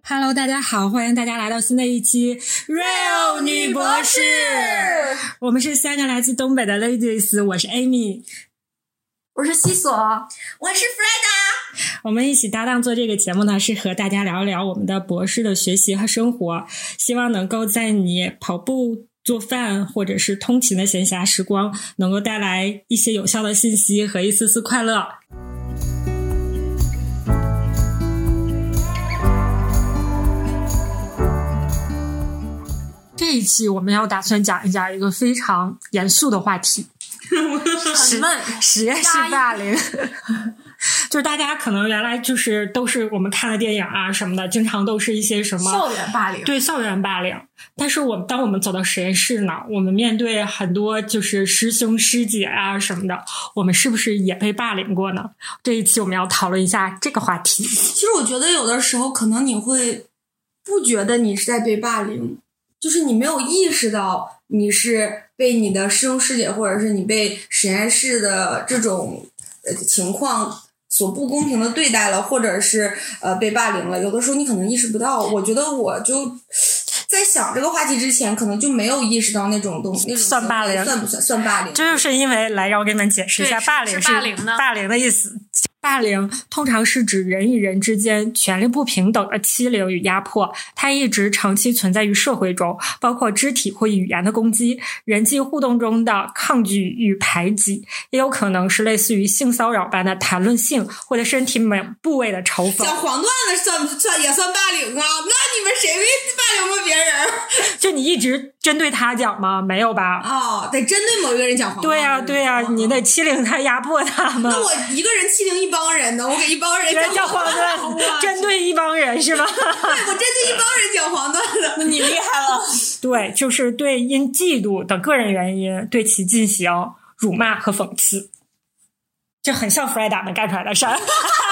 Hello， 大家好，欢迎大家来到新的一期 Real 女博士。我们是3个来自东北的 ladies， 我是 Amy， 我是西索， 我是 Freda。 我们一起搭档做这个节目呢，是和大家聊一聊我们的博士的学习和生活，希望能够在你跑步、做饭或者是通勤的闲暇时光，能够带来一些有效的信息和一丝丝快乐。这一期我们要打算讲一个非常严肃的话题，实验室霸凌。就是大家可能原来就是都是我们看的电影啊什么的，经常都是一些什么校园霸凌， 对，校园霸凌。但是当我们走到实验室呢，我们面对很多就是师兄师姐啊什么的，我们是不是也被霸凌过呢？这一期我们要讨论一下这个话题。 其实我觉得有的时候可能你会不觉得你是在被霸凌，就是你没有意识到你是被你的师兄师姐或者是你被实验室的这种情况所不公平的对待了，或者是被霸凌了，有的时候你可能意识不到。我觉得我就在想这个话题之前可能就没有意识到那种算霸凌， 算不算霸凌？ 这就是因为来让我给你们解释一下霸凌是霸凌的意思。霸凌通常是指人与人之间权力不平等的欺凌与压迫，它一直长期存在于社会中，包括肢体或语言的攻击，人际互动中的抗拒与排挤，也有可能是类似于性骚扰般的谈论性或者身体某部位的嘲讽。 讲黄段子算不算也算霸凌啊？那你们谁霸凌过别人？ 就你一直针对他讲吗？没有吧？ 哦，得针对某一个人讲黄段子。 对呀，你得欺凌他，压迫他吗？ 那我一个人欺凌一帮人呢，我给一帮人讲黄段子，针对一帮人是吧？ 对，我针对一帮人讲黄段子， 那你厉害了。 对，就是对因嫉妒等个人原因对其进行辱骂和讽刺，这很像 Freda 们干出来的事儿。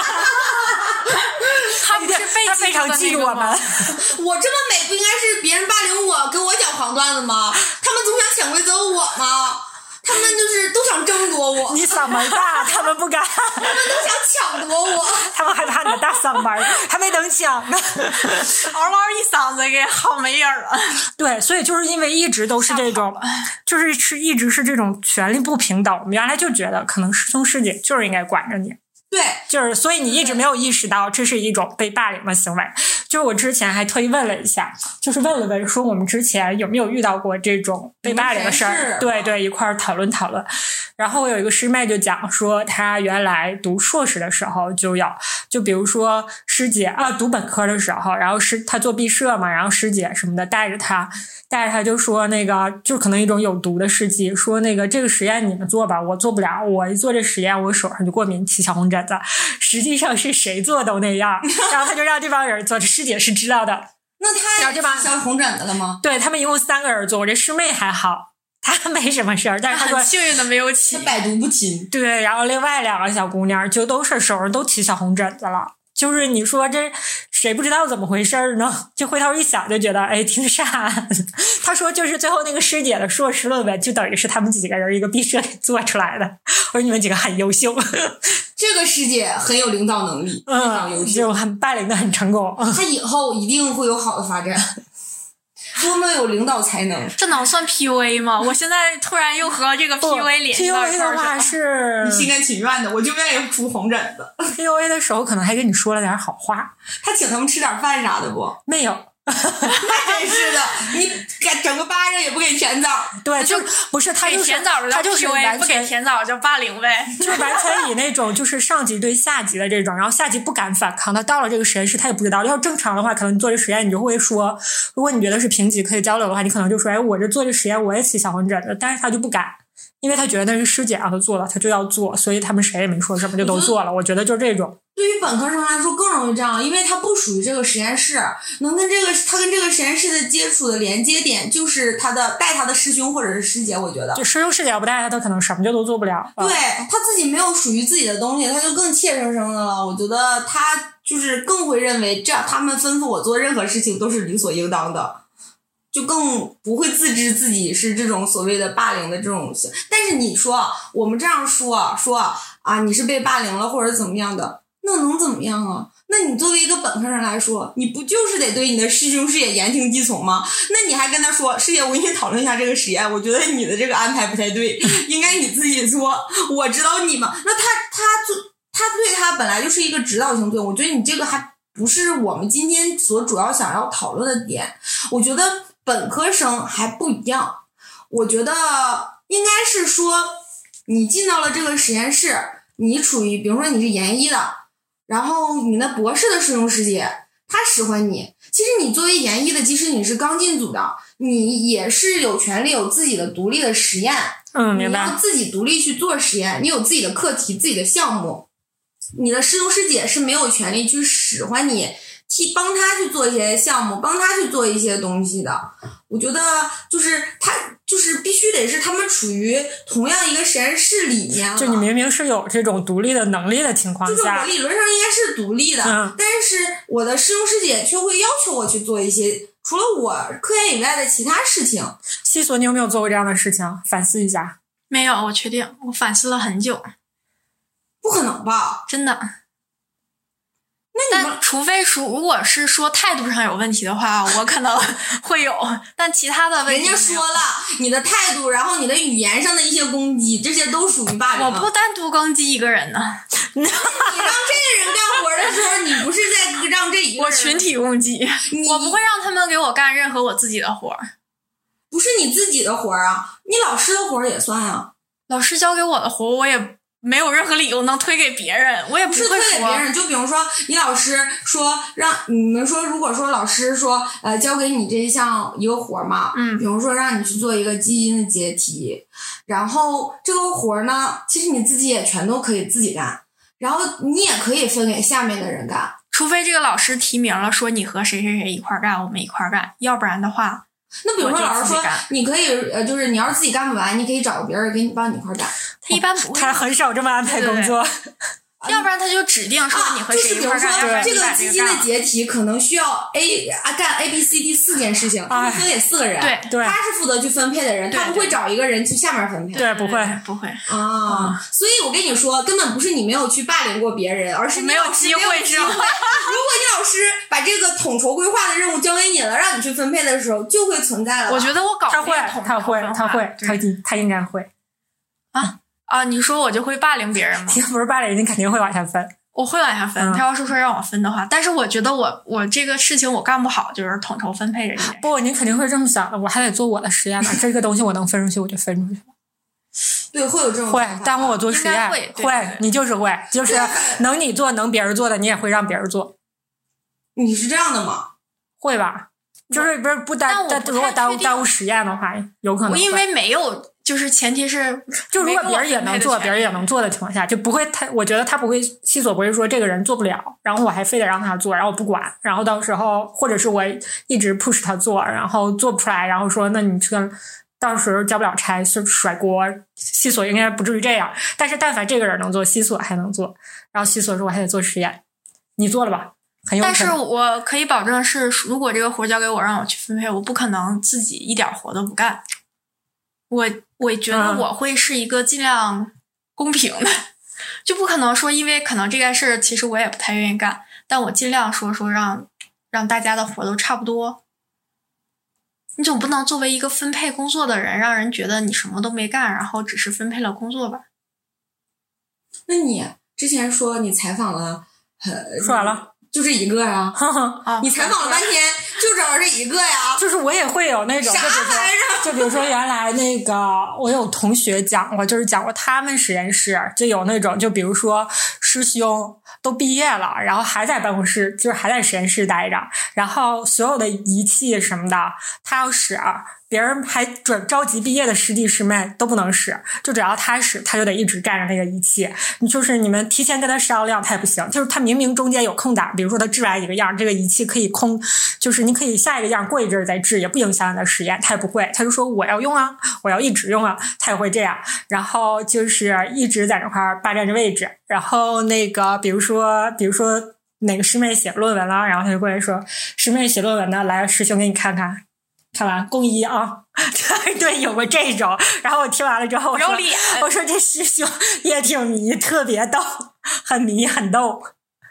他不是他非常嫉妒我们。 我这么美，不应该是别人霸凌我，给我讲黄段子吗？他们总想潜规则我吗？他们就是都想争夺我。 你嗓门大，他们不敢。 他们都想抢夺我。 他们害怕你的大嗓门，还没等抢呢， 嗷嗷一嗓子给薅没影了。 对，所以就是因为一直都是这种，就是一直是这种权力不平等。我们原来就觉得可能师兄师姐就是应该管着你。 对， 就是所以你一直没有意识到这是一种被霸凌的行为。就是我之前还特意问了一下，就是问了问说我们之前有没有遇到过这种被霸凌的事儿，对，一块儿讨论。然后我有一个师妹就讲说，她原来读硕士的时候就比如说师姐读本科的时候，然后她做毕设嘛，然后师姐什么的带着她就说那个就可能一种有毒的试剂，说那个这个实验你们做吧，我做不了，我一做这实验我手上就过敏起小红疹子。实际上是谁做都那样，然后他就让这帮人做，这师姐是知道的。 那他也起小红疹子了吗？ 对，他们一共3个人做，我这师妹还好，她没什么事儿，但是她说很幸运的没有起， 她百毒不侵。 对，然后另外2个小姑娘就都是手上都起小红疹子了。就是你说这谁不知道怎么回事呢？就回头一想就觉得挺傻。他说就是最后那个师姐的硕士论文就等于是他们几个人一个毕设给做出来的。我说你们几个很优秀。 这个师姐很有领导能力，非常优秀， 就很霸凌的很成功。 她以后一定会有好的发展。多么有领导才能， 这能算 PUA 吗？我现在突然又和这个 PUA 联系到一块儿去了。 PUA 的话是你心甘情愿的，我就愿意出红疹子。 PUA 的时候可能还跟你说了点好话， 他请他们吃点饭啥的不？ 没有。 那真是的，你给整个巴掌也不给甜枣。 对，就不是他就是甜枣的， 他就是完全不给甜枣叫霸凌呗， 就完全以那种就是上级对下级的这种，然后下级不敢反抗，他到了这个实验室他也不知道。要正常的话，可能你做这实验你就会说，如果你觉得是平级可以交流的话，你可能就说，我这做这实验我也起小红疹子，但是他就不敢。因为他觉得那是师姐让他做了，他就要做，所以他们谁也没说什么就都做了。我觉得就是这种。 对于本科生来说更容易这样，因为他不属于这个实验室，他跟这个实验室的接触的连接点就是带他的师兄或者是师姐。我觉得就师兄师姐要不带他可能什么就都做不了。 对，他自己没有属于自己的东西，他就更怯生生的了。我觉得他就是更会认为这样他们吩咐我做任何事情都是理所应当的，就更不会自知自己是这种所谓的霸凌的这种。但是你说我们这样说你是被霸凌了或者怎么样的， 那能怎么样啊？那你作为一个本科生来说，你不就是得对你的师兄师姐言听计从吗？那你还跟他说，师姐，我跟你讨论一下这个实验，我觉得你的这个安排不太对，应该你自己做，我指导你嘛。那他对他本来就是一个指导性作用，我觉得你这个还不是我们今天所主要想要讨论的点。我觉得本科生还不一样，我觉得应该是说你进到了这个实验室，你处于比如说你是研一的，然后你的博士的师兄师姐他使唤你，其实你作为研一的，即使你是刚进组的，你也是有权利有自己的独立的实验， 明白， 你要自己独立去做实验，你有自己的课题自己的项目，你的师兄师姐是没有权利去使唤你帮他去做一些项目，帮他去做一些东西的。我觉得就是他就是必须得是他们处于同样一个实验室里面， 就你明明是有这种独立的能力的情况下， 就是我理论上应该是独立的，但是我的师兄师姐却会要求我去做一些除了我科研以外的其他事情。 西索，你有没有做过这样的事情？反思一下。 没有，我确定，我反思了很久。 不可能吧？ 真的。但除非如果是说态度上有问题的话，我可能会有，但其他的问题人家说了，你的态度，然后你的语言上的一些攻击，这些都属于霸凌。 我不单独攻击一个人呢。 你让这个人干活的时候，你不是在让这一个人， 我群体攻击，我不会让他们给我干任何我自己的活。 不是你自己的活啊，你老师的活也算啊。 老师交给我的活，我也没有任何理由能推给别人，我也不会说。 不是推给别人，就比如说你老师说让你们说，如果说老师说交给你这一项一个活嘛，比如说让你去做一个基因的解题，然后这个活呢，其实你自己也全都可以自己干，然后你也可以分给下面的人干， 除非这个老师提名了说你和谁谁谁一块干，我们一块干，要不然的话。 那比如说老师说你可以就是你要是自己干不完，你可以找别人给你帮你一块干。 他一般不会， 他很少这么安排工作。 对，要不然他就指定说你和谁一块干。 就是比如说这个基金的解题可能需要干 A、B、C、D 4件事情，他们分给4个人， 对， 他是负责去分配的人，他不会找一个人去下面分配， 对，不会啊。所以我跟你说，根本不是你没有去霸凌过别人，而是没有机会。 如果你老师把这个统筹规划的任务交给你了，让你去分配的时候，就会存在了。 我觉得我搞他应该会啊！你说我就会霸凌别人吗？ 不是霸凌，你肯定会往下分。 我会往下分。他要是说让我分的话，但是我觉得我这个事情我干不好，就是统筹分配这些。 不，你肯定会这么想的。我还得做我的实验呢，这个东西我能分出去，我就分出去。 对，会有这种会耽误我做实验， 会， 你就是会，就是能你做能别人做的，你也会让别人做。 你是这样的吗？ 会吧？就是不是不耽，如果耽误实验的话，有可能。 因为没有。就是前提是， 就如果别人也能做，别人也能做的情况下，就不会我觉得他不会，西索不会说这个人做不了，然后我还非得让他做，然后我不管，然后到时候或者是我一直 push 他做，然后做不出来，然后说那你这到时候交不了差甩锅，西索应该不至于这样。但是但凡这个人能做，西索还能做，然后西索说我还得做实验，你做了吧？很有可能。 但是我可以保证是，如果这个活交给我让我去分配，我不可能自己一点活都不干。我觉得我会是一个尽量公平的，就不可能说因为可能这件事其实我也不太愿意干，但我尽量说让大家的活都差不多。你总不能作为一个分配工作的人，让人觉得你什么都没干，然后只是分配了工作吧。 那你之前说你采访了说完了。 就这一个呀、你采访了半天就找这一个呀？ 就是我也会有那种， 啥来着？ 就比如说原来那个我有同学讲过，就是讲过他们实验室就有那种，就比如说师兄都毕业了，然后还在办公室，就是还在实验室待着，然后所有的仪器什么的他要使，别人还着急毕业的师弟师妹都不能使，就只要他使，他就得一直干着那个仪器。就是你们提前跟他商量，他也不行。就是他明明中间有空档，比如说他制完一个样，这个仪器可以空，就是你可以下一个样过一阵再制，也不影响你的实验。他也不会，他就说我要用啊，我要一直用啊，他也会这样。然后就是一直在那块霸占着位置。然后那个比如说哪个师妹写论文了，然后他就过来说师妹写论文呢，来师兄给你看看。看完公一啊，对，有过这种。然后我听完了之后，我说这师兄也挺迷，特别逗，很迷很逗。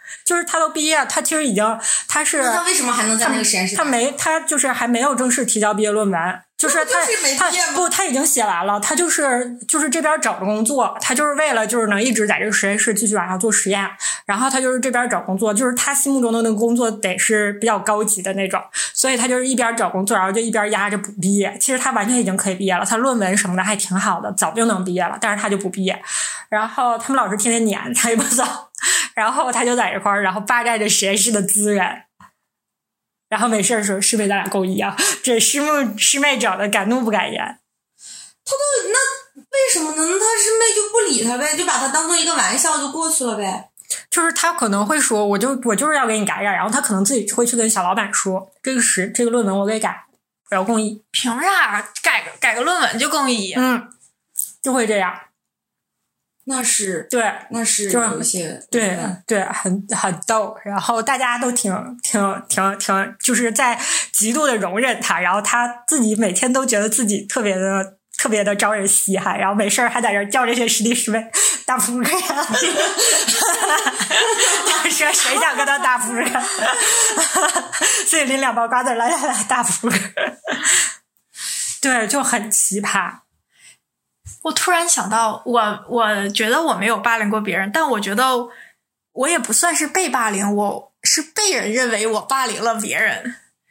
就是他都毕业，他其实已经他为什么还能在那个实验室？ 他就是还没有正式提交毕业论文。就是他已经写完了，他就是这边找的工作，他就是为了就是能一直在这个实验室继续往上做实验，然后他就是这边找工作，就是他心目中的那个工作得是比较高级的那种，所以他就是一边找工作，然后就一边压着不毕业。其实他完全已经可以毕业了，他论文什么的还挺好的，早就能毕业了，但是他就不毕业。然后他们老师天天撵他也不走，然后他就在这块儿，然后霸占着实验室的资源。然后没事的时候，师妹咱俩够一样，这师妹找的敢怒不敢言。 他都那为什么呢？那他师妹就不理他呗，就把他当做一个玩笑就过去了呗。 就是他可能会说，我就是要给你改改，然后他可能自己会去跟小老板说，这个论文我给改，我要共议。 凭啥改个论文就共议？ 就会这样。 那是就是一些对，很逗，然后大家都挺，就是在极度的容忍他，然后他自己每天都觉得自己特别的招人稀罕，然后没事还在这叫这些师弟师妹打扑克呀，说谁想跟他打扑克，所以拎2包瓜子来打扑克，对，就很奇葩。 我突然想到，我觉得我没有霸凌过别人，但我觉得我也不算是被霸凌，我是被人认为我霸凌了别人。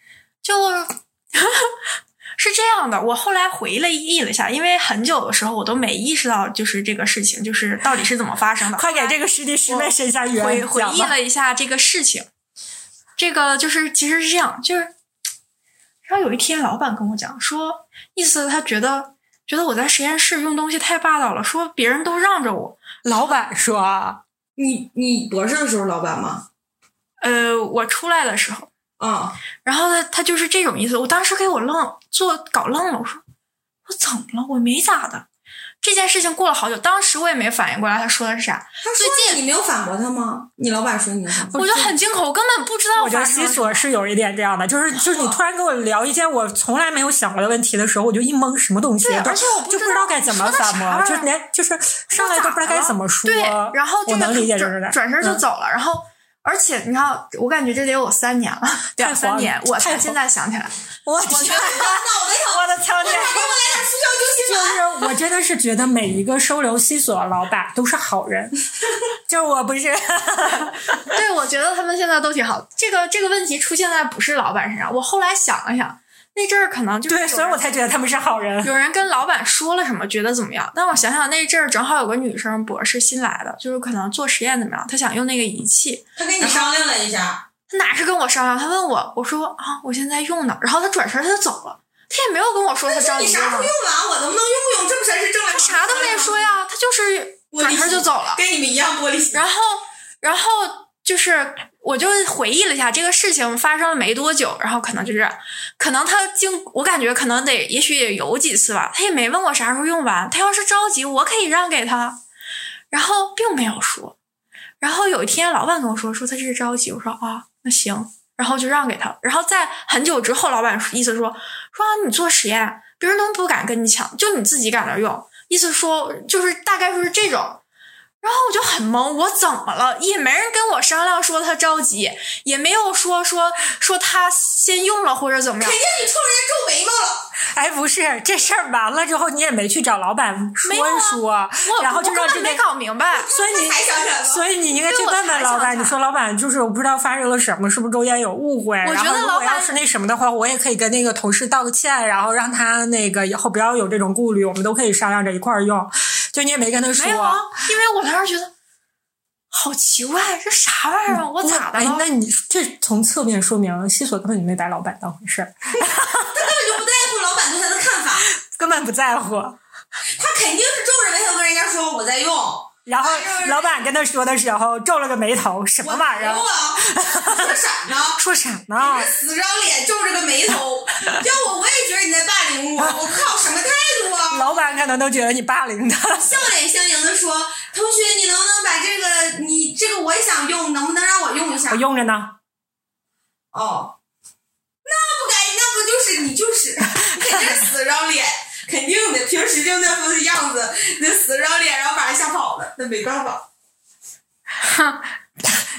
是这样的，我后来回忆了一下，因为很久的时候我都没意识到就是这个事情就是到底是怎么发生的。 快给这个师弟师妹伸下援， 回忆了一下这个事情。这个就是其实是这样，就是然后有一天老板跟我讲说，意思他觉得我在实验室用东西太霸道了，说别人都让着我。 老板说啊， 你博士的时候老板吗？ 我出来的时候。然后他就是这种意思，我当时给我搞愣了，我说我怎么了？我没咋的。这件事情过了好久，当时我也没反应过来他说的是啥。 他说你没有反驳他吗？你老板说你我就很惊恐，我根本不知道。 我觉得西索是有一点这样的，就是你突然跟我聊一件我从来没有想过的问题的时候，我就一懵，什么东西， 而且我就不知道该怎么反驳，就是上来都不知道该怎么说。 对，然后我能理解这个的， 转身就走了，然后。而且你看，我感觉这得有3年了，2-3年，我才现在想起来。 我天，我的苍天！就是我真的是觉得每一个收留西索的老板都是好人，就是我不是。 对，我觉得他们现在都挺好。这个问题出现在不是老板身上，我后来想了想。那阵儿可能就是对，所以我才觉得他们是好人。 有人跟老板说了什么，觉得怎么样？但我想想，那阵儿正好有个女生博士新来的，就是可能做实验怎么样，她想用那个仪器。 她跟你商量了一下？ 她哪是跟我商量？她问我，我说啊，我现在用呢。然后她转身她就走了，她也没有跟我说她着急。 你啥时候用完？我能不能用？这不才是正来。 她啥都没说呀，她就是转身就走了， 跟你们一样玻璃心。 然后就是我就回忆了一下这个事情发生了没多久，然后可能我感觉可能也许也有几次吧，他也没问我啥时候用完，他要是着急我可以让给他，然后并没有说。然后有一天老板跟我说他这是着急，我说啊那行，然后就让给他。然后在很久之后老板意思说你做实验别人都不敢跟你抢，就你自己敢那用，意思说就是大概是这种。然后我就很懵，我怎么了？也没人跟我商量说他着急，也没有说他先用了或者怎么样。 肯定你冲人家皱眉毛了。 哎，不是这事儿完了之后，你也没去找老板说一说，然后就让这没搞明白。 所以你应该去问问老板，你说老板就是我不知道发生了什么，是不是中间有误会？ 我觉得然后如果要是那什么的话，我也可以跟那个同事道个歉，然后让他那个以后不要有这种顾虑，我们都可以商量着一块儿用。就你也没跟他说。 没有啊，因为我当时觉得好奇怪，这啥玩意儿？我咋的了？ 哎，那你这从侧面说明西索根本就没把老板当回事儿， 他根本就不在乎老板对他的看法， 根本不在乎。 他肯定是皱着眉头跟人家说我在用， 然后老板跟他说的时候皱了个眉头，什么玩意儿？ 说啥呢？ 说啥呢？ 死张脸，皱着个眉头。要我也觉得你在霸凌我，我靠，什么态度啊？ 老板可能都觉得你霸凌他。 笑脸相迎的说：“同学，你能不能把你这个我也想用，能不能让我用一下？” 我用着呢。 哦，那不该，那不就是你肯定死张脸。肯定的，平时就那副样子，那死张脸，然后把人吓跑了，那没办法。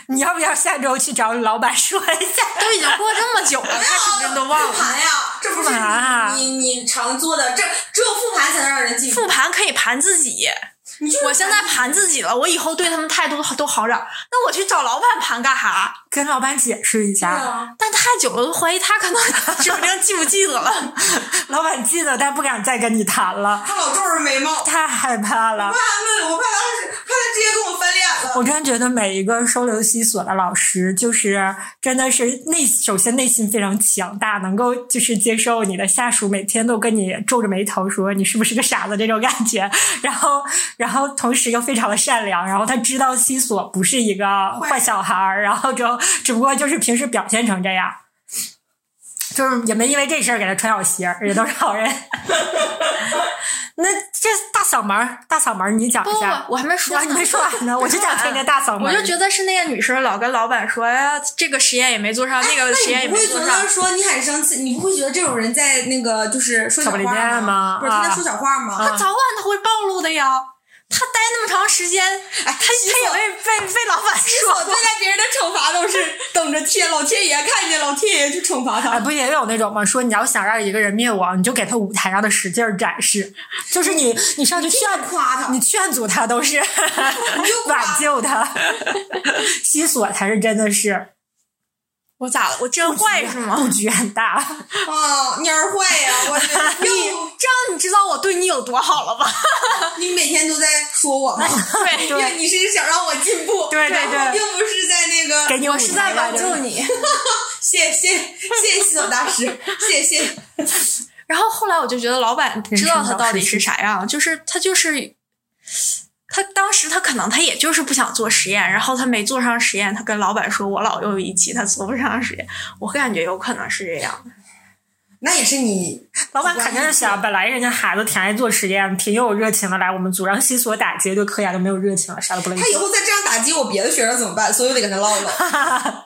你要不要下周去找老板说一下？ 都已经过这么久了，他肯定都忘了。 复盘呀，这不是你常做的，这只有复盘才能让人记住。 复盘可以盘自己。我现在盘自己了，我以后对他们态度都好点。那我去找老板盘干啥？ 跟老板解释一下。 但太久了，我怀疑他可能指不定记不记得了。 老板记得，但不敢再跟你谈了。 他老皱着眉毛， 太害怕了。 我怕他直接跟我翻脸了。 我真觉得每一个收留西索的老师，就是真的是首先内心非常强大，能够就是接受你的下属每天都跟你皱着眉头说你是不是个傻子这种感觉，然后同时又非常的善良，然后他知道西索不是一个坏小孩，然后只不过就是平时表现成这样，就是也没因为这事儿给他穿小鞋，也都是好人。那这大嗓门你讲一下。 不，我还没说你没说完呢，我就想听这大嗓门。 我就觉得是那个女生老跟老板说，哎呀，这个实验也没做上，那个实验也没做上。 你不会觉得说你很生气？你不会觉得这种人在那个就是说小话吗？ 不是他在说小话吗？ 他早晚他会暴露的呀。他待那么长时间，他也被老板说过。 对待别人的惩罚都是等着老天爷看见，老天爷去惩罚他。 不也有那种吗？说你要想让一个人灭亡，你就给他舞台上的使劲展示，就是你上去夸他， 你劝阻他都是挽救他。西索才是真的是。 我咋了？我真坏是吗？ 布局很大你儿坏呀！我这样你知道我对你有多好了吧？ 你每天都在说我吗？ 对， 因为你是想让我进步， 对， 并不是在那个给你我是在挽救你。 谢谢西索大师，谢谢。 然后后来我就觉得老板知道他到底是啥样，就是他当时他可能他也就是不想做实验，然后他没做上实验，他跟老板说我老有一期他做不上实验，我感觉有可能是这样。 那也是你老板肯定是想，本来人家孩子挺爱做实验，挺有热情的，来我们组让西索打击，对科研都没有热情了，啥都不乐意。 他以后再这样打击我别的学生怎么办？所以我得跟他唠唠。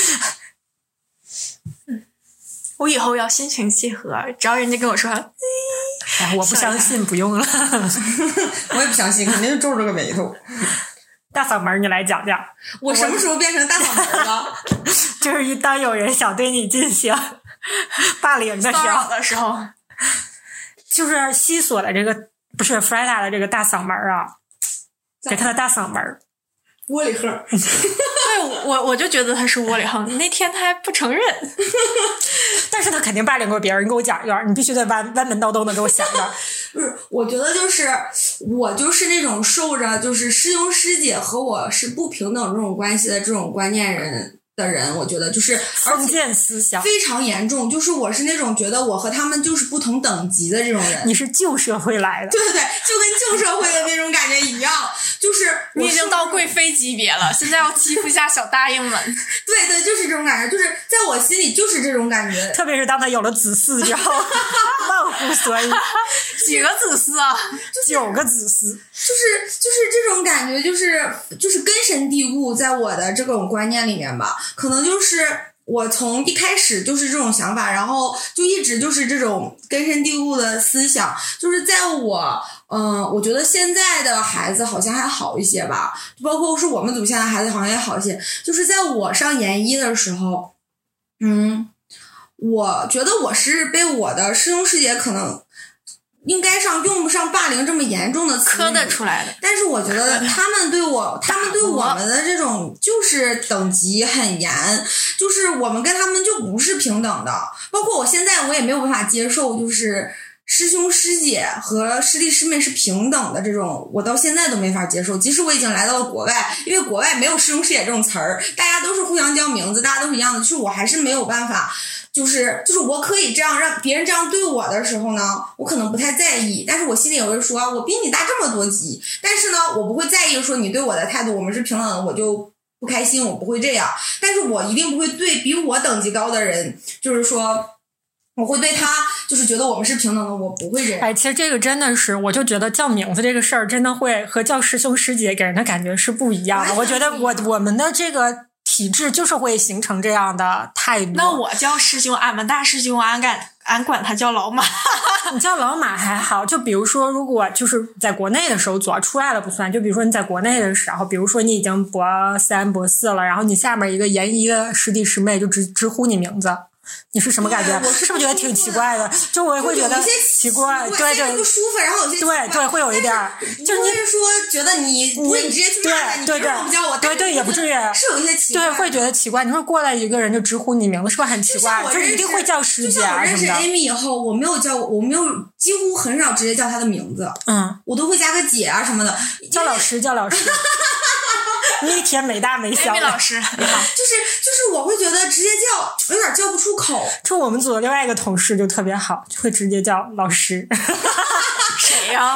我以后要心平气和，只要人家跟我说我不相信，不用了。 我也不相信，肯定是皱着个眉头。 大嗓门你来讲讲， 我什么时候变成大嗓门了？ 就是当有人想对你进行霸凌的时候， 就是西索的这个不是弗莱达的这个大嗓门啊，给他的大嗓门窝里横。 对，我就觉得他是窝里横。那天他还不承认， 但是他肯定霸凌过别人。你给我讲一段，你必须得弯门叨叨的给我想着。 不是，我觉得我就是那种受着就是师兄师姐和我是不平等这种关系的这种观念的人，我觉得就是封建思想非常严重，就是我是那种觉得我和他们就是不同等级的这种人。 你是旧社会来的， 对，就跟旧社会的那种感觉一样，就是你已经到贵妃级别了，现在要欺负一下小大英们。 对，就是这种感觉，就是在我心里就是这种感觉。 特别是当他有了子嗣之后，忘乎所以。 几个子嗣啊 ？9个子嗣。 就是这种感觉，就是根深蒂固在我的这种观念里面吧。可能就是我从一开始就是这种想法，然后就一直就是这种根深蒂固的思想，就是在我觉得现在的孩子好像还好一些吧，包括是我们组现在孩子好像也好一些。就是在我上研一的时候，我觉得我是被我的师兄师姐可能应该用不上霸凌这么严重的词磕得出来的， 但是我觉得他们对我们的这种就是等级很严，就是我们跟他们就不是平等的。包括我现在我也没有办法接受，就是师兄师姐和师弟师妹是平等的这种，我到现在都没法接受。即使我已经来到了国外，因为国外没有师兄师姐这种词儿，大家都是互相叫名字，大家都是一样的，就是我还是没有办法。就是我可以这样让别人这样对我的时候呢，我可能不太在意，但是我心里也会说我比你大这么多级，但是呢我不会在意说你对我的态度我们是平等的，我就不开心，我不会这样。但是我一定不会对比我等级高的人，就是说我会对他就是觉得我们是平等的，我不会这样。 其实这个真的是，我就觉得叫名字这个事儿真的会和叫师兄师姐给人的感觉是不一样的。我觉得我们的这个体制就是会形成这样的态度。 那我叫师兄，俺们大师兄，俺管他叫老马。 你叫老马还好，就比如说，如果就是在国内的时候做，出来了不算。就比如说你在国内的时候，比如说你已经博3、博4了，然后你下面一个研一的师弟师妹就直呼你名字。你是什么感觉？ 我是不是觉得挺奇怪的？就我也会觉得奇怪，对对， 不舒服，然后有些对会有一点， 就是你是说觉得你直接去骂他，你凭什么不叫我？ 对也不至于， 是有一些奇怪， 对会觉得奇怪。你说过来一个人就直呼你名字，是不是很奇怪？就一定会叫师姐啊什么的。 就像我认识 Amy 以后，我没有几乎很少直接叫她的名字，我都会加个姐啊什么的， 叫老师。你一天没大没小。 Amy 老师，你好。 就是我会觉得直接叫有点叫不出口。 就我们组的另外一个同事就特别好，就会直接叫老师。 谁呀？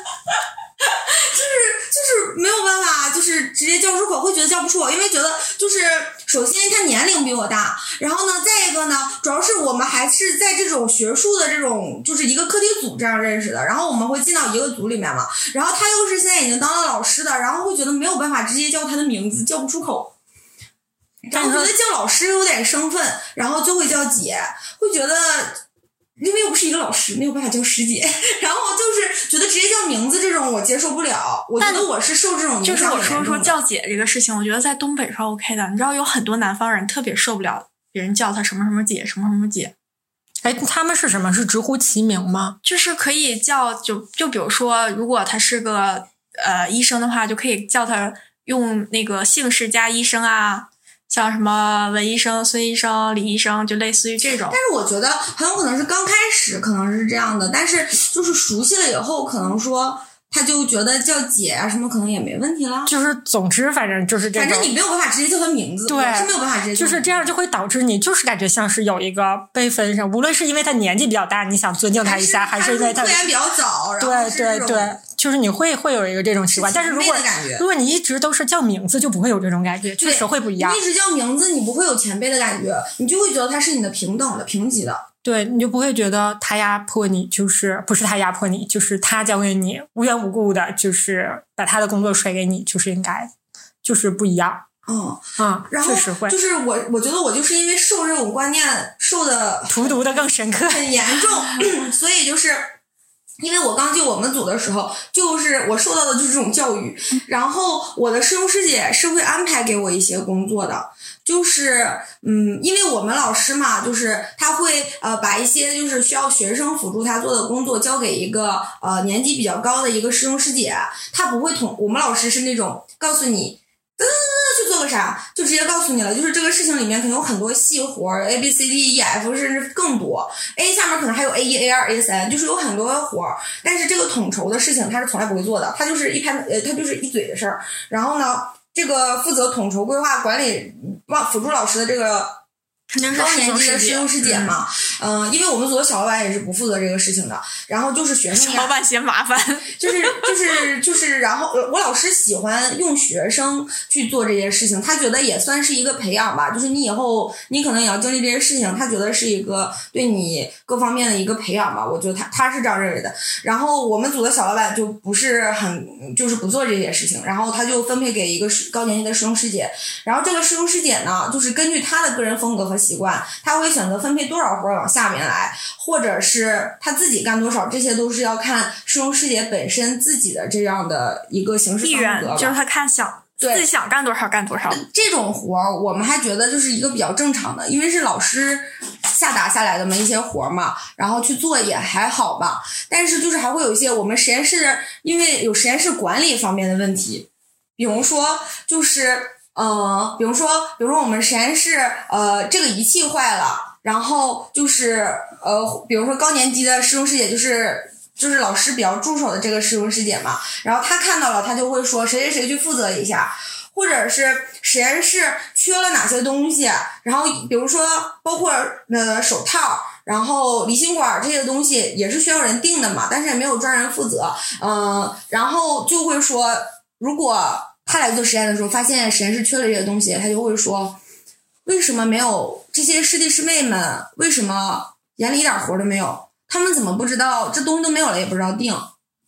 就是没有办法，就是直接叫出口，会觉得叫不出口，因为觉得就是首先他年龄比我大，然后呢，再一个呢，主要是我们还是在这种学术的这种就是一个课题组这样认识的，然后我们会进到一个组里面嘛，然后他又是现在已经当了老师的，然后会觉得没有办法直接叫他的名字，叫不出口。然后觉得叫老师有点生分，然后就会叫姐，会觉得因为又不是一个老师，没有办法叫师姐，然后就是觉得直接叫名字这种我接受不了，我觉得我是受这种影响。 就是我说叫姐这个事情，我觉得在东北是 OK 的。你知道有很多南方人特别受不了别人叫他什么什么姐什么什么姐。 哎，他们是什么？是直呼其名吗？ 就是可以叫就比如说，如果他是个医生的话，就可以叫他用那个姓氏加医生啊。像什么文医生、孙医生、李医生，就类似于这种。 但是我觉得很有可能是刚开始可能是这样的，但是就是熟悉了以后，可能说他就觉得叫姐啊什么可能也没问题了。 就是总之反正就是这种， 反正你没有办法直接叫他名字， 对， 我是没有办法直接叫。 就是这样就会导致你就是感觉像是有一个辈分上，无论是因为他年纪比较大，你想尊敬他一下，还是因为他入园比较早， 对，就是你会有一个这种习惯。但是如果你一直都是叫名字，就不会有这种感觉，确实会不一样。 你一直叫名字，你不会有前辈的感觉，你就会觉得他是你的平等的、平级的。 对，你就不会觉得他压迫你，就是不是他压迫你，就是他教给你无缘无故的，就是把他的工作甩给你，就是应该，就是不一样。 然后确实会， 就是我觉得我就是因为受这种观念受的荼毒的更深刻， 很严重，所以就是因为我刚进我们组的时候，就是我受到的就是这种教育，然后我的师兄师姐是会安排给我一些工作的。就是因为我们老师嘛，就是他会把一些就是需要学生辅助他做的工作交给一个年纪比较高的一个师兄师姐，他不会我们老师是那种告诉你去做个啥，就直接告诉你了，就是这个事情里面可能有很多细活 A B C D E F 甚至更多 A 下面可能还有 A 1 A 2 A 3，就是有很多活，但是这个统筹的事情他是从来不会做的，他就是他就是一嘴的事儿。然后呢，这个负责统筹规划管理辅助老师的这个肯定是高年级的师兄师姐嘛，因为我们组的小老板也是不负责这个事情的，然后就是学生小老板嫌麻烦， 就是然后我老师喜欢用学生去做这些事情，他觉得也算是一个培养吧，就是你以后你可能也要经历这些事情，他觉得是一个对你各方面的一个培养吧，我觉得他是这样认为的。然后我们组的小老板就不是很就是不做这些事情，然后他就分配给一个高年级的师兄师姐，然后这个师兄师姐呢，就是根据他的个人风格和习惯，他会选择分配多少活往下面来，或者是他自己干多少，这些都是要看师兄师姐本身自己的这样的一个行事风格， 就是他自己想干多少干多少。 这种活我们还觉得就是一个比较正常的，因为是老师下达下来的一些活嘛，然后去做也还好吧。但是就是还会有一些我们实验室因为有实验室管理方面的问题，比如说比如说我们实验室这个仪器坏了，然后就是比如说高年级的师兄师姐就是老师比较助手的这个师兄师姐嘛，然后他看到了他就会说谁去负责一下，或者是实验室缺了哪些东西，然后比如说包括手套，然后离心管这些东西也是需要人定的嘛，但是也没有专人负责，然后就会说如果他来做实验的时候发现实验室缺了这些东西，他就会说为什么没有这些师弟师妹们，为什么眼里一点活都没有，他们怎么不知道这东西都没有了也不知道定。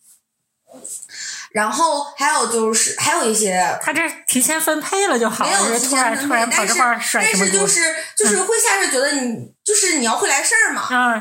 然后还有一些他这提前分配了就好了， 没有提前分配， 突然跑这块甩什么但是就是会下去觉得你就是你要会来事儿嘛，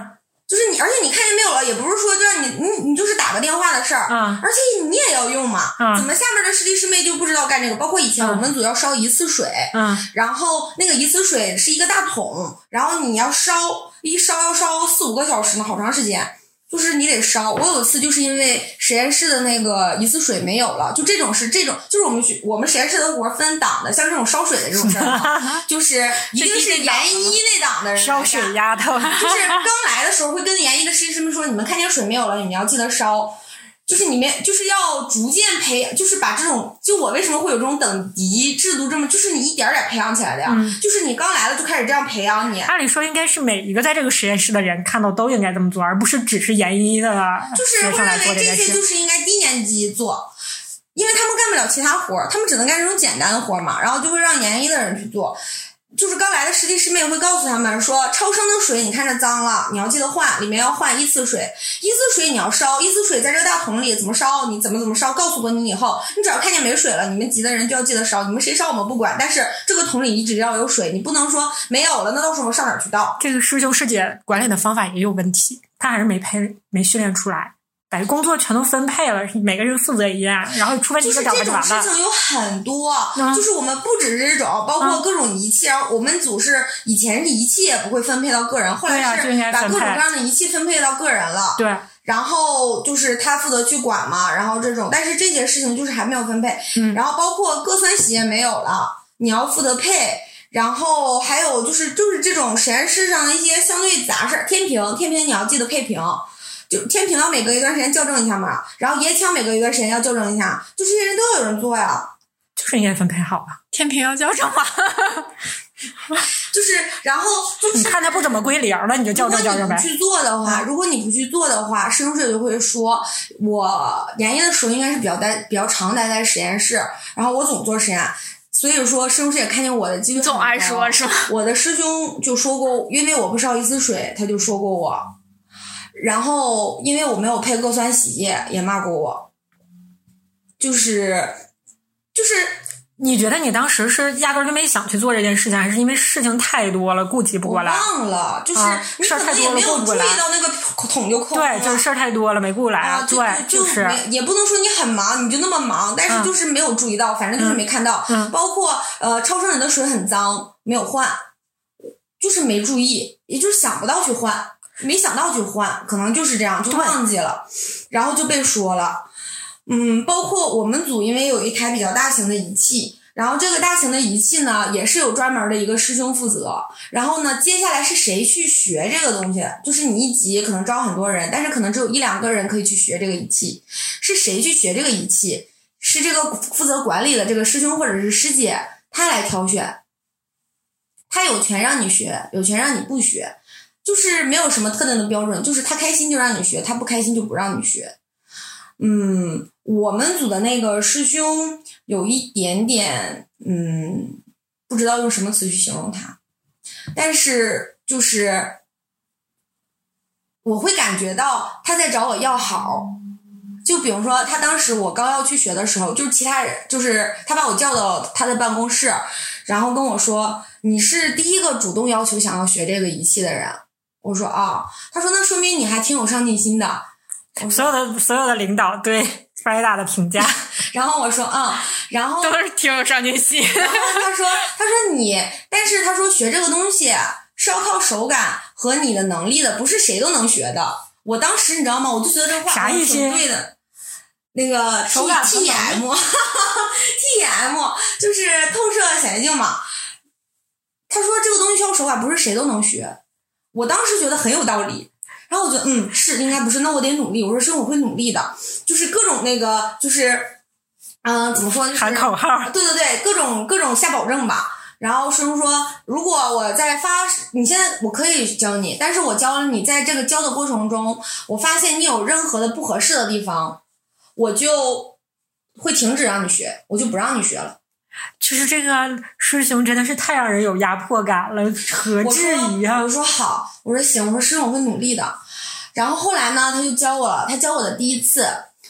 就是你，而且你看见没有了，也不是说就让你就是打个电话的事儿，而且你也要用嘛，怎么下面的师弟师妹就不知道干这个？包括以前我们组要烧一次水，然后那个一次水是一个大桶，然后你要烧，一烧要烧4-5个小时呢，好长时间。就是你得烧，我有一次就是因为实验室的那个一次水没有了，就这种就是我们实验室的活分档的，像这种烧水的这种事儿，就是一定是研一那档的人烧水丫头， 就是刚来的时候会跟研一的实习生们说，你们看见水没有了，你们要记得烧。就是你们就是要逐渐就是把这种，就我为什么会有这种等级制度，这么就是你一点点培养起来的呀，就是你刚来了就开始这样培养你。 按理说应该是每一个在这个实验室的人看到都应该这么做，而不是只是研一的学生来做这件事。 就是会认为这些就是应该低年级做，因为他们干不了其他活，他们只能干这种简单的活嘛，然后就会让研一的人去做。就是刚来的师弟师妹会告诉他们说，超声的水你看着脏了，你要记得换，里面要换一次水，一次水你要烧，一次水在这个大桶里怎么烧，你怎么烧，告诉过你以后，你只要看见没水了，你们级的人就要记得烧，你们谁烧我们不管，但是这个桶里一直要有水，你不能说没有了，那到时候我上哪儿去倒？ 这个师兄师姐管理的方法也有问题，他还是没训练出来。把工作全都分配了，每个人负责一样，然后出问题一个找个就完了。 就是这种事情有很多，就是我们不只是这种，包括各种仪器。然后我们组是以前是仪器也不会分配到个人，后来是把各种各样的仪器分配到个人了。 对。 然后就是他负责去管嘛，然后这种，但是这些事情就是还没有分配。然后包括各酸洗也没有了，你要负责配。然后还有就是这种实验室上的一些相对杂事，天平你要记得配平。就天平要每隔一段时间校正一下嘛，然后椰枪每隔一段时间要校正一下，就这些人都有人做呀， 就是应该分配好啊。 天平要校正嘛， 就是然后就是你看他不怎么归零了，你就校正呗。 如果你不去做的话，师兄师姐就会说，我研一的时候应该是比较常待在实验室，然后我总做实验。所以说师兄师姐看见我的机会总爱说是吧？ 我的师兄就说过，因为我不烧一次水，他就说过我。然后因为我没有配铬酸洗液也骂过我，就是你觉得你当时是压根就没想去做这件事情，还是因为事情太多了顾及不过来？ 我忘了，就是你可能也没有注意到那个桶就空了。 对，就是事儿太多了没顾来。对，就是也不能说你很忙，你就那么忙，但是就是没有注意到，反正就是没看到。包括超声里的水很脏，没有换，就是没注意，也就是想不到去换。没想到去换，可能就是这样，就忘记了，然后就被说了。包括我们组因为有一台比较大型的仪器，然后这个大型的仪器呢也是有专门的一个师兄负责，然后呢接下来是谁去学这个东西，就是你一级可能招很多人，但是可能只有1-2个人可以去学这个仪器，是谁去学这个仪器，是这个负责管理的这个师兄或者是师姐，他来挑选，他有权让你学，有权让你不学，就是没有什么特定的标准，就是他开心就让你学，他不开心就不让你学。我们组的那个师兄有一点点不知道用什么词去形容他，但是就是我会感觉到他在找我要好。就比如说他当时我刚要去学的时候，就是其他人，就是他把我叫到他的办公室，然后跟我说，你是第一个主动要求想要学这个仪器的人。我说啊，他说那说明你还挺有上进心的。 所有的领导对弗莱达的评价， 然后我说然后都是挺有上进心。 然后他说但是他说学这个东西是要靠手感和你的能力的，不是谁都能学的。我当时你知道吗？我就觉得这话挺对的。那个 TM 就是透射显微镜嘛。他说这个东西需要手感，不是谁都能学。我当时觉得很有道理。然后我觉得是应该不是，那我得努力。我说师兄我会努力的，就是各种那个就是怎么说，就是喊口号， 对，各种下保证吧。然后师兄说，如果我在你现在我可以教你，但是我教了你，在这个教的过程中，我发现你有任何的不合适的地方，我就会停止让你学，我就不让你学了。 其实这个师兄真的是太让人有压迫感了，何至于啊！ 我说好，我说行，我说师兄我会努力的。然后后来呢，他就教我了，他教我的第一次，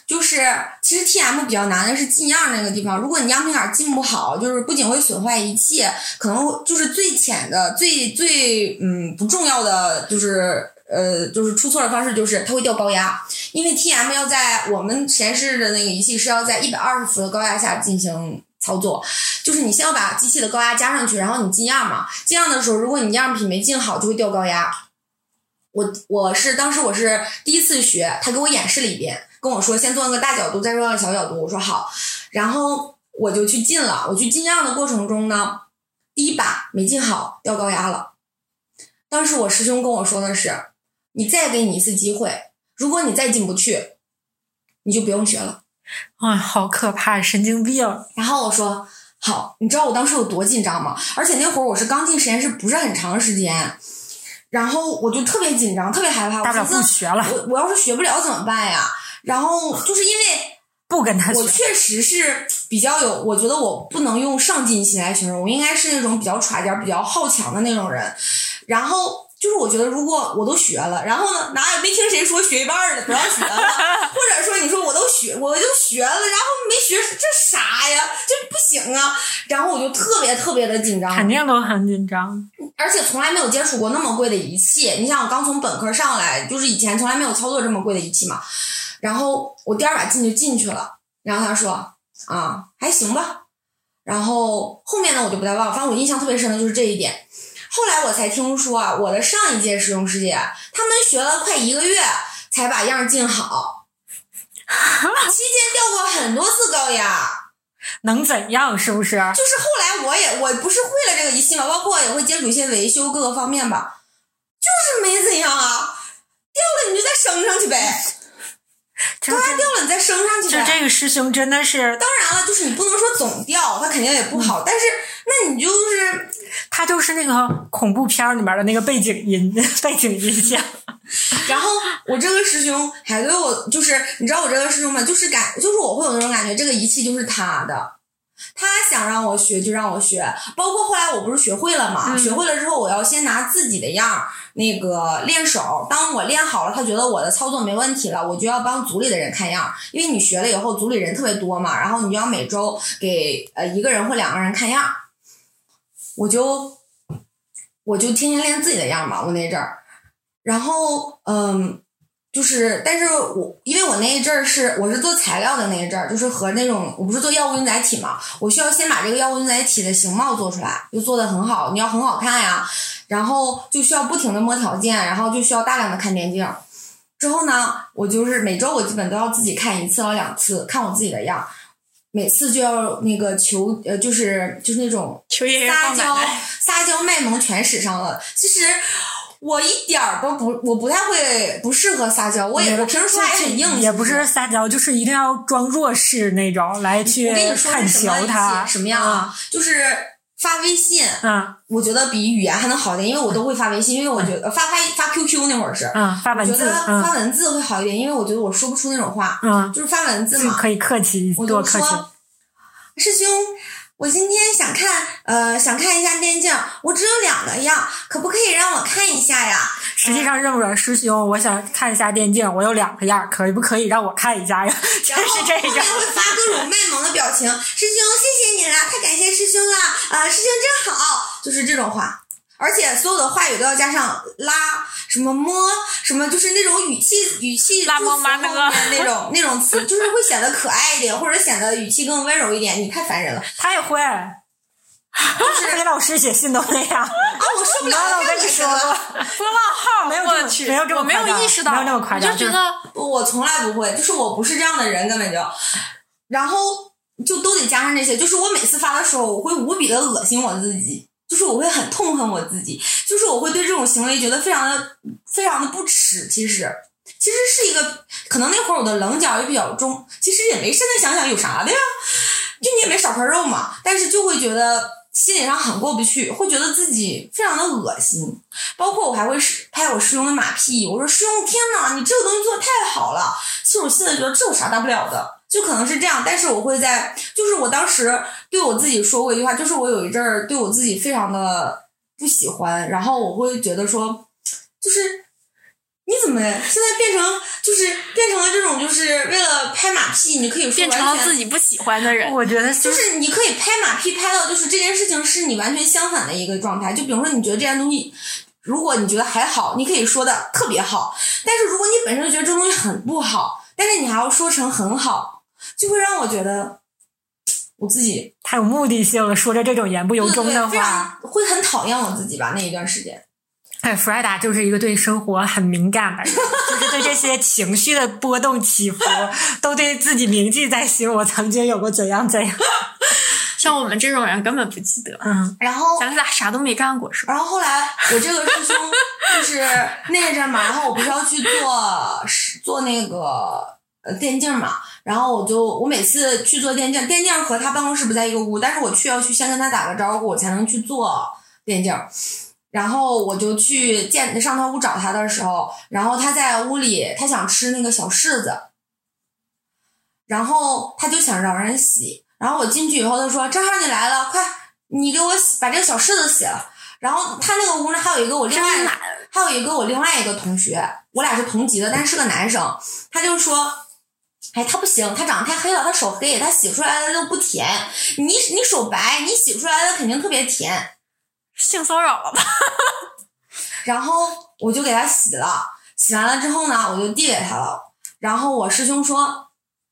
就是其实 TM 比较难的是进样那个地方，如果你样品杆进不好，就是不仅会损坏仪器，可能就是最浅的最不重要的就是出错的方式就是它会掉高压，因为 TM 要在我们实验室的那个仪器是要在120伏的高压下进行操作，就是你先要把机器的高压加上去，然后你进样嘛，进样的时候如果你样品没进好就会掉高压。当时我是第一次学，他给我演示了一遍，跟我说先做那个大角度再做那个小角度，我说好，然后我就去进了，我去进样的过程中呢，第一把没进好掉高压了。当时我师兄跟我说的是，你再给你一次机会，如果你再进不去你就不用学了。 哎，好可怕，神经病。 然后我说好，你知道我当时有多紧张吗？而且那会儿我是刚进实验室不是很长时间，然后我就特别紧张特别害怕， 大不了不学了， 我要是学不了怎么办呀？然后就是因为不跟他学， 我确实是比较有，我觉得我不能用上进心来形容，我应该是那种比较耍点比较好强的那种人。然后就是我觉得如果我都学了，然后呢哪也没听谁说学一半的不让学了，或者说你说我就学了，然后没学这啥呀，这不行啊。然后我就特别特别的紧张， 肯定都很紧张， 而且从来没有接触过那么贵的仪器。你想我刚从本科上来，就是以前从来没有操作这么贵的仪器嘛。然后我第二把进就进去了，然后他说啊还行吧。然后后面呢我就不太忘了，反正我印象特别深的就是这一点。后来我才听说啊，我的上一届师兄师姐他们学了快1个月才把样进好，期间掉过很多次高压。 能怎样是不是？ 就是后来我不是会了这个仪器嘛，包括也会接触一些维修各个方面吧，就是没怎样啊，掉了你就再升上去呗，高压掉了你再升上去呗。 就这个师兄真的是， 当然了，就是你不能说总掉，它肯定也不好，但是那你就是他就是那个恐怖片里面的那个背景音像。 然后我这个师兄还对我，就是你知道我这个师兄吗？就是我会有那种感觉，这个仪器就是他的，他想让我学就让我学。包括后来我不是学会了嘛，学会了之后我要先拿自己的样那个练手，当我练好了，他觉得我的操作没问题了，我就要帮组里的人看样，因为你学了以后组里人特别多嘛，然后你就要每周给1个人或2个人看样。我就天天练自己的样嘛，我那阵儿。然后就是但是因为我那一阵儿我是做材料的那一阵儿，就是和那种我不是做药物运载体嘛，我需要先把这个药物运载体的形貌做出来，就做得很好，你要很好看呀，然后就需要不停的摸条件，然后就需要大量的看电镜。之后呢我就是每周我基本都要自己看1次到2次，看我自己的样，每次就要那个就是那种求爷爷撒告奶奶， 撒娇卖萌全使上了。其实我一点儿都我不太会，不适合撒娇，我平时说话也很硬， 也不是撒娇，就是一定要装弱势那种来去看求他。 什么样啊？就是发微信，我觉得比语言还能好一点，因为我都会发微信，因为我觉得发 QQ 那会儿是， 发文字， 我觉得发文字会好一点，因为我觉得我说不出那种话，就是发文字嘛， 可以客气，多客气。 师兄，我今天想看一下电镜，我只有2个样，可不可以让我看一下呀？ 实际上认不了师兄，我想看一下电镜，我有2个样，可不可以让我看一下呀？真是这个。 然后会发各种卖萌的表情，师兄谢谢你了，太感谢师兄了，师兄真好，就是这种话。而且所有的话语都要加上拉什么摸什么，就是那种语气拉妈妈那种词，就是会显得可爱一点，或者显得语气更温柔一点。你太烦人了。 他也会，就是他给老师写信都那样啊！ 我受不了， 我跟你说拨浪号， 没有这么我没有意识到， 没有那么夸张， 我就觉得我从来不会，就是我不是这样的人，根本就，然后就都得加上这些，就是我每次发的时候，我会无比的恶心我自己。就是我会很痛恨我自己，就是我会对这种行为觉得非常的不耻。其实是一个，可能那会儿我的棱角也比较重，其实也没，现在想想有啥的呀，就你也没少块肉嘛，但是就会觉得心理上很过不去，会觉得自己非常的恶心。包括我还会拍我师兄的马屁，我说师兄天哪，你这个东西做的太好了。其实我现在觉得这有啥大不了的，就可能是这样。但是我会就是我当时对我自己说过一句话，就是我有一阵儿对我自己非常的不喜欢，然后我会觉得说，就是你怎么现在变成了这种，就是为了拍马屁，你可以说变成了自己不喜欢的人。 我觉得就是你可以拍马屁拍到就是这件事情是你完全相反的一个状态。就比如说你觉得这件东西，如果你觉得还好，你可以说的特别好，但是如果你本身就觉得这东西很不好，但是你还要说成很好，就会让我觉得我自己太有目的性了，说着这种言不由衷的话， 会很讨厌我自己吧那一段时间。 哎，弗莱达就是一个对生活很敏感的人，就是对这些情绪的波动起伏都对自己铭记在心。我曾经有过怎样怎样， 像我们这种人根本不记得。 然后咱俩啥都没干过是吧？ 然后后来我这个师兄就是那阵嘛，然后我不是要去做那个电竞嘛，然后我每次去做电竞和他办公室不在一个屋，但是我要去先跟他打个招呼，我才能去做电竞。然后我就去上他屋找他的时候，然后他在屋里，他想吃那个小柿子，然后他就想找人洗，然后我进去以后他说正好你来了，快你给我把这个小柿子洗了。然后他那个屋呢还有一个我另外一个同学，我俩是同级的，但是是个男生，他就说哎，他不行，他长得太黑了，他手黑，他洗出来的都不甜，你手白，你洗出来的肯定特别甜。 性骚扰了吧？ 然后我就给他洗了，洗完了之后呢，我就递给他了。然后我师兄说，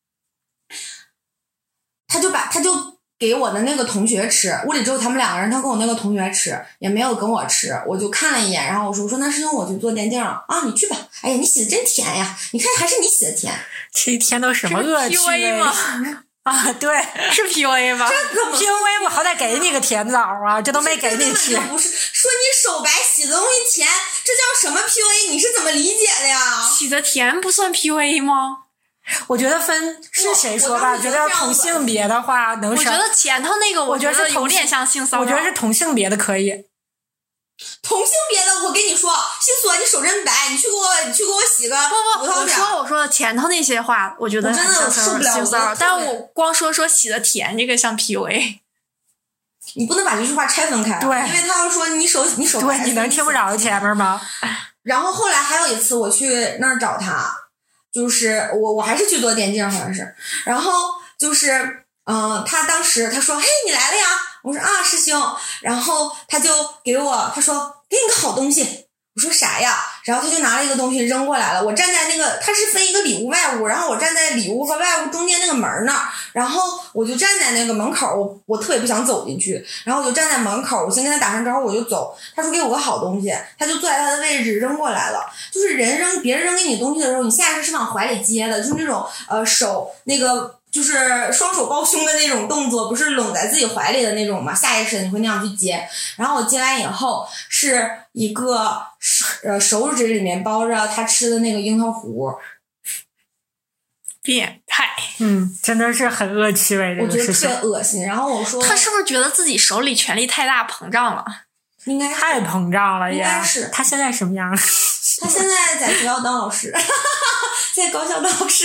他就给我的那个同学吃，屋里只有他们两个人，他跟我那个同学吃，也没有跟我吃。我就看了一眼，然后我说那师兄我去做电竞了啊，你去吧。哎呀，你洗的真甜呀！你看还是你洗的甜。 这一天都什么恶趣味吗？ 啊，对， 是 PUA 吧？ 这个 PUA 我好歹给你个甜枣啊，这都没给你吃。 不是说你手白洗的东西甜，这叫什么 PUA？ 你是怎么理解的呀？ 洗的甜不算 PUA 吗？ 我觉得分是谁说吧，觉得要同性别的话能我觉得前头那个我觉得有点像性骚扰。 我觉得是同性别的可以。 同性别的，我跟你说，新锁你手真白，你去给我洗个不，我说的前头那些话，我觉得真的受不了性骚扰，但我光说洗的甜，这个像 PUA。 你不能把这句话拆分开， 对， 因为他要说你手对，你能听不着前面吗？ 然后后来还有一次我去那儿找他，就是我还是去做电竞好像是，然后就是他当时他说嘿你来了呀，我说啊师兄，然后他就他说给你个好东西，我说啥呀？然后他就拿了一个东西扔过来了，我站在那个他是分一个里屋外屋，然后我站在里屋和外屋中间那个门那儿，然后我就站在那个门口，我特别不想走进去，然后我就站在门口，我先跟他打声招呼我就走，他说给我个好东西，他就坐在他的位置扔过来了，就是别人扔给你东西的时候，你下意识是往怀里接的，就是那种手那个就是双手抱胸的那种动作，不是拢在自己怀里的那种嘛，下意识你会那样去接。然后我接完以后是一个手指里面包着他吃的那个樱桃核， 变态。 真的是很恶趣味这个事情， 我觉得特别恶心。然后我说他是不是觉得自己手里权力太大膨胀了？ 应该太膨胀了， 应该是。 他现在什么样？ 他现在在学校当老师，在高校当老师。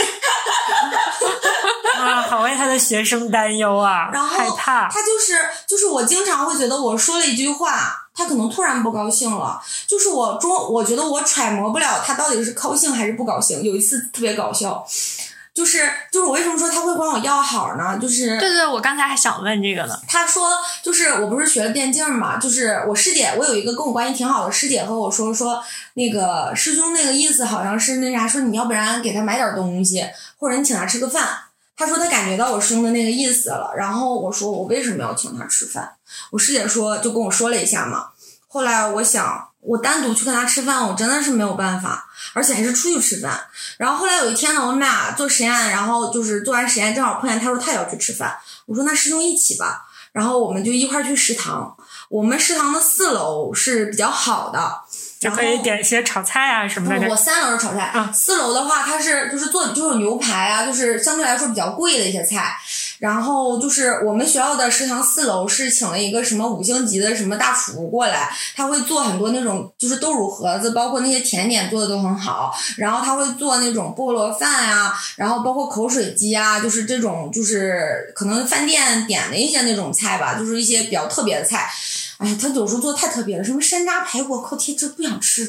啊，好为他的学生担忧啊！ 然后害怕他就是我经常会觉得我说了一句话，他可能突然不高兴了，就是我觉得我揣摩不了他到底是高兴还是不高兴。有一次特别搞笑，就是我为什么说他会管我要好呢？就是对，我刚才还想问这个呢。 他说就是我不是学了电竞嘛，就是我师姐，我有一个跟我关系挺好的师姐和我说那个师兄那个意思好像是那啥，说你要不然给他买点东西，或者你请他吃个饭。他说他感觉到我师兄的那个意思了，然后我说我为什么要请他吃饭？我师姐说就跟我说了一下嘛。后来我想我单独去跟他吃饭，我真的是没有办法，而且还是出去吃饭。然后后来有一天呢，我们俩做实验，然后就是做完实验正好碰见，他说他也要去吃饭，我说那师兄一起吧，然后我们就一块去食堂。我们食堂的4楼是比较好的， 就可以点一些炒菜啊什么的。 我3楼是炒菜，4楼的话它是就是做就是牛排啊，就是相对来说比较贵的一些菜。然后就是我们学校的食堂4楼是请了一个什么5星级的什么大厨过来，他会做很多那种就是豆乳盒子，包括那些甜点做的都很好。然后他会做那种菠萝饭啊，然后包括口水鸡啊，就是这种就是可能饭店点的一些那种菜吧，就是一些比较特别的菜。哎呀，他有时候做的太特别了，什么山楂排骨，靠天，这不想吃，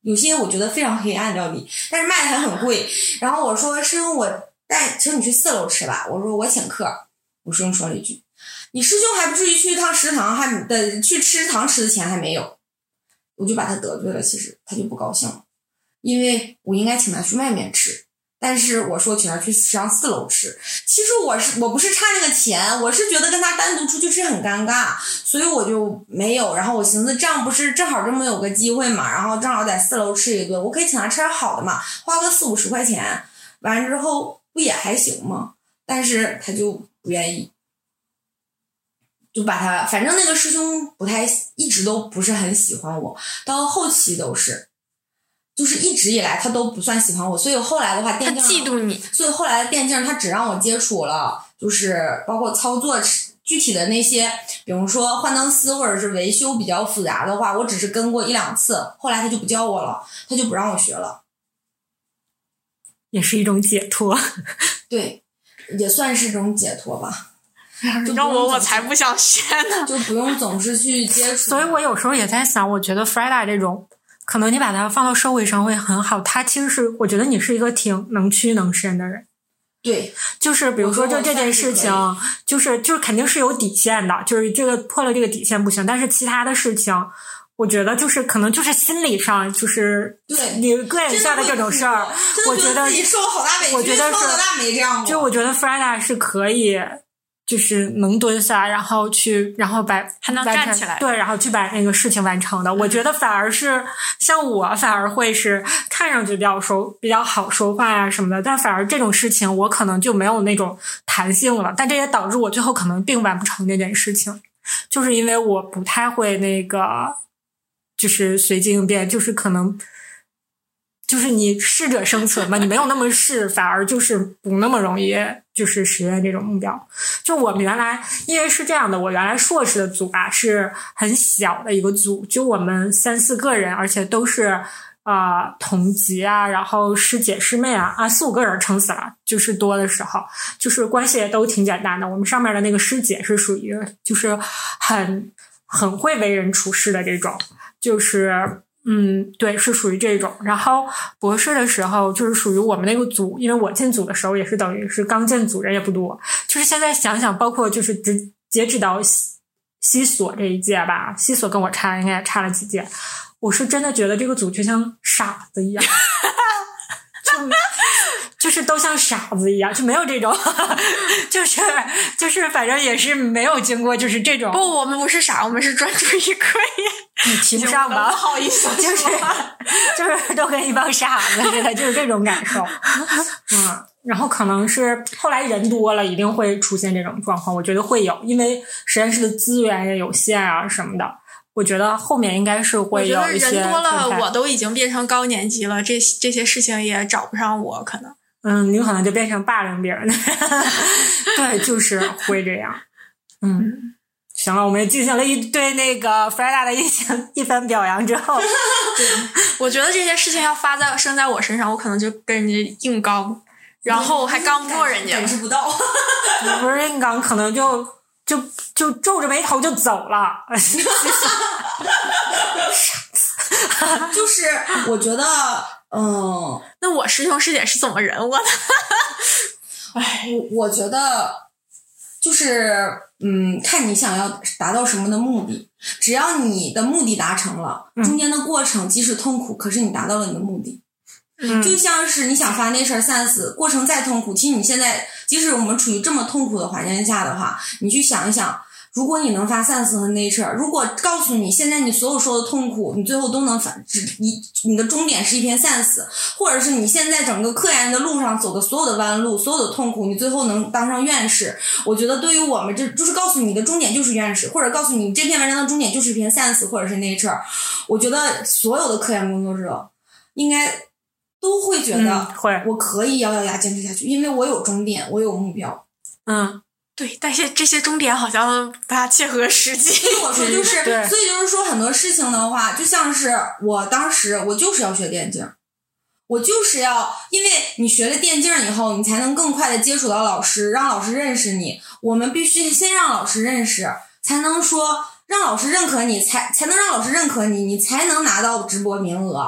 有些我觉得非常黑暗料理，但是卖的还很贵。然后我说师兄，我请你去4楼吃吧，我说我请客。我师兄说了一句，你师兄还不至于去一趟食堂，去吃堂吃的钱还没有。我就把他得罪了，其实他就不高兴了，因为我应该请他去外面吃，但是我说请他去上4楼吃。其实我不是差那个钱，我是觉得跟他单独出去吃很尴尬，所以我就没有。然后我寻思这样不是正好这么有个机会嘛，然后正好在4楼吃一顿，我可以请他吃点好的嘛，花个40-50块钱，完之后不也还行吗？但是他就不愿意，就把他，反正那个师兄一直都不是很喜欢我，到后期都是，就是一直以来他都不算喜欢我，所以后来的话电竞他嫉妒你， 所以后来的电竞他只让我接触了，就是包括操作具体的那些，比如说换灯丝或者是维修比较复杂的话，我只是跟过1-2次，后来他就不教我了，他就不让我学了， 也是一种解脱。 对，也算是一种解脱吧。 让我才不想学呢， 就不用总是去接触。 所以我有时候也在想，我觉得 Freda 这种，可能你把它放到社会上会很好。他其实是，我觉得你是一个挺能屈能伸的人。 对， 就是比如说这件事情，就是肯定是有底线的，就是这个破了这个底线不行，但是其他的事情。我觉得就是可能就是心理上就是对你个人下的这种事儿，我觉得自己受了好大委屈， 我觉得是没这样过。 就我觉得 Freda 是可以，就是能蹲下，然后还能站起来， 对，然后去把那个事情完成的。我觉得反而是像我，反而会是看上去比较好说话呀什么的，但反而这种事情我可能就没有那种弹性了，但这也导致我最后可能并完不成这件事情，就是因为我不太会那个。就是随机应变，就是可能就是你适者生存嘛，你没有那么适，反而就是不那么容易就是实现这种目标。就我们原来因为是这样的，我原来硕士的组啊是很小的一个组，就我们3-4个人，而且都是同级啊，然后师姐师妹啊4-5个人撑死了，就是多的时候，就是关系也都挺简单的。我们上面的那个师姐是属于就是很会为人处事的这种。就是对，是属于这种。然后博士的时候就是属于我们那个组，因为我进组的时候也是等于是刚进组，人也不多。就是现在想想，包括就是截止到西所这一届吧，西所跟我应该也差了几届，我是真的觉得这个组就像傻子一样。就是都像傻子一样，就没有这种，就是反正也是没有经过就是这种。 不，我们不是傻，我们是专注于科研。 你提不上吧？ 不好意思， 就是都跟一帮傻子似的，就是这种感受。然后可能是后来人多了，一定会出现这种状况，我觉得会有，因为实验室的资源也有限啊什么的。我觉得后面应该是会有一些。 我觉得人多了，我都已经变成高年级了，这些事情也找不上我，可能。 你可能就变成霸凌别人。对，就是会这样。行了，我们进行了对那个 Freda 的一番表扬之后， 我觉得这些事情要生在我身上，我可能就跟人家硬刚，然后还刚不过人家， 感知不到。 不是硬刚，可能就皱着眉头就走了。 就是我觉得， 那我师兄师姐是怎么人我的？ 我觉得就是看你想要达到什么的目的，只要你的目的达成了，中间的过程即使痛苦，可是你达到了你的目的。就像是你想发那事儿散过程再痛苦，其实你现在即使我们处于这么痛苦的环境下的话，你去想一想，如果你能发散和 nature， 如果告诉你现在你所有受的痛苦你最后都能你的终点是一片散死，或者是你现在整个科研的路上走的所有的弯路，所有的痛苦你最后能当上院士，我觉得对于我们就是告诉你的终点就是院士，或者告诉你这篇文章的终点就是一片散死或者是 nature， 我觉得所有的科研工作者应该都会觉得我可以咬咬牙坚持下去，因为我有终点，我有目标。 对，但是这些终点好像不大切合实际。 所以我说就是，所以就是说很多事情的话，就像是我当时我就是要学电竞，我就是要，因为你学了电竞以后，你才能更快的接触到老师，让老师认识你。我们必须先让老师认识，才能说让老师认可你，才能让老师认可你，你才能拿到直播名额。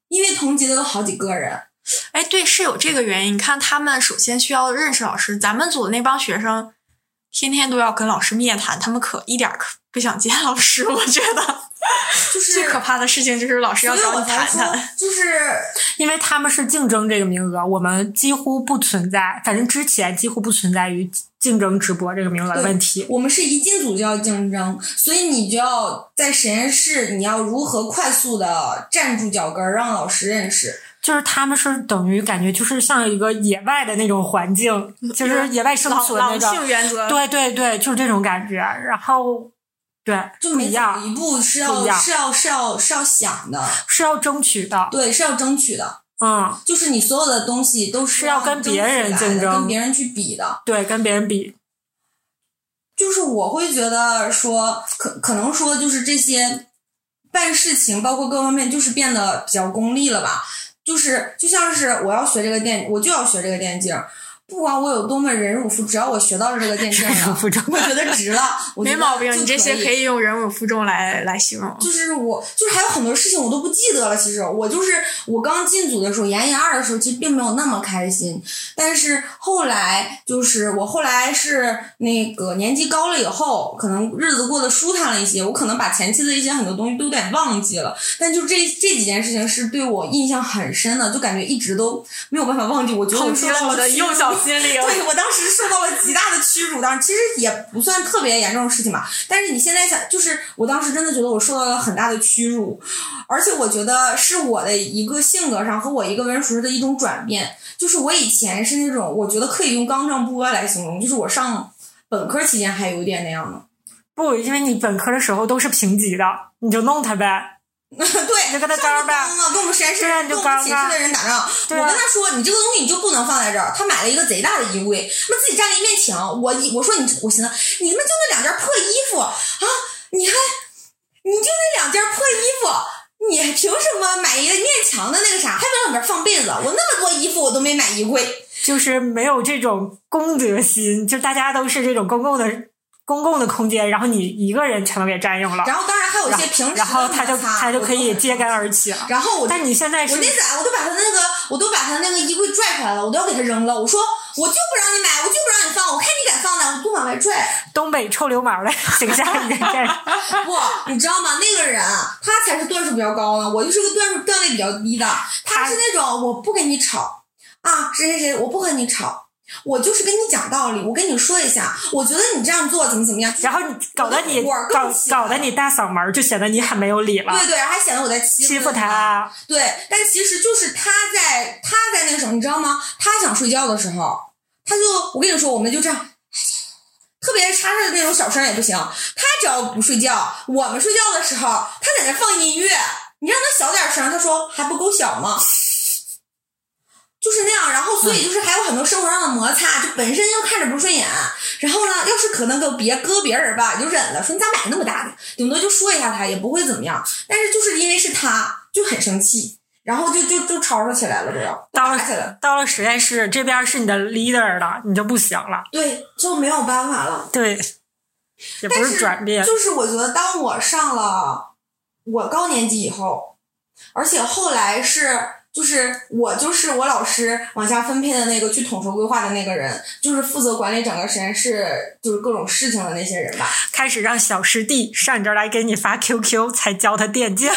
因为同级的有好几个人。 哎，对，是有这个原因。你看，他们首先需要认识老师，咱们组的那帮学生天天都要跟老师面谈，他们一点可不想见老师。我觉得， 就是最可怕的事情就是老师要找你谈谈， 就是因为他们是竞争这个名额，我们几乎不存在，反正之前几乎不存在于竞争直播这个名额的问题。 我们是一进组就要竞争，所以你就要在实验室，你要如何快速的站住脚跟，让老师认识。 就是他们是等于感觉就是像一个野外的那种环境，就是野外生存那种狼性原则。 对对对，就是这种感觉。然后对， 就每走一步是要想的， 是要争取的， 对，是要争取的。就是你所有的东西都是要跟别人竞争， 跟别人去比的。 对，跟别人比。 就是我会觉得说，可能说就是这些办事情，包括各方面，就是变得比较功利了吧。就像是我要学这个我就要学这个电竞，不管我有多么忍辱负重，只要我学到了这个电竞了，我觉得值了。 没毛病，你这些可以用忍辱负重来形容。 就是还有很多事情我都不记得了。其实我刚进组的时候，研2的时候，其实并没有那么开心。但是后来我后来是那个年级高了以后，可能日子过得舒坦了一些，我可能把前期的一些很多东西都有点忘记了。但就这几件事情是对我印象很深的，就感觉一直都没有办法忘记。我觉得受到了幼小心灵。 对，我当时受到了极大的屈辱，当然其实也不算特别严重的事情吧。但是你现在想，就是我当时真的觉得我受到了很大的屈辱，而且我觉得是我的一个性格上和我一个为人处事的一种转变。就是我以前是那种我觉得可以用刚正不阿来形容，就是我上本科期间还有一点那样的。 不，因为你本科的时候都是平级的，你就弄他呗。 对， 你就跟他刚呗， 跟我们实验室、 跟我们寝室的人打仗。我跟他说，你这个东西你就不能放在这儿。他买了一个贼大的衣柜，他们自己占了一面墙。我说我寻思，你们就那2件破衣服啊，你就那2件破衣服，你凭什么买一个面墙的那个啥，还往里边放被子？我那么多衣服我都没买衣柜， 就是没有这种公德心，就大家都是这种公共的空间，然后你一个人全都给占用了。 然后当然还有一些平时的， 然后他就可以揭竿而起了。 然后但你现在是， 我都把他那个衣柜拽出来了，我都要给他扔了。我说我就不让你买，我就不让你放，我看你敢放呢，我不往外拽。 东北臭流氓的形象一个人。 不，你知道吗？那个人他才是段数比较高的，我就是个段位比较低的。他是那种我不跟你吵啊，谁，我不和你吵。我就是跟你讲道理，我跟你说一下，我觉得你这样做怎么样， 然后你搞得你大嗓门，就显得你很没有理了。 对，还显得我在欺负他。 对，但其实就是他在那个什么，你知道吗？他想睡觉的时候，我跟你说，我们就这样，特别插着的那种小声也不行。他只要不睡觉，我们睡觉的时候，他在那放音乐，你让他小点声，他说还不够小吗？就是那样，然后所以就是还有很多生活上的摩擦，就本身就看着不顺眼，然后呢，要是可能搁别人吧，也就忍了，说你咋买那么大的，顶多就说一下他，也不会怎么样。但是就是因为是他，就很生气，然后就吵起来了，都要打起来了。 到了实验室这边是你的 leader 了，你就不行了。 对，就没有办法了。 对，也不是转变。 就是我觉得当我上了我高年级以后，而且后来就是我老师往下分配的那个去统筹规划的那个人，就是负责管理整个实验室就是各种事情的那些人吧。 开始让小师弟上你这儿来给你发 QQ 才教他电竞。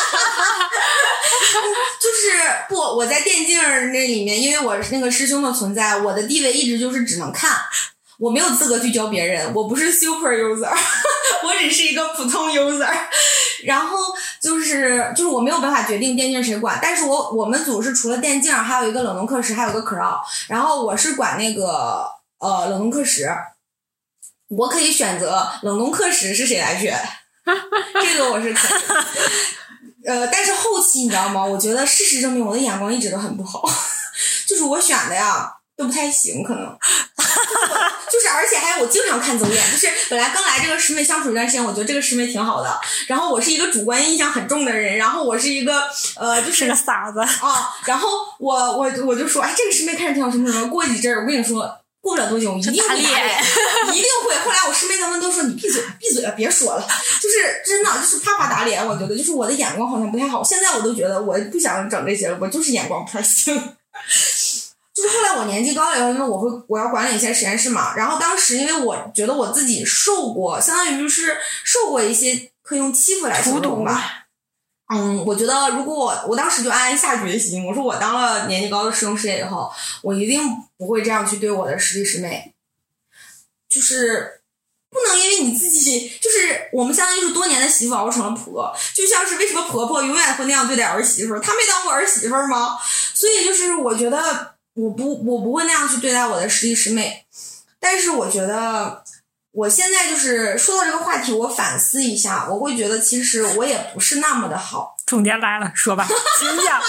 我在电竞那里面，因为我是那个师兄的存在，我的地位一直就是只能看，我没有资格去教别人，我不是 super user， 我只是一个普通 user。然后就是我没有办法决定电竞谁管，但是我们组是除了电竞还有一个冷冻课时，还有个 CRO， 然后我是管那个冷冻课时，我可以选择冷冻课时是谁来选，这个我是可以。但是后期你知道吗？我觉得事实证明我的眼光一直都很不好，就是我选的呀都不太行，可能就是而且还有我经常看走眼，就是本来刚来这个师妹相处一段时间，我觉得这个师妹挺好的，然后我是一个主观印象很重的人，然后我是一个就是个傻子啊，然后我就说哎这个师妹看着挺好什么什么，过几阵我跟你说。 过不了多久一定会打脸，一定会。后来我师妹她们都说你闭嘴了，别说了，就是真的就是啪啪打脸。我觉得就是我的眼光好像不太好，现在我都觉得我不想整这些了，我就是眼光不太行。就是后来我年纪高了以后，因为我要管理一些实验室嘛，然后当时因为我觉得我自己受过，相当于是受过一些可以用欺负来形容吧。我觉得如果我当时就暗暗下决心，我说我当了年纪高的师兄师姐以后，我一定不会这样去对我的师弟师妹，就是不能因为你自己，就是我们相当于是多年的媳妇熬成了婆，就像是为什么婆婆永远会那样对待儿媳妇，她没当过儿媳妇吗？所以就是我觉得我不会那样去对待我的师弟师妹，但是我觉得我现在就是说到这个话题，我反思一下，我会觉得其实我也不是那么的好。 重点来了，说吧，请讲。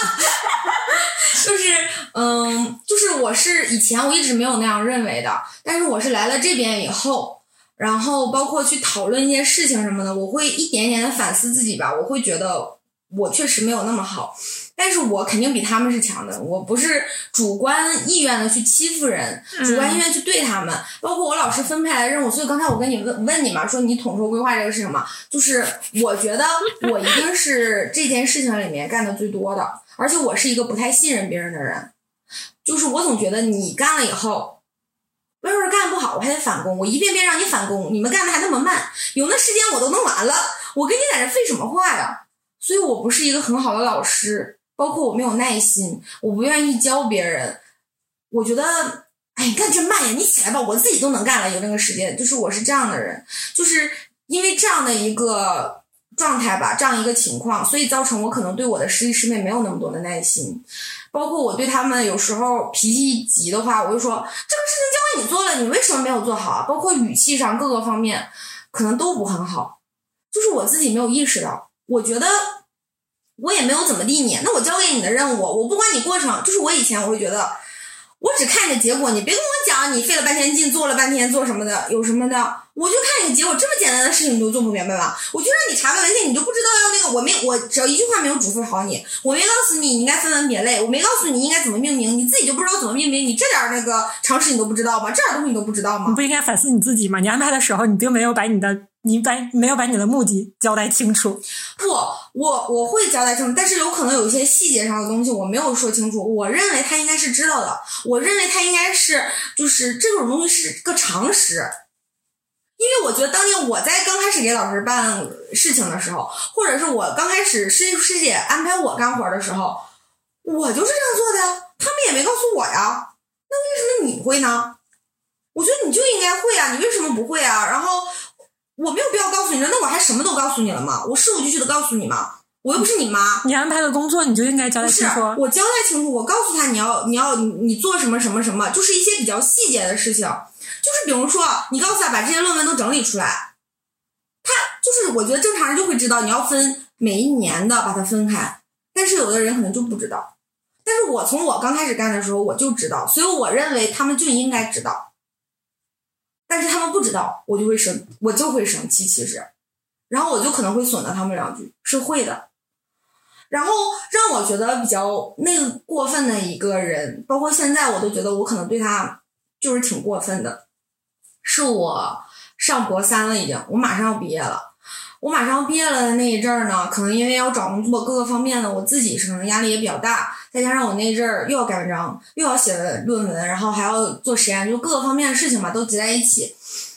就是我是以前我一直没有那样认为的，但是我是来了这边以后，然后包括去讨论一些事情什么的，我会一点点的反思自己吧，我会觉得我确实没有那么好，但是我肯定比他们是强的，我不是主观意愿的去欺负人，主观意愿去对他们，包括我老师分配来的任务，所以刚才我跟你问你嘛，说你统筹规划这个事情嘛，就是我觉得我一定是这件事情里面干的最多的，而且我是一个不太信任别人的人，就是我总觉得你干了以后，我要是干不好我还得返工，我一遍遍让你返工，你们干的还那么慢，有那时间我都弄完了，我跟你在这废什么话呀？所以我不是一个很好的老师，包括我没有耐心，我不愿意教别人，我觉得哎，你干这慢呀，你起来吧，我自己都能干了，有那个时间，就是我是这样的人，就是因为这样的一个状态吧，这样一个情况，所以造成我可能对我的师弟师妹没有那么多的耐心，包括我对他们有时候脾气一急的话，我就说这个事情交给你做了，你为什么没有做好啊？包括语气上各个方面可能都不很好，就是我自己没有意识到，我觉得我也没有怎么地你，那我交给你的任务，我不管你过程，就是我以前我会觉得我只看你的结果，你别跟我讲你费了半天劲做了半天做什么的有什么的，我就看你的结果，这么简单的事情你都做不明白吧？我就让你查个文件，你就不知道要那个，我只要一句话没有嘱咐好你，我没告诉你应该分门别类，我没告诉你应该怎么命名，你自己就不知道怎么命名，你这点那个常识你都不知道吗？这点东西你都不知道吗？ 你不应该反思你自己吗？你安排的时候你并没有把你没有把你的目的交代清楚。 不，我会交代清楚，但是有可能有一些细节上的东西我没有说清楚，我认为他应该是知道的，我认为他应该是就是这种东西是个常识。因为我觉得当年我在刚开始给老师办事情的时候，或者是我刚开始师姐安排我干活的时候，我就是这样做的呀，他们也没告诉我呀，那为什么你会呢？我觉得你就应该会啊，你为什么不会啊？然后我没有必要告诉你，那我还什么都告诉你了吗？我事无巨细的告诉你吗？我又不是你妈。 你安排的工作你就应该交代清楚。 我交代清楚，我告诉他你做什么什么什么，就是一些比较细节的事情。就是比如说你告诉他把这些论文都整理出来，他就是我觉得正常人就会知道你要分每一年的把它分开，但是有的人可能就不知道。但是我从我刚开始干的时候我就知道，所以我认为他们就应该知道。但是他们不知道，我就会生气，其实，然后我就可能会损到他们两句，是会的。然后让我觉得比较那个过分的一个人，包括现在我都觉得我可能对他就是挺过分的。是我上博3了已经，我马上要毕业了。我马上要毕业了的那一阵儿呢，可能因为要找工作各个方面的，我自己可能压力也比较大，再加上我那一阵儿又要改文章，又要写论文，然后还要做实验，就各个方面的事情吧都集在一起。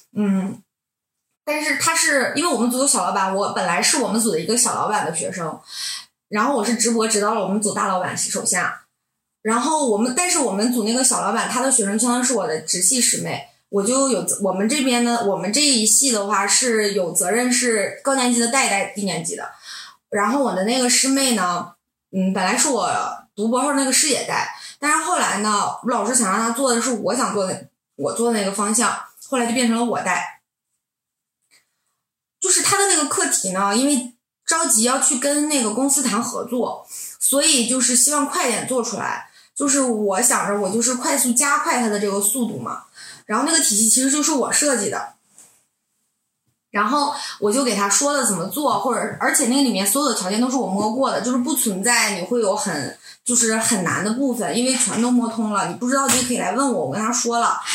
但是他是因为我们组有小老板，我本来是我们组的一个小老板的学生，然后我是直播直到了我们组大老板手下，然后但是我们组那个小老板他的学生相当于是我的直系师妹，我就有我们这边呢，我们这一系的话是有责任是高年级的带一带低年级的，然后我的那个师妹呢，本来是我读博后那个师姐带，但是后来呢，我老师想让她做的是我想做的，我做的那个方向，后来就变成了我带。就是他的那个课题呢，因为着急要去跟那个公司谈合作，所以就是希望快点做出来，就是我想着我就是快速加快它的这个速度嘛。然后那个体系其实就是我设计的，然后我就给他说了怎么做，而且那个里面所有的条件都是我摸过的，就是不存在你会有很难的部分，因为全都摸通了，你不知道就可以来问我，我跟他说了。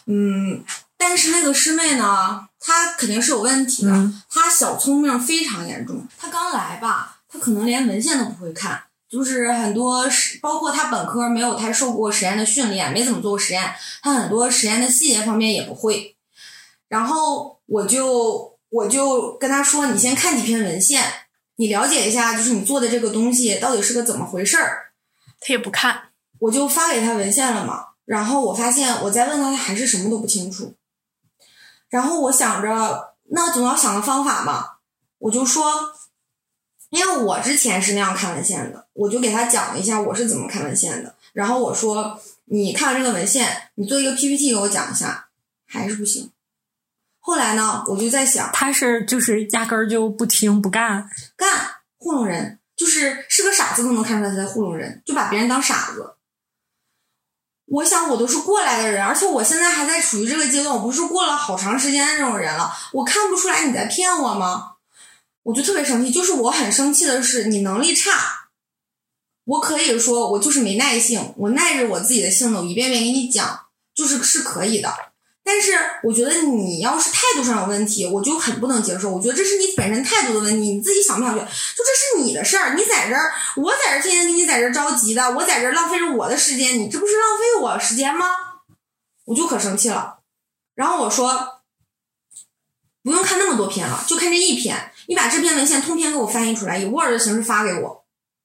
但是那个师妹呢，她肯定是有问题的，她小聪明非常严重。她刚来吧，她可能连文献都不会看，就是很多包括她本科没有太受过实验的训练，没怎么做过实验，她很多实验的细节方面也不会。然后我就跟她说，你先看几篇文献，你了解一下，就是你做的这个东西到底是个怎么回事儿。 她也不看， 我就发给她文献了嘛。然后我发现我再问她，她还是什么都不清楚。然后我想着，那总要想个方法嘛。我就说，因为我之前是那样看文献的，我就给她讲了一下我是怎么看文献的。然后我说，你看完这个文献，你做一个 PPT 给我讲一下，还是不行。后来呢，我就在想， 他是就是压根儿就不听不干， 糊弄人，是个傻子都能看出来他在糊弄人，就把别人当傻子。我想我都是过来的人，而且我现在还在处于这个阶段，我不是过了好长时间的这种人了，我看不出来你在骗我吗？我就特别生气，就是我很生气的是你能力差，我可以说我就是没耐性，我耐着我自己的性子，我一遍遍给你讲，是可以的。但是我觉得你要是态度上有问题，我就很不能接受。我觉得这是你本身态度的问题，你自己想不想去，就这是你的事儿。你在这儿，我在这儿天天给你在这儿着急的，我在这儿浪费着我的时间，你这不是浪费我时间吗？我就可生气了。然后我说，不用看那么多篇了，就看这一篇，你把这篇文献通篇给我翻译出来，以 Word 的形式发给我。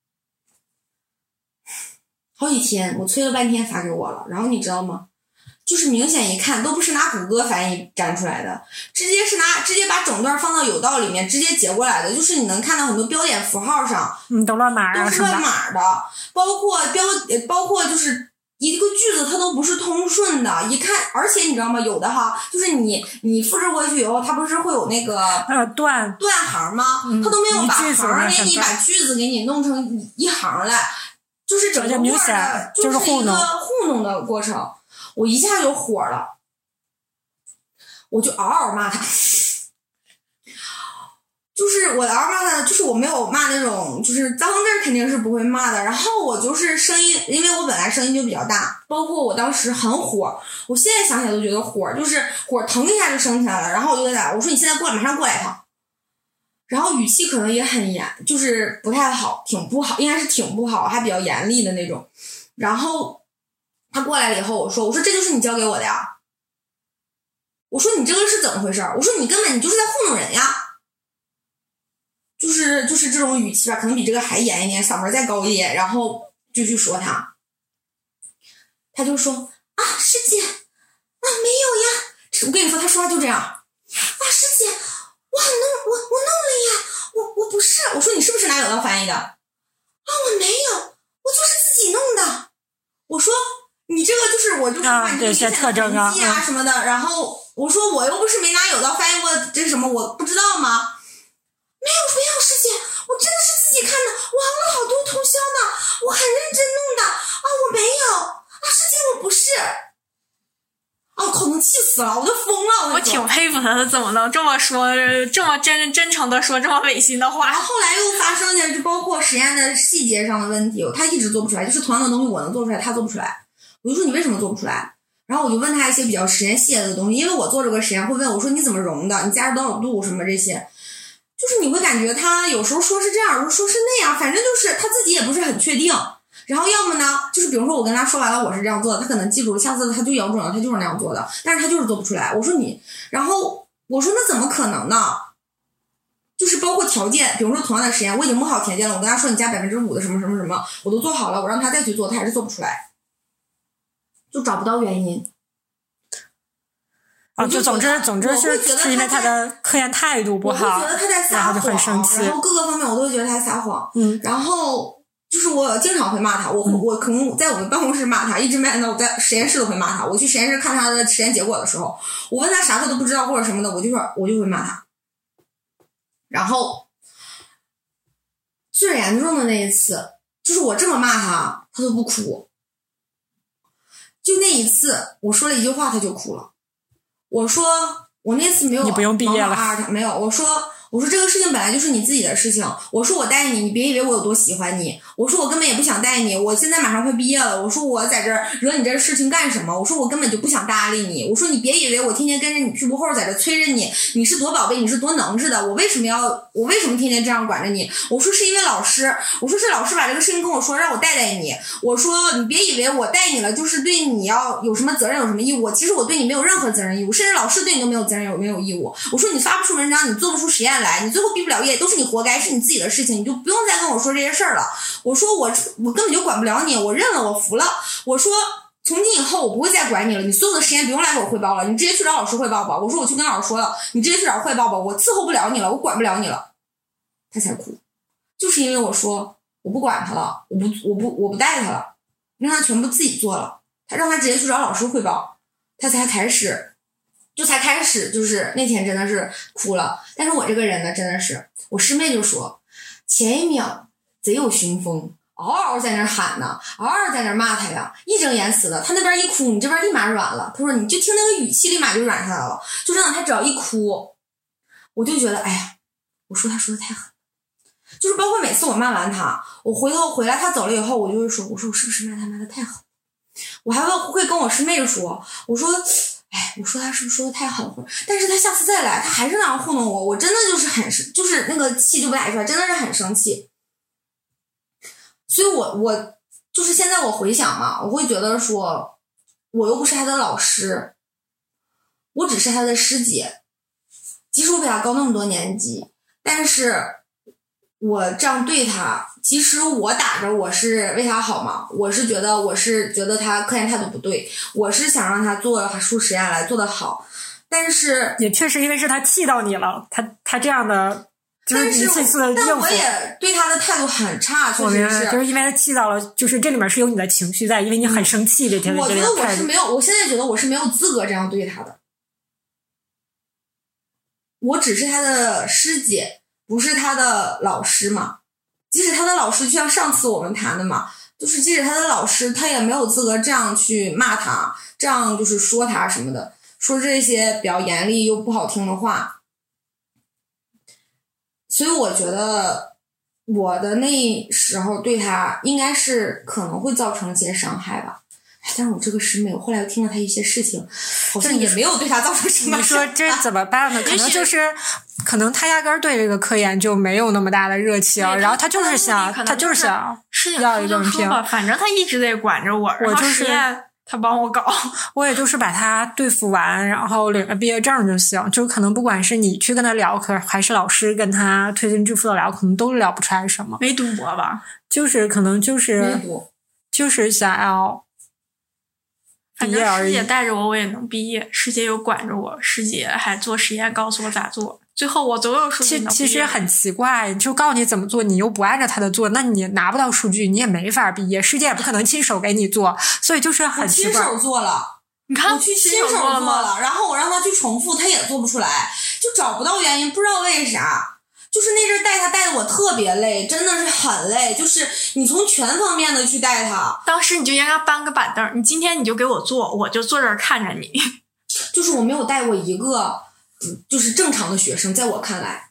好几天，我催了半天发给我了，然后你知道吗？就是明显一看都不是拿谷歌翻译粘出来的，直接把整段放到有道里面直接截过来的，就是你能看到很多标点符号上都乱码啊， 都是乱码的，包括就是一个句子它都不是通顺的，一看，而且你知道吗？有的就是你复制过去以后，它不是会有那个断行吗？它都没有把行给你把句子给你弄成一行来，就是整个明显就是一个糊弄的过程。我一下就火了，我就嗷嗷骂他，就是我嗷嗷骂他，就是我没有骂那种就是脏字肯定是不会骂的，然后我就是声音，因为我本来声音就比较大，包括我当时很火，我现在想起来都觉得火，就是火腾一下就升起来了，然后我就跟他我说你现在马上过来一趟，然后语气可能也很严，就是不太好，挺不好，应该是挺不好，还比较严厉的那种，然后他过来了以后，我说这就是你教给我的呀。我说你这个是怎么回事？我说你根本就是在糊弄人呀。就是这种语气吧，可能比这个还严一点，嗓门再高一点，然后就去说他。他就说啊，师姐，啊没有呀。我跟你说，他说话就这样。啊，师姐，我弄了呀，我不是。我说你是不是拿有道翻译的？啊，我没有，我就是自己弄的。我说。你这个我就是把你这些特征啊什么的，然后我说我又不是没拿有道翻译过这什么，我不知道吗？没有，师姐，我真的是自己看的，我熬了好多通宵呢，我很认真弄的啊，我没有啊，师姐我不是，啊，可能气死了，我都疯了。 我挺佩服他的，怎么能这么说，这么真诚的说这么违心的话？ 然后后来又发生就包括实验的细节上的问题，他一直做不出来，就是同样的东西我能做出来，他做不出来。我就说你为什么做不出来？然后我就问他一些比较实验细节的东西，因为我做这个实验会问我说你怎么溶的，你加入多少度什么这些，就是你会感觉他有时候说是这样，有时候说是那样，反正就是他自己也不是很确定。然后要么呢，就是比如说我跟他说完了我是这样做的，他可能记住了，下次他就咬准了，他就是那样做的，但是他就是做不出来。我说你，然后我说那怎么可能呢？就是包括条件，比如说同样的实验，我已经摸好条件了，我跟他说你加5%的什么什么什么，我都做好了，我让他再去做，他还是做不出来。就找不到原因啊，就总之是因为他的科研态度不好， 我会觉得他在撒谎， 然后就很生气， 然后各个方面我都会觉得他撒谎。然后就是我经常会骂他，我可能在我们办公室骂他，一直骂到我在实验室都会骂他。我去实验室看他的实验结果的时候，我问他啥他都不知道或者什么的，我就会骂他。然后最严重的那一次，就是我这么骂他，他都不哭。就那一次，我说了一句话，他就哭了。我说我那次没有， 你不用毕业了， 没有。我说我说这个事情本来就是你自己的事情，我说我带你，你别以为我有多喜欢你，我说我根本也不想带你，我现在马上快毕业了，我说我在这儿惹你这事情干什么，我说我根本就不想搭理你，我说你别以为我天天跟着你屁股后在这催着你，你是多宝贝，你是多能似的，我为什么天天这样管着你，我说是因为老师，我说是老师把这个事情跟我说让我带你，我说你别以为我带你了就是对你要有什么责任有什么义务，其实我对你没有任何责任义务，甚至老师对你都没有责任没有义务，我说你发不出文章，你做不出实验来，你最后毕不了业都是你活该，是你自己的事情，你就不用再跟我说这些事儿了。我说我根本就管不了你，我认了，我服了。我说从今以后我不会再管你了，你所有的实验不用来给我汇报了，你直接去找老师汇报吧。我说我去跟老师说了，你直接去找汇报吧，我伺候不了你了，我管不了你了。他才哭，就是因为我说我不管他了，我不带他了，让他全部自己做了，他让他直接去找老师汇报，他才开始就是那天真的是哭了。但是我这个人呢，真的是我师妹就说前一秒贼有雄风，嗷嗷在那喊呢，嗷嗷在那骂他呀，义正言辞的，他那边一哭你这边立马软了，他说你就听那个语气立马就软下来了，就这样他只要一哭我就觉得哎呀，我说他说的太狠，就是包括每次我骂完他，我回头回来他走了以后，我就会说，我说我是不是骂他骂的太狠，我还会跟我师妹说，我说哎，我说他是不是说的太狠了？但是他下次再来，他还是那样糊弄我，我真的就是那个气就不打出来，真的是很生气。所以我就是现在我回想嘛，我会觉得说，我又不是他的老师，我只是他的师姐，即使我比他高那么多年级，但是我这样对他，其实我打着我是为他好嘛，我是觉得他科研态度不对，我是想让他做出实验来做得好，但是也确实因为是他气到你了，他这样的就是一次次的应付， 但我也对他的态度很差，确实是， 就是因为他气到了，就是这里面是有你的情绪在，因为你很生气这天的这个态度。 我现在觉得我是没有资格这样对他的，我只是他的师姐，不是他的老师嘛。即使他的老师就像上次我们谈的嘛，就是即使他的老师他也没有资格这样去骂他，这样就是说他什么的，说这些比较严厉又不好听的话。所以我觉得我的那时候对他应该是可能会造成一些伤害吧。但是我这个师妹，我后来又听了她一些事情，好像也没有对她造成什么。 你说这怎么办呢？可能他压根儿对这个科研就没有那么大的热情，然后他就是想要一个文凭。 反正他一直得管着我，然后实验他帮我搞， 我也就是把他对付完，然后领个毕业证就行。就可能不管是你去跟他聊，还是老师跟他推心置腹的聊，可能都聊不出来什么。 没读博吧？ 就是可能就是没读， 就是想要。 反正师姐带着我也能毕业，师姐又管着我，师姐还做实验告诉我咋做，最后我总有数据能毕业。 其实很奇怪，就告诉你怎么做，你又不按照他的做，那你拿不到数据，你也没法毕业，师姐也不可能亲手给你做，所以就是很奇怪。 我亲手做了， 你看我去亲手做了，然后我让他去重复，他也做不出来，就找不到原因，不知道为啥。就是那阵带他带的我特别累，真的是很累，就是你从全方面的去带他。 当时你就应该搬个板凳，你今天你就给我做，我就坐这儿看着你。 就是我没有带过一个就是正常的学生，在我看来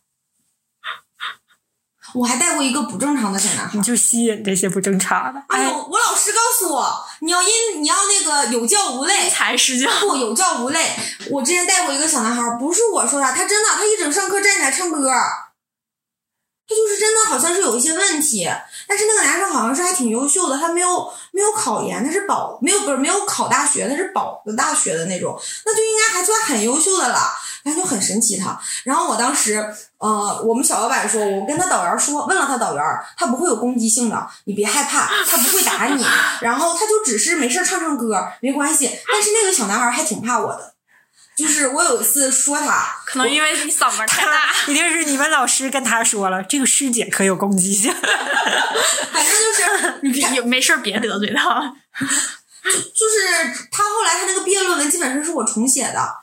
我还带过一个不正常的小男孩。 你就吸引这些不正常的。 哎呦，我老师告诉我，你要那个有教无类， 才施教。 不，有教无类。我之前带过一个小男孩，不是我说他真的，他一整上课站起来唱歌。他就是真的好像是有一些问题，但是那个男生好像是还挺优秀的，他没有考研，他是没有考大学，他是保的大学的那种，那就应该还算很优秀的了，反正就很神奇他。然后我当时我们小老板说，我跟他导员说，问了他导员，他不会有攻击性的，你别害怕，他不会打你，然后他就只是没事唱歌没关系。但是那个小男孩还挺怕我的，就是我有一次说他， 可能因为你嗓门太大， 一定是你们老师跟他说了，这个师姐可有攻击性。 反正就是你没事别得罪他。 就是他后来他那个毕业论文基本上是我重写的，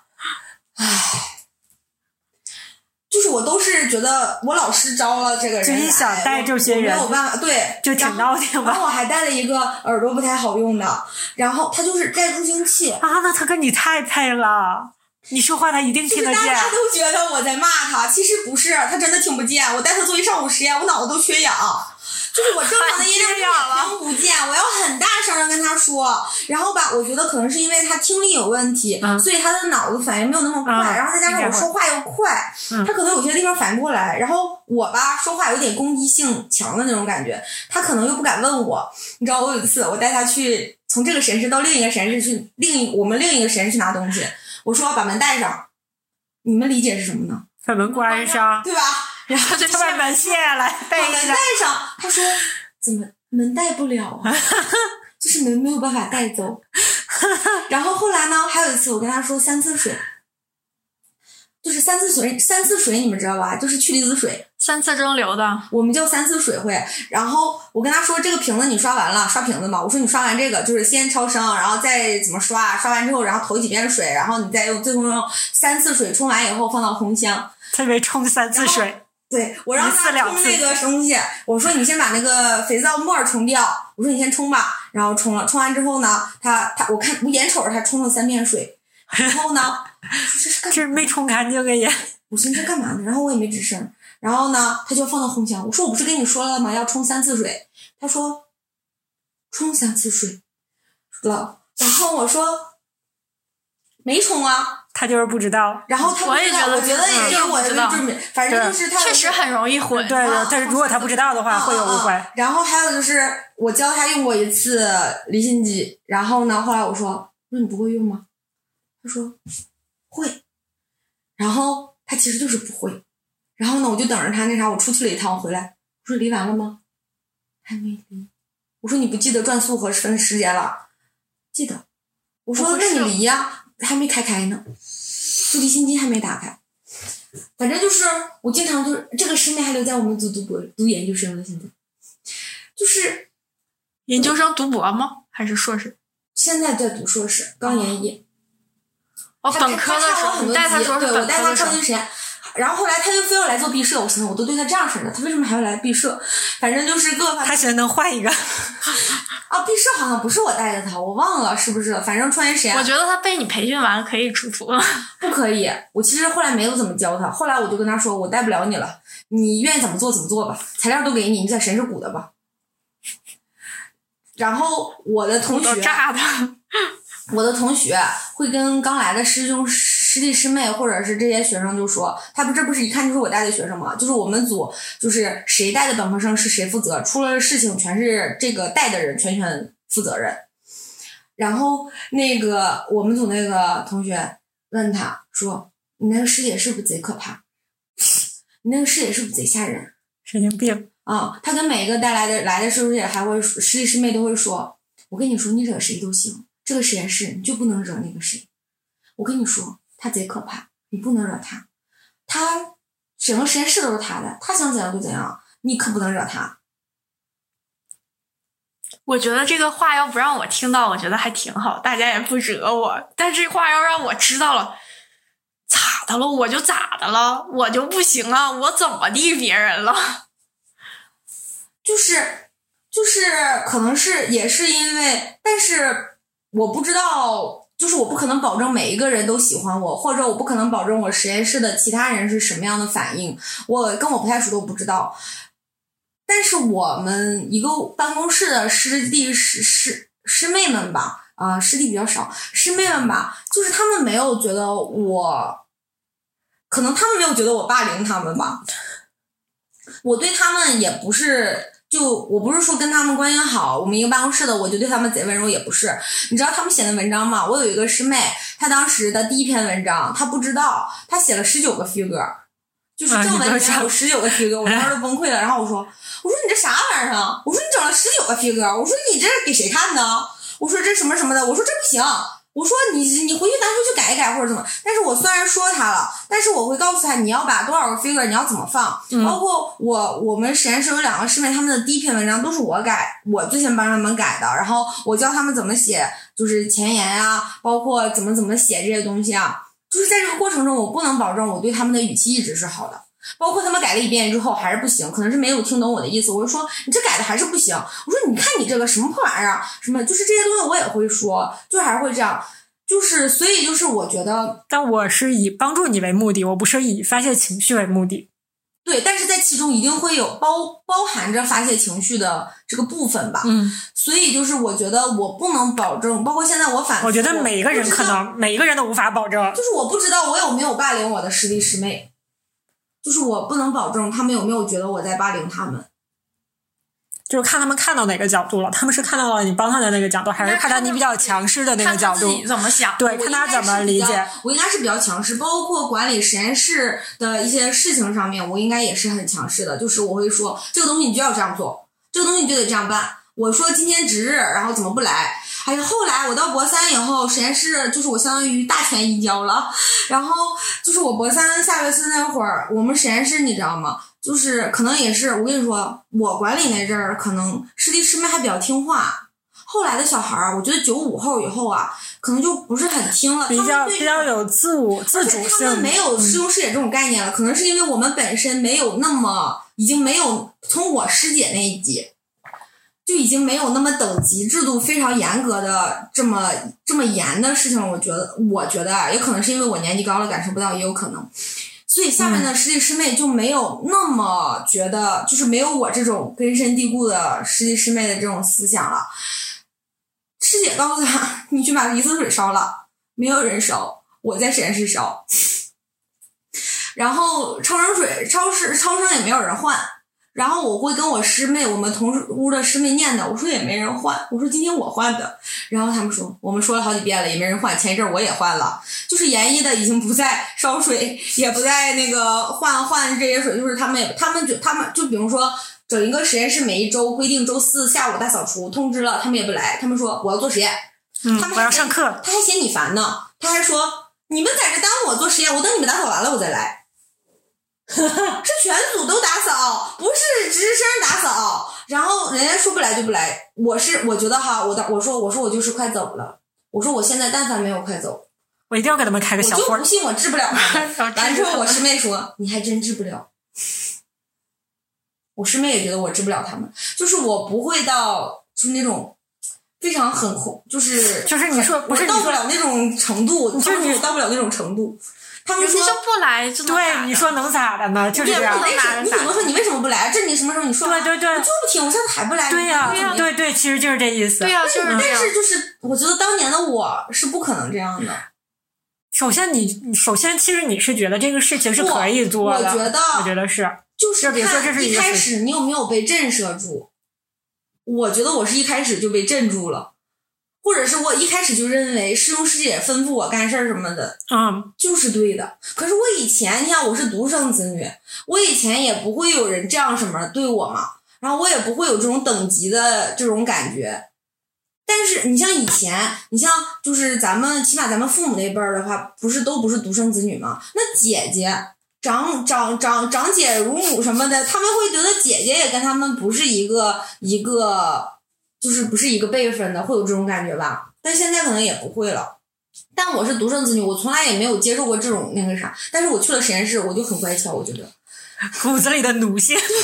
就是我都是觉得我老师招了这个人， 就是想带这些人， 没有办法，对， 就挺闹挺吧。 然后我还带了一个耳朵不太好用的，然后他就是带助听器啊，那他跟你太配了。 你说话他一定听得见。 大家都觉得我在骂他，其实不是，他真的听不见。我带他做一上午实验，我脑子都缺氧。就是我正常的音量听不见，我要很大声的跟他说，然后吧，我觉得可能是因为他听力有问题，所以他的脑子反应没有那么快，然后再加上我说话又快，他可能有些地方反应不过来，然后我吧说话有点攻击性强的那种感觉，他可能又不敢问我。你知道我有一次我带他去从这个实验室到另一个实验室去我们另一个实验室去拿东西，我说把门带上，你们理解是什么呢？ 把门关上， 对吧？然后他把门卸下来， 把门带上。他说怎么门带不了啊？就是门没有办法带走。然后后来呢，还有一次我跟他说三次水，就是三次水你们知道吧？就是去离子水 ，3次蒸馏的， 我们叫3次水会。然后我跟他说这个瓶子你刷完了，刷瓶子嘛，我说你刷完这个就是先超声，然后再怎么刷，刷完之后然后投几遍水，然后你再最后用3次水冲完以后放到烘箱。 特别冲3次水。 对，我让他冲那个东西，我说你先把那个肥皂沫冲掉，我说你先冲吧，然后冲了，冲完之后呢，我眼瞅着他冲了3遍水，然后呢，这是干嘛？ 这没冲干净个也。 我寻思这干嘛呢？然后我也没吱声，然后呢，他就放到烘箱，我说我不是跟你说了吗？要冲3次水，他说冲3次水了，然后我说没冲啊。 他就是不知道， 然后他不知道，我觉得也是我的证明，反正就是他确实很容易混。 对，但是如果他不知道的话，会有误会。 然后还有就是我教他用过一次离心机，然后呢，后来我说你不会用吗？他说会，然后他其实就是不会。然后呢，我就等着他那啥，我出去了一趟，我回来，我说离完了吗？还没离。我说你不记得转速和分时间了？记得。我说那你离呀，还没开呢。就离心机还没打开，反正就是我经常就是这个师妹还留在我们组读研究生了，现在就是研究生读博吗？还是硕士？ 现在在读硕士，刚研一。 本科的时候， 对，我带他上实验，然后后来他就非要来做毕设，我寻思我都对他这样式的，他为什么还要来毕设？反正就是各方面。 他现在能换一个。 啊，毕设好像不是我带的他，我忘了是不是？反正创业实验。 我觉得他被你培训完可以出图了。 不可以，我其实后来没有怎么教他，后来我就跟他说，我带不了你了，你愿意怎么做怎么做吧，材料都给你，你在神是鼓的吧。然后我的同学会跟刚来的师兄师弟师妹或者是这些学生就说，这不是一看就是我带的学生吗？就是我们组就是谁带的本科生是谁负责，出了事情全是这个带的人全负责任。然后那个我们组那个同学问他说，你那个师姐是不是贼可怕？你那个师姐是不是贼吓人？ 神经病啊！他跟每一个带来的师姐还会师弟师妹都会说，我跟你说你惹谁都行，这个实验室你就不能惹那个谁。我跟你说他贼可怕，你不能惹他，他整个实验室都是他的，他想怎样就怎样，你可不能惹他。 我觉得这个话要不让我听到，我觉得还挺好，大家也不惹我。但这话要让我知道了，咋的了我就咋的了，我就不行啊，我怎么地别人了？ 就是可能是也是因为，但是我不知道。就是我不可能保证每一个人都喜欢我，或者我不可能保证我实验室的其他人是什么样的反应，我跟我不太熟都不知道。但是我们一个办公室的师弟师妹们吧，师弟比较少，师妹们吧，就是他们没有觉得可能他们没有觉得我霸凌他们吧。我对他们也不是。我不是说跟他们关系好，我们一个办公室的，我就对他们贼温柔，也不是。你知道他们写的文章吗？我有一个师妹，她当时的第一篇文章，她不知道，她写了19个 figure， 就是正文里面有19个 figure， 我当时都崩溃了。然后我说你这啥玩意儿啊？我说你整了19个 figure， 我说你这是给谁看的？我说这什么什么的，我说这不行。我说你回去咱回去改一改或者怎么，但是我虽然说他了，但是我会告诉他你要把多少个 figure 你要怎么放，包括我们实验室有2个师妹，他们的第一篇文章都是我改，我最先帮他们改的，然后我教他们怎么写，就是前言啊，包括怎么写这些东西啊，就是在这个过程中我不能保证我对他们的语气一直是好的。包括他们改了1遍之后还是不行，可能是没有听懂我的意思，我就说你这改的还是不行，我说你看你这个什么破玩意儿，什么就是这些东西我也会说，就还是会这样， 就是所以就是我觉得， 但我是以帮助你为目的，我不是以发泄情绪为目的。 对，但是在其中一定会有包含着发泄情绪的这个部分吧。所以就是我觉得我不能保证，包括现在我反复， 我觉得每一个人可能每一个人都无法保证， 就是我不知道我有没有霸凌我的师弟师妹，就是我不能保证他们有没有觉得我在霸凌他们。 就是看他们看到哪个角度了，他们是看到了你帮他的那个角度，还是看到你比较强势的那个角度？ 看他自己怎么想？ 对，看他怎么理解。 我应该是比较强势，包括管理实验室的一些事情上面，我应该也是很强势的。就是我会说，这个东西你就要这样做，这个东西你就得这样办。我说今天值日，然后怎么不来？哎呀，后来我到博3以后，实验室就是我相当于大权移交了。然后就是我博3下学期那会儿，我们实验室你知道吗？就是可能也是我跟你说，我管理那阵儿，可能师弟师妹还比较听话。后来的小孩儿，我觉得95后以后啊，可能就不是很听了， 比较有自主性， 他们没有师兄师姐这种概念了。可能是因为我们本身没有那么，已经没有从我师姐那一级。就已经没有那么等级制度非常严格的这么严的事情了。我觉得啊，也可能是因为我年纪高了感受不到，也有可能。所以下面的师弟师妹就没有那么觉得，就是没有我这种根深蒂固的师弟师妹的这种思想了。师姐告诉他，你去把离子水烧了，没有人烧，我在实验室烧。然后超声水、超声也没有人换。然后我会跟我师妹，我们同屋的师妹念叨，我说也没人换，我说今天我换的。然后他们说，我们说了好几遍了，也没人换。前一阵我也换了，就是研一的已经不再烧水，也不再那个换这些水，就是他们就比如说整一个实验室每一周规定周4下午大扫除，通知了他们也不来，他们说我要做实验，他们我要上课， 他还嫌你烦呢，他还说你们在这耽误我做实验，我等你们打扫完了我再来。是全组都打扫，不是值日生打扫。然后人家说不来就不来，我觉得哈，我说我就是快走了，我说我现在但凡没有快走， 我一定要给他们开个小会。 我就不信我治不了他们。完之后我师妹说你还真治不了，我师妹也觉得我治不了他们，就是我不会到就是那种非常就是你说不是我到不了那种程度，就是你到不了那种程度。他们说就不来就能对，你说能咋的呢？就是这样。 你怎么说？你为什么不来？这你什么时候你说？ 对， 我就不听，我现在还不来。 对呀，对，其实就是这意思。 对呀，就是。 但是就是我觉得当年的我是不可能这样的。 首先，其实你是觉得这个事情是可以做的。我觉得是。 就是比如说这是一开始你有没有被震慑住？我觉得我是一开始就被震住了。或者是我一开始就认为师兄师姐吩咐我干事儿什么的，就是对的。可是我以前，你看我是独生子女，我以前也不会有人这样什么对我嘛，然后我也不会有这种等级的这种感觉。但是你像以前，你像就是起码咱们父母那辈儿的话，都不是独生子女嘛？那姐姐、长姐如母什么的，他们会觉得姐姐也跟他们不是一个。就是不是一个辈分的，会有这种感觉吧？但现在可能也不会了。但我是独生子女，我从来也没有接受过这种那个啥。但是我去了实验室，我就很乖巧，我觉得骨子里的奴性。所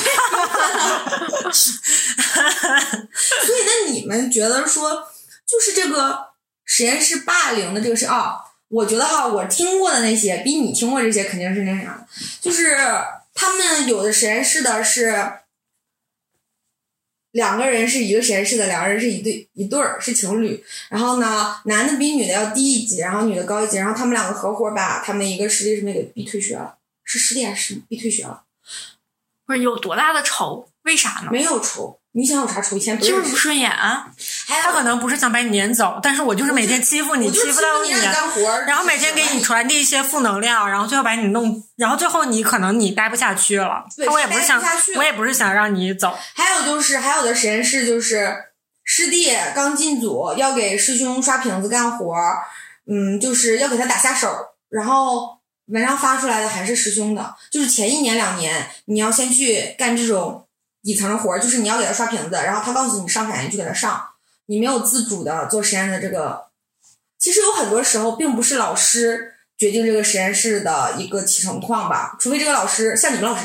以那你们觉得说，就是这个实验室霸凌的这个事啊？我觉得哈，我听过的那些比你听过这些肯定是那啥的，就是他们有的实验室的是。2个人是一个实验室的，2个人是一对儿，是情侣。然后呢，男的比女的要低一级，然后女的高一级。然后他们2个合伙把他们一个师弟师妹给逼退学了，是师弟还是逼退学了？ 不是有多大的仇？为啥呢？ 没有仇，你想有啥仇？以前就是不顺眼啊。 他可能不是想把你撵走，但是我就是每天欺负你，欺负到你，然后每天给你传递一些负能量，然后最后把你弄，然后最后你可能你待不下去了。我也不是想让你走。 还有的实验室就是师弟刚进组要给师兄刷瓶子干活，就是要给他打下手，然后文章发出来的还是师兄的，就是前1年2年你要先去干这种底层的活，就是你要给他刷瓶子，然后他告诉你上啥你就给他上，你没有自主的做实验的这个。其实有很多时候并不是老师决定这个实验室的一个情况吧，除非这个老师像你们老师这样，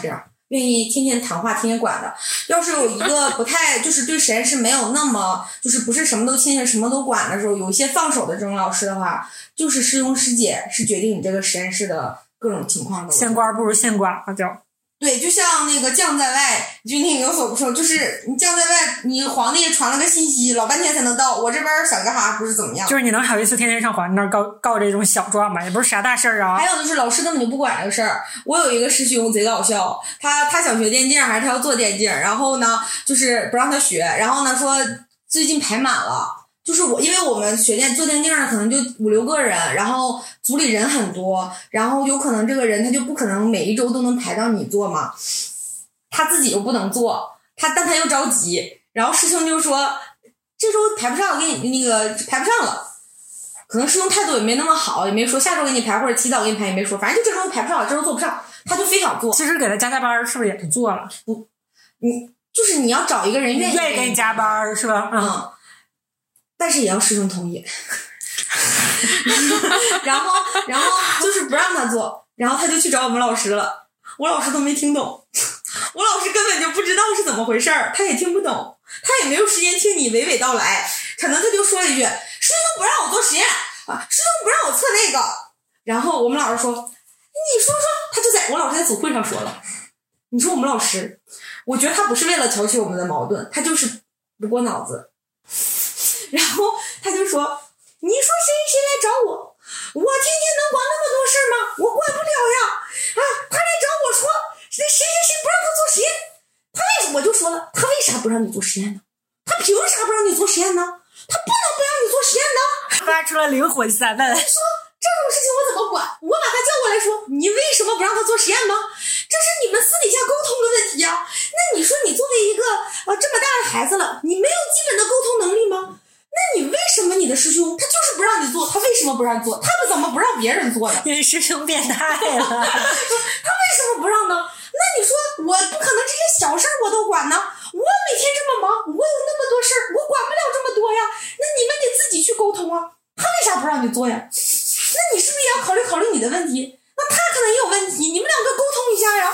愿意天天谈话天天管的。要是有一个不太就是对实验室没有那么就是不是什么都亲什么都管的时候，有一些放手的这种老师的话，就是师兄师姐是决定你这个实验室的各种情况的。 县官不如县管了就。 对，就像那个将在外，军令有所不受，就是你将在外，你皇帝传了个信息，老半天才能到，我这边想干啥不是怎么样？ 就是你能好意思天天上皇帝那儿告这种小状吗？也不是啥大事儿啊。 还有就是老师根本就不管这个事儿。我有一个师兄贼搞笑，他想学电竞还是他要做电竞，然后呢就是不让他学，然后呢说最近排满了。就是因为我们学做电竞的可能就5-6个人，然后组里人很多，然后有可能这个人他就不可能每一周都能排到你做嘛，他自己又不能做，但他又着急，然后师兄就说这周排不上，给你那个排不上了，可能师兄态度也没那么好，也没说下周给你排或者提早给你排也没说，反正就这周排不上了，这周做不上，他就非想做。 其实给他加班是不是也就做了？ 不，就是你要找一个人愿意给你加班是吧？ 但是也要师兄同意。然后就是不让他做，然后他就去找我们老师了，我老师都没听懂，我老师根本就不知道是怎么回事儿，他也听不懂，他也没有时间听你娓娓道来，可能他就说了一句师兄不让我做实验啊，师兄不让我测那个，然后我们老师说你说，他就在我老师在组会上说了，你说我们老师，我觉得他不是为了挑起我们的矛盾，他就是不过脑子。然后他就说你说谁来找我天天能管那么多事吗？我管不了呀他来找我说谁不让他做实验，我就说了，他为啥不让你做实验呢？他凭啥不让你做实验呢？他不能不让你做实验呢？ 发出了灵魂三问， 说这种事情我怎么管？我把他叫过来说你为什么不让他做实验吗？这是你们私底下沟通的问题呀。那你说你作为一个这么大的孩子了，你没有基本的沟通能力吗？那你为什么你的师兄他就是不让你做？他为什么不让你做？他们怎么不让别人做呢？ 因为师兄变态了。 他为什么不让呢？那你说我不可能这些小事我都管呢？我每天这么忙，我有那么多事我管不了这么多呀。那你们得自己去沟通啊。他为啥不让你做呀？那你是不是也要考虑你的问题？那他可能也有问题，你们两个沟通一下呀。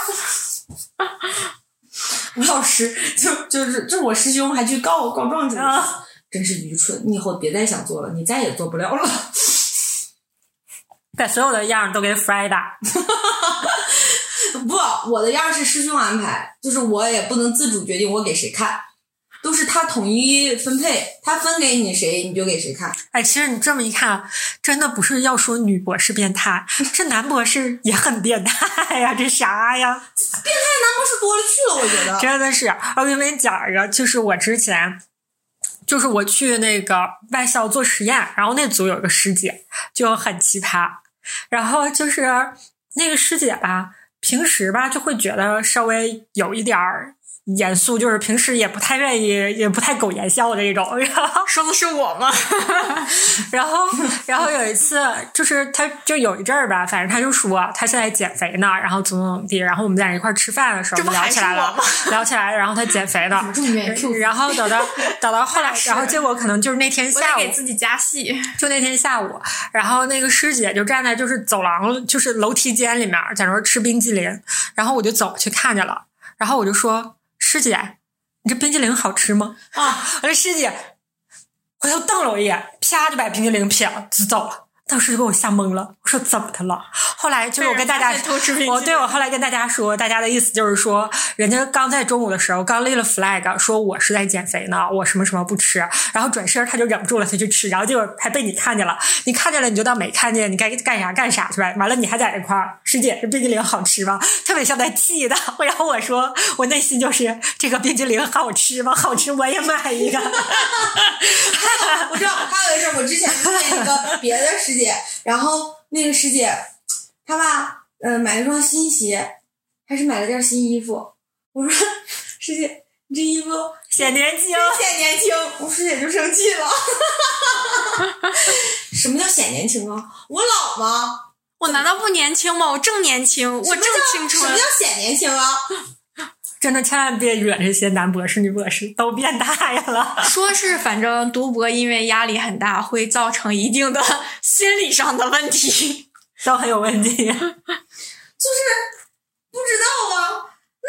我老师就是我师兄还去告状去了。真是愚蠢，你以后别再想做了，你再也做不了了。 把所有的样都给摔打。 不，我的样是师兄安排，就是我也不能自主决定我给谁看，都是他统一分配，他分给你谁你就给谁看。 哎，其实你这么一看，真的不是要说女博士变态，这男博士也很变态呀，这啥呀？ 变态男博士多了去了，我觉得真的是。我跟你们讲一个，就是我之前。就是我去那个外校做实验，然后那组有个师姐就很奇葩，然后就是那个师姐吧，平时吧就会觉得稍微有一点严肃，就是平时也不太愿意，也不太苟言笑的这种。然后说的是我吗？ 然后有一次，就是他就有一阵儿吧，反正他就说他现在减肥呢，然后怎么地，然后我们在一块儿吃饭的时候聊起来了，然后他减肥呢，然后等到后来，然后结果可能就是那天下午， 我给自己加戏， 就那天下午，然后那个师姐就站在就是走廊，就是楼梯间里面，在那儿吃冰激凌，然后我就走去看见了，然后我就说。师姐，你这冰激凌好吃吗？我这师姐回头瞪了我一眼，啪就把冰激凌撇了，就走了。当时就给我吓懵了，我说怎么的了？后来就是我跟大家我后来跟大家说，大家的意思就是说，人家刚在中午的时候刚立了 flag， 说我是在减肥呢，我什么什么不吃，然后转身他就忍不住了，他去吃，然后结果还被你看见了，你看见了你就当没看见，你该干啥干啥去吧。完了你还在那块儿，师姐这冰激凌好吃吗？特别像在气的。然后我说我内心就是这个冰激凌好吃吗？好吃我也买一个。 我知道还有一事，我之前遇见一个别的师姐，然后那个师姐她吧买了双新鞋，还是买了件新衣服。我说师姐你这衣服显年轻， 显年轻。我师姐就生气了。什么叫显年轻啊？我老吗？ 我难道不年轻吗？我正年轻，我正青春。 什么叫显年轻啊？ 真的千万别惹这些男博士女博士，都变态了。 说是反正读博因为压力很大会造成一定的心理上的问题， 都很有问题。 就是不知道啊，那你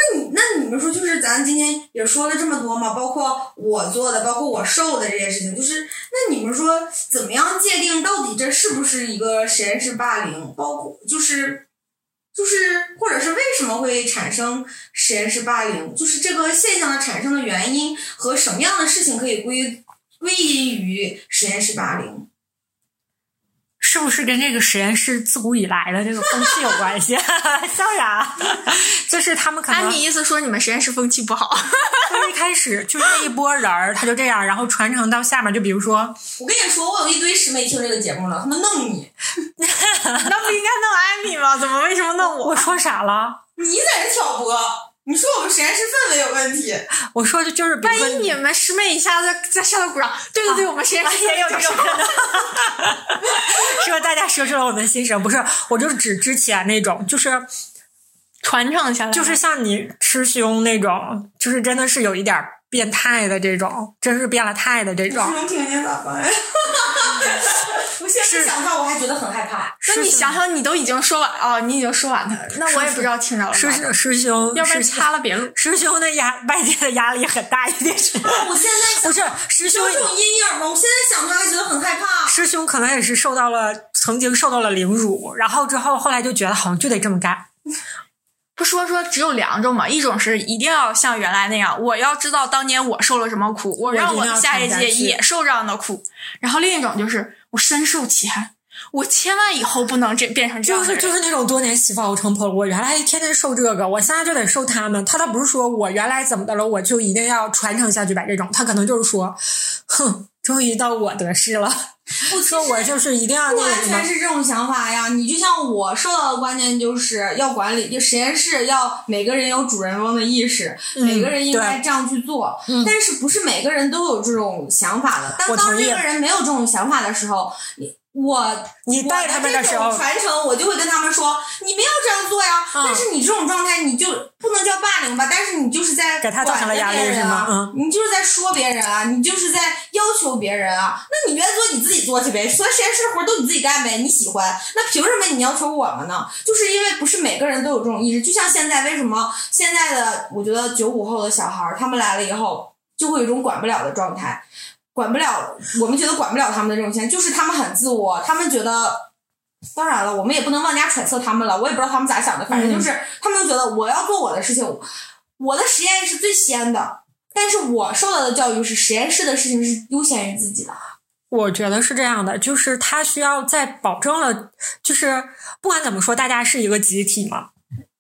那你们说，就是咱今天也说了这么多嘛，包括我做的，包括我受的这些事情，就是那你们说怎么样界定到底这是不是一个实验室霸凌？包括就是或者是为什么会产生实验室霸凌？就是这个现象的产生的原因和什么样的事情可以归因于实验室霸凌？ 是不是跟这个实验室自古以来的这个风气有关系？笑啥？就是他们可能你意思说你们实验室风气不好？ 一开始就是那一波人儿，他就这样，然后传承到下面，就比如说， 我跟你说，我有一堆师妹听这个节目了，他们弄你， 那不应该弄艾米吗？为什么弄我？ 我说啥了？ 你在这挑拨。你说我们实验室氛围有问题， 我说的就是比如说万一你们师妹一下子在上头鼓掌，对、我们实验室也有这种可能。说大家说出了我们的心声，不是，我就是指之前那种，就是传承下来， 就是像你吃胸那种，就是真的是有一点变态的这种，真是变了态的这种。 能听见咋办呀？我现在想到我还觉得很害怕。 那你想想，你都已经说完哦，你已经说完它，那我也不知道听着了。 师兄， 要不然掐了别录。 师兄的外界的压力很大一点。 我现在不是师兄有这种阴影吗？我现在想他还觉得很害怕。 师兄可能也是曾经受到了凌辱，然后后来就觉得好像就得这么干。 不说只有两种嘛，一种是一定要像原来那样，我要知道当年我受了什么苦，我让我的下一届也受这样的苦。然后另一种就是我深受其害，我千万以后不能变成这样的人。 就是那种多年媳妇熬成婆，我原来天天受这个，我现在就得受他们。他倒不是说我原来怎么的了，我就一定要传承下去吧，这种他可能就是说，哼，终于到我得势了。不说我就是一定要不完全是这种想法呀。你就像我受到的观念就是要管理，就实验室要每个人有主人翁的意识，每个人应该这样去做。但是不是每个人都有这种想法的。当这个人没有这种想法的时候， 你带他们的时候传承，我就会跟他们说，你们要这样做呀。但是你这种状态，你就不能叫霸凌吧？但是你就是在给他造成了压力是吗？ 你就是在说别人啊，你就是在要求别人啊。那你愿意做你自己做去呗，所有实验室活都你自己干呗，你喜欢。那凭什么你要求我们呢？就是因为不是每个人都有这种意识。就像现在，为什么现在的我觉得95后的小孩他们来了以后就会有一种管不了的状态。管不了，我们觉得管不了他们的这种现象，就是他们很自我，他们觉得，当然了，我们也不能妄加揣测他们了，我也不知道他们咋想的，反正就是他们就觉得我要做我的事情，我的实验是最先的，但是我受到的教育是实验室的事情是优先于自己的。 我觉得是这样的，就是他需要在保证了，就是不管怎么说，大家是一个集体嘛。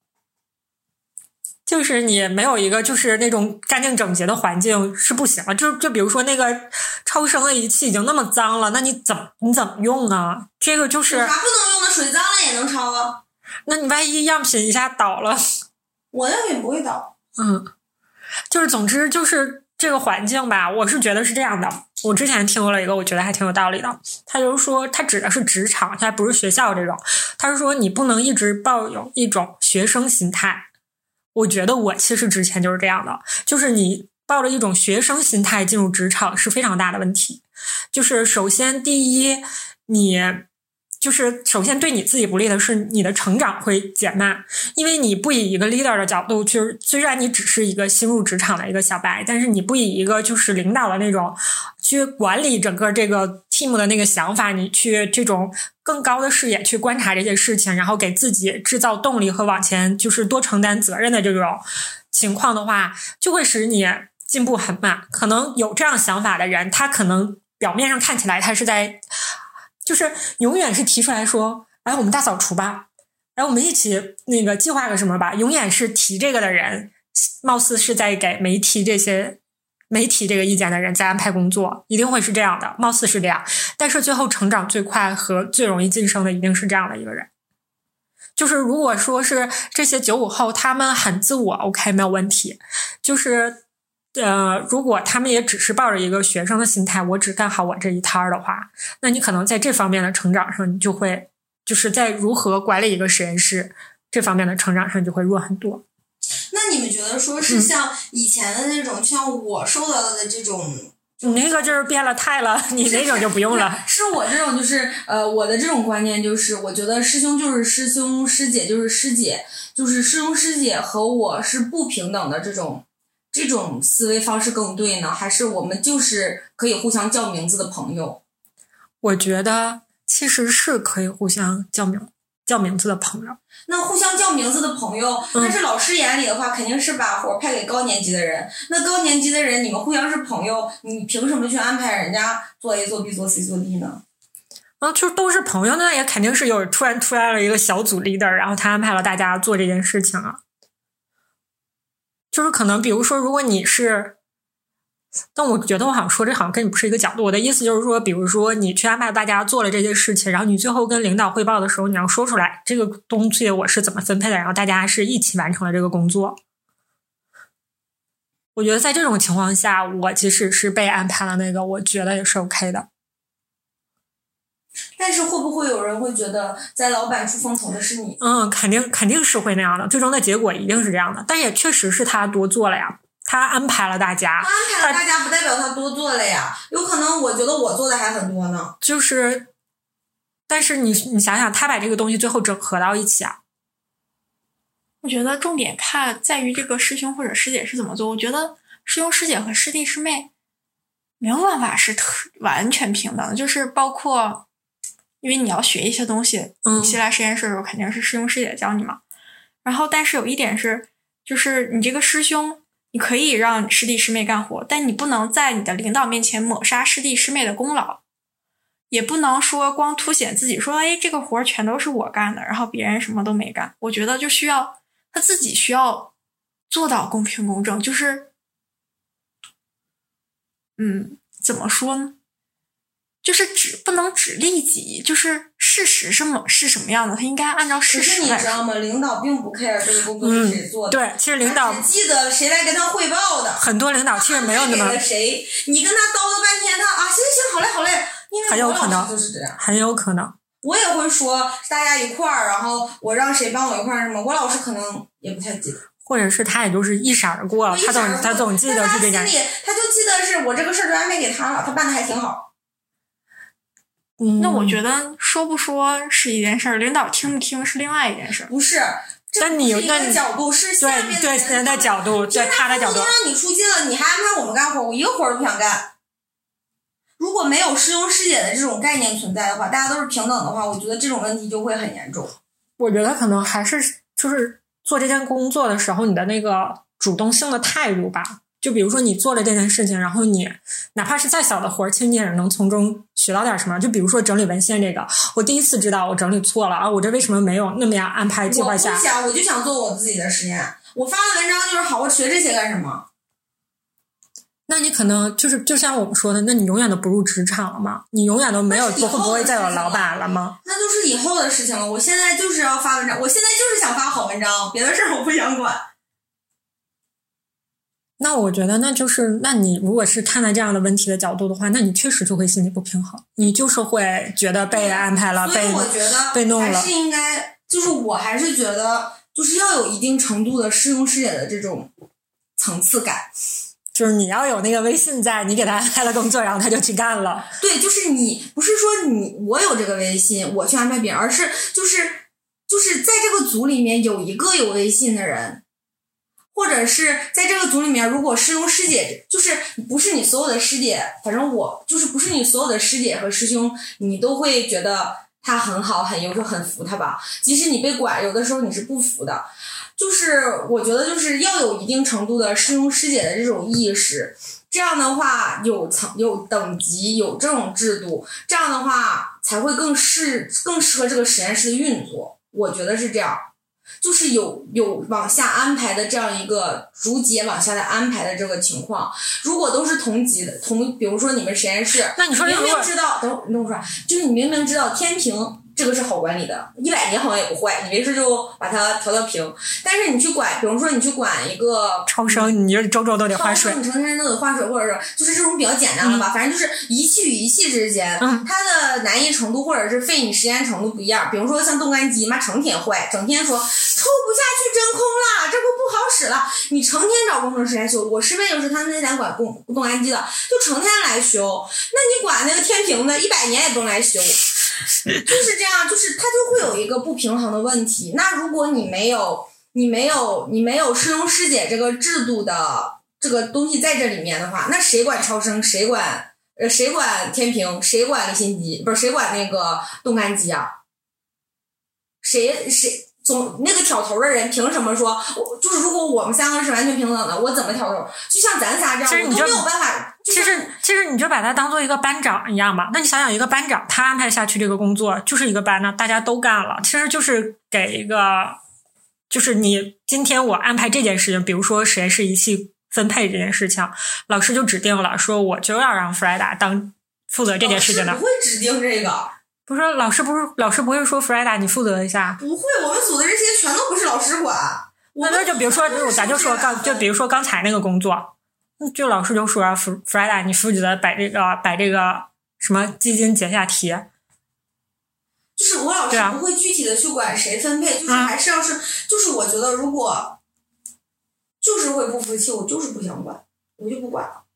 就是你没有一个就是那种干净整洁的环境是不行的，就比如说那个超声的仪器已经那么脏了，那你怎么用啊？这个就是有啥不能用的？水脏了也能超啊。 那你万一样品一下倒了， 我样品不会倒。 就是总之就是这个环境吧，我是觉得是这样的。我之前听了一个，我觉得还挺有道理的。他就是说，他指的是职场，他不是学校这种。他是说，你不能一直抱有一种学生心态。我觉得我其实之前就是这样的，就是你抱着一种学生心态进入职场是非常大的问题。就是首先第一，你就是首先对你自己不利的是你的成长会减慢，因为你不以一个 leader 的角度，就是虽然你只是一个新入职场的一个小白，但是你不以一个就是领导的那种去管理整个这个 team 的那个想法，你去这种更高的视野去观察这些事情，然后给自己制造动力和往前就是多承担责任的这种情况的话，就会使你进步很慢。可能有这样想法的人，他可能表面上看起来他是在就是永远是提出来说，哎，我们大扫除吧，然后我们一起那个计划个什么吧，永远是提这个的人貌似是在给没提这个意见的人在安排工作，一定会是这样的，貌似是这样，但是最后成长最快和最容易晋升的一定是这样的一个人。就是如果说是这些95后他们很自我 OK 没有问题，就是如果他们也只是抱着一个学生的心态，我只干好我这一摊儿的话，那你可能在这方面的成长上，你就会就是在如何管理一个实验室这方面的成长上就会弱很多。 那你们觉得说是像以前的那种，像我受到的这种你那个就是变了态了，你那种就不用了。 是我这种就是我的这种观念就是，我觉得师兄就是师兄，师姐就是师姐，就是师兄师姐和我是不平等的这种思维方式更对呢，还是我们就是可以互相叫名字的朋友？ 我觉得其实是可以互相叫名字的朋友。 那互相叫名字的朋友，但是老师眼里的话，肯定是把活派给高年级的人。那高年级的人，你们互相是朋友，你凭什么去安排人家做 A 做 B 做 C 做 D 呢？ 就都是朋友，那也肯定是有突然了一个小组 leader， 然后他安排了大家做这件事情啊。就是可能比如说，如果你是，但我觉得我好像说这好像跟你不是一个角度。我的意思就是说，比如说你去安排大家做了这件事情，然后你最后跟领导汇报的时候，你要说出来这个东西我是怎么分配的，然后大家是一起完成了这个工作。我觉得在这种情况下，我即使是被安排了那个，我觉得也是 OK 的。 但是会不会有人会觉得在老板出风头的是你？ 肯定是会那样的，最终的结果一定是这样的。但也确实是他多做了呀，他安排了大家， 他安排了大家不代表他多做了呀，有可能我觉得我做的还很多呢。 就是，但是你想想，他把这个东西最后整合到一起啊。 我觉得重点在于这个师兄或者师姐是怎么做。我觉得师兄师姐和师弟师妹没有办法是完全平等的，就是包括。因为你要学一些东西，你新来实验室的时候肯定是师兄师姐教你嘛。然后，但是有一点是，就是你这个师兄，你可以让师弟师妹干活，但你不能在你的领导面前抹杀师弟师妹的功劳，也不能说光凸显自己说，哎，这个活全都是我干的，然后别人什么都没干。我觉得就需要他自己需要做到公平公正，就是，怎么说呢？就是不能只利己，就是事实是什么样的，他应该按照事实来。 可是你知道吗？领导并不 care 这个工作是谁做的。 对，其实领导只记得谁来跟他汇报的。 很多领导其实没有那么。 谁？你跟他叨叨半天，他行，好嘞。因为很有可能就是这样。 很有可能。 我也会说大家一块儿，然后我让谁帮我一块儿什么，我老师可能也不太记得。 或者是他也就是一闪而过，他总记得是这件事。 他就记得是我这个事儿就安排给他了，他办的还挺好。 那我觉得说不说是一件事儿，领导听不听是另外一件事儿。 不是， 但你一个角度是下面对人的角度，对他的角度。 都让你出镜了，你还安排我们干活，我一个活儿都不想干。如果没有师兄师姐的这种概念存在的话，大家都是平等的话，我觉得这种问题就会很严重。 我觉得可能还是就是做这件工作的时候，你的那个主动性的态度吧。就比如说你做了这件事情，然后你哪怕是再小的活儿，其实你也能从中学到点什么。就比如说整理文献这个，我第一次知道我整理错了啊，我这为什么没有那么样安排计划下？ 我就想做我自己的实验。我发的文章就是好，我学这些干什么？ 那你可能就像我们说的，那你永远都不入职场了吗？你永远都没有不会再有老板了吗？ 那就是以后的事情了。我现在就是要发文章，我现在就是想发好文章，别的事儿我不想管。 那我觉得那你如果是看待这样的问题的角度的话，那你确实就会心里不平衡，你就是会觉得被安排了， 所以我觉得被弄了。 还是应该，就是我还是觉得就是要有一定程度的师兄师姐的这种层次感。 就是你要有那个微信在，你给他安排了工作，然后他就去干了。 对，就是你不是说我有这个微信我去安排别人，而是就是在这个组里面有一个有微信的人。或者是在这个组里面，如果师兄师姐就是不是你所有的师姐，反正我就是不是你所有的师姐和师兄，你都会觉得他很好很优秀很服他吧。即使你被管，有的时候你是不服的。就是我觉得就是要有一定程度的师兄师姐的这种意识，这样的话有等级有这种制度，这样的话才会更适合这个实验室的运作。我觉得是这样。就是有往下安排的这样一个逐节往下的安排的这个情况，如果都是同级的比如说你们实验室， 那你说明明知道，等我说，就是你明明知道天平这个是好管理的，100年好像也不坏，你没事就把它调到平。但是你去管，比如说你去管一个超声，你就周周都得换水， 你成天都得换水，或者是就是这种比较简单的吧，反正就是仪器与仪器之间，它的难易程度或者是费你时间程度不一样。比如说像冻干机，妈成天坏，整天说抽不下去真空了，这不好使了，你成天找工程师来修。我师妹就是他们那家管动干机的，就成天来修。那你管那个天平的100年也不能来修，就是这样，就是它就会有一个不平衡的问题。那如果你没有师兄师姐这个制度的这个东西在这里面的话，那谁管超声？谁管天平？谁管离心机？不是谁管那个动干机啊？谁总那个挑头的人凭什么说？就是如果我们3个是完全平等的，我怎么挑头？就像咱仨这样，我都没有办法。 其实你就把它当做一个班长一样吧。那你想想，一个班长他安排下去这个工作就是一个班呢，大家都干了，其实就是给一个，就是你今天我安排这件事情，比如说谁是仪器分配这件事情，老师就指定了，说我就要让弗莱达当负责这件事情的。 老师不会指定这个。 不是老师不会说弗莱达你负责一下？ 不会，我们组的这些全都不是老师管。 那就比如说，咱就说比如说刚才那个工作，就老师就说弗莱达你负责把这个什么基金结下题。 就是我老师不会具体的去管谁分配，就是还是要是，就是我觉得如果就是会不服气，我就是不想管，我就不管了。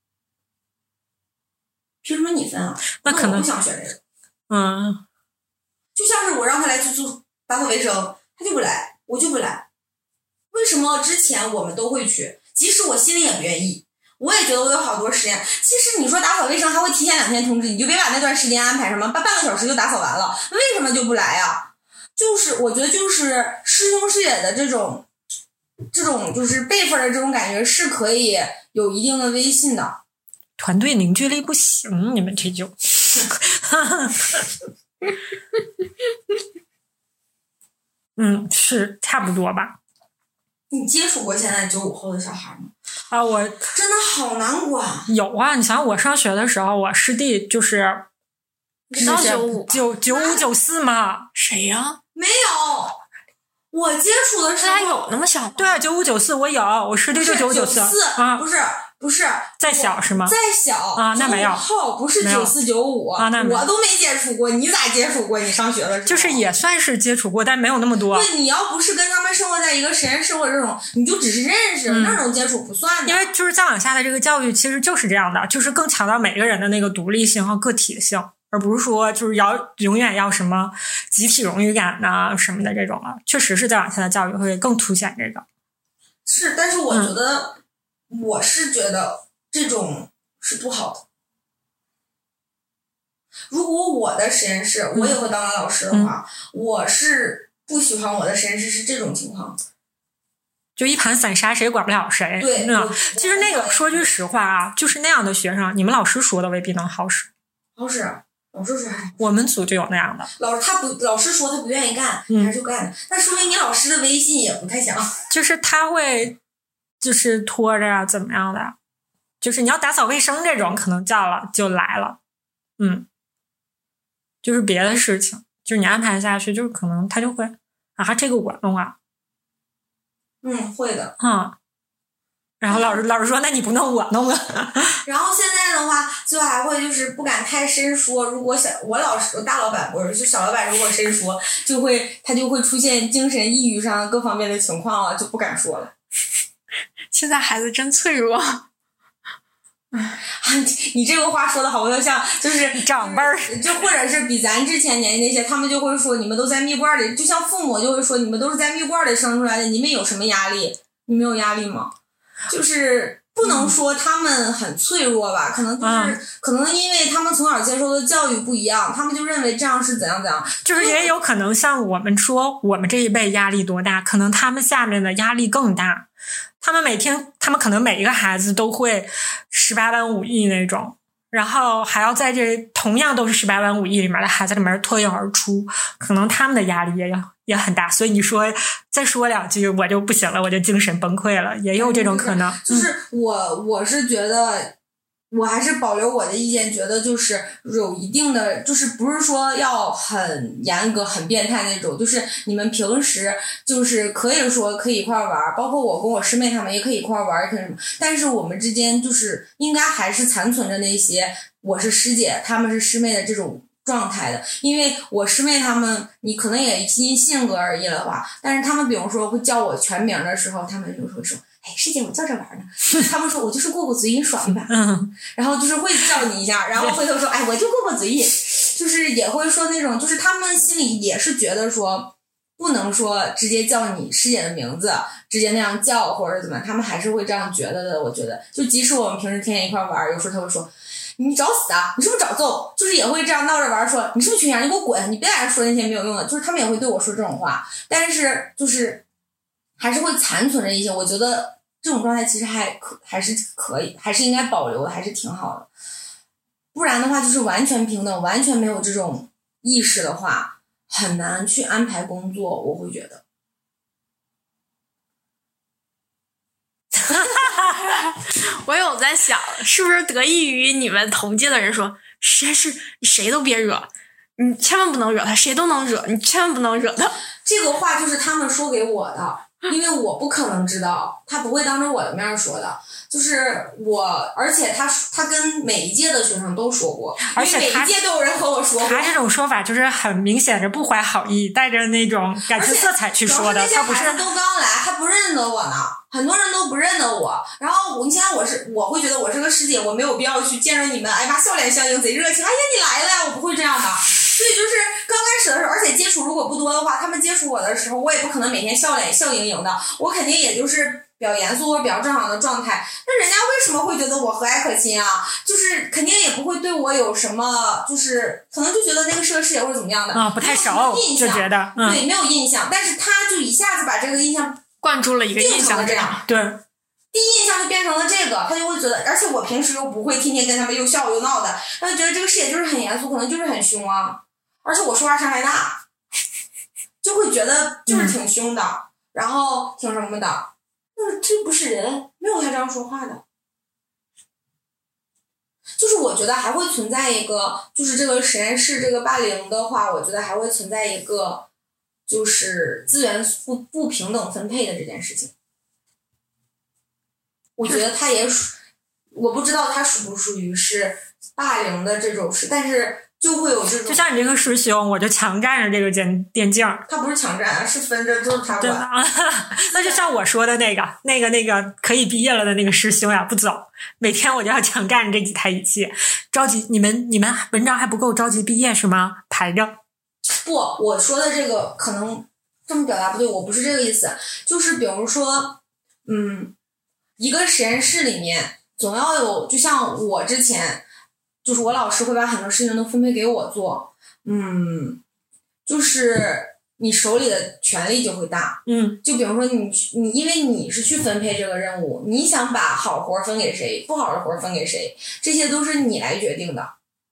凭什么你分啊？ 那可能我不想选这个。就像是我让他来做打扫卫生，他就不来，我就不来。为什么之前我们都会去，即使我心里也不愿意，我也觉得我有好多时间。其实你说打扫卫生还会提前2天通知，你就别把那段时间安排什么半个小时就打扫完了，为什么就不来啊？就是我觉得就是师兄师姐的这种就是辈分的这种感觉是可以有一定的威信的。 团队凝聚力不行，你们这就是差不多吧。 你接触过现在95后的小孩吗？ 啊，我真的好难管。 有啊，你想我上学的时候，我师弟就是上95 95 94嘛。 谁呀？ 没有，我接触的时候他俩有那么小吗？ 对啊，95 94我有，我师弟就95 94 啊，不是再小是吗？ 再小啊，那没有后不是94 95 啊，那我都没接触过，你咋接触过？你上学的时候就是也算是接触过，但没有那么多。 对，你要不是跟他们生活在一个实验室或者这种，你就只是认识，那种接触不算的。 因为就是再往下的这个教育其实就是这样的，就是更强调每个人的那个独立性和个体性，而不是说就是永远要什么集体荣誉感呐什么的这种了。确实是再往下的教育会更凸显这个。 是，但是我觉得，我是觉得这种是不好的。如果我的实验室我也会当老师的话，我是不喜欢我的实验室是这种情况。 就一盘散沙，谁也管不了谁。 对， 其实那个说句实话啊，就是那样的学生，你们老师说的未必能好使。 好使，老师说还。 我们组就有那样的。 老师说他不愿意干，还是干的。那说明你老师的威信也不太强。 就是他会，就是拖着啊，怎么样的？就是你要打扫卫生这种，可能叫了就来了。就是别的事情，就是你安排下去，就是可能他就会啊，这个我弄啊。 会的。 然后老师说，那你不弄我弄啊。 然后现在的话，就还会就是不敢太深说。如果我大老板不是，就小老板如果深说，他就会出现精神抑郁上各方面的情况了，就不敢说了。 现在孩子真脆弱。 你这个话说的好像就是长辈儿， 就或者是比咱之前年纪那些，他们就会说你们都在蜜罐里，就像父母就会说你们都是在蜜罐里生出来的，你们有什么压力？你们有压力吗？就是不能说他们很脆弱吧，可能可能因为他们从小接受的教育不一样，他们就认为这样是怎样怎样。 就是也有可能像我们说我们这一辈压力多大，可能他们下面的压力更大。他们可能每一个孩子都会18万5亿那种，然后还要在这同样都是18万5亿里面的孩子里面脱颖而出，可能他们的压力也很大。所以你说再说2句我就不行了，我就精神崩溃了，也有这种可能。 就是我是觉得。我还是保留我的意见，觉得就是有一定的，就是不是说要很严格、很变态那种，就是你们平时就是可以说可以一块玩，包括我跟我师妹他们也可以一块玩，也可以什么，但是我们之间就是应该还是残存着那些我是师姐，他们是师妹的这种状态的。因为我师妹他们，你可能也因性格而异的话，但是他们比如说会叫我全名的时候，他们就会说哎，师姐我叫这玩呢，他们说我就是过过嘴瘾爽一把，然后就是会叫你一下，然后回头说哎我就过过嘴瘾，就是也会说那种，就是他们心里也是觉得说不能说直接叫你师姐的名字，直接那样叫或者怎么，他们还是会这样觉得的。我觉得就即使我们平时天天一块玩，有时候他会说你找死啊，你是不是找揍，就是也会这样闹着玩，说你是不是群演，你给我滚，你别在这说那些没有用的，就是他们也会对我说这种话，但是就是还是会残存着一些，我觉得这种状态其实还是可以，还是应该保留的，还是挺好的。不然的话就是完全平等，完全没有这种意识的话，很难去安排工作，我会觉得。 我有在想，是不是得益于你们同届的人说，实在是你谁都别惹，你千万不能惹他，谁都能惹，你千万不能惹他。 这个话就是他们说给我的，因为我不可能知道，他不会当着我的面说的。就是我，而且他跟每一届的学生都说过， 而且每一届都有人和我说过。 他这种说法就是很明显的不怀好意，带着那种感情色彩去说的。他不是都刚来，还不认得我呢，很多人都不认得我。然后你想我会觉得我是个师姐，我没有必要去见着你们，哎妈笑脸相迎，贼热情，哎呀你来了呀，我不会这样的。所以就是刚开始的时候，而且接触如果不多的话，他们接触我的时候，我也不可能每天笑盈盈的，我肯定也就是比较严肃或者比较正常的状态。那人家为什么会觉得我和蔼可亲啊？就是肯定也不会对我有什么，就是可能就觉得那个是个师姐或者怎么样的啊，不太熟，就觉得对没有印象，但是他就一下子把这个印象灌注了一个印象， 这样对。 第一印象就变成了这个，他就会觉得，而且我平时又不会天天跟他们又笑又闹的，他就觉得这个师姐就是很严肃，可能就是很凶啊，而且我说话声还大，就会觉得就是挺凶的，然后挺什么的，这不是人，没有他这样说话的。就是我觉得还会存在一个，就是这个实验室这个霸凌的话，我觉得还会存在一个，就是资源不平等分配的这件事情。我觉得他也属，我不知道他属不属于是霸凌的这种事，但是就会有这种。 就像你这个师兄，我就强占着这个电竞。 他不是强占，是分着，就是他管。 那就像我说的那个可以毕业了的那个师兄呀，不走，每天我就要强占这几台仪器，着急。你们文章还不够着急毕业是吗？排着。 不，我说的这个可能这么表达不对，我不是这个意思，就是比如说，一个实验室里面总要有，就像我之前，就是我老师会把很多事情都分配给我做，就是你手里的权力就会大，就比如说你因为你是去分配这个任务，你想把好活分给谁，不好的活分给谁，这些都是你来决定的。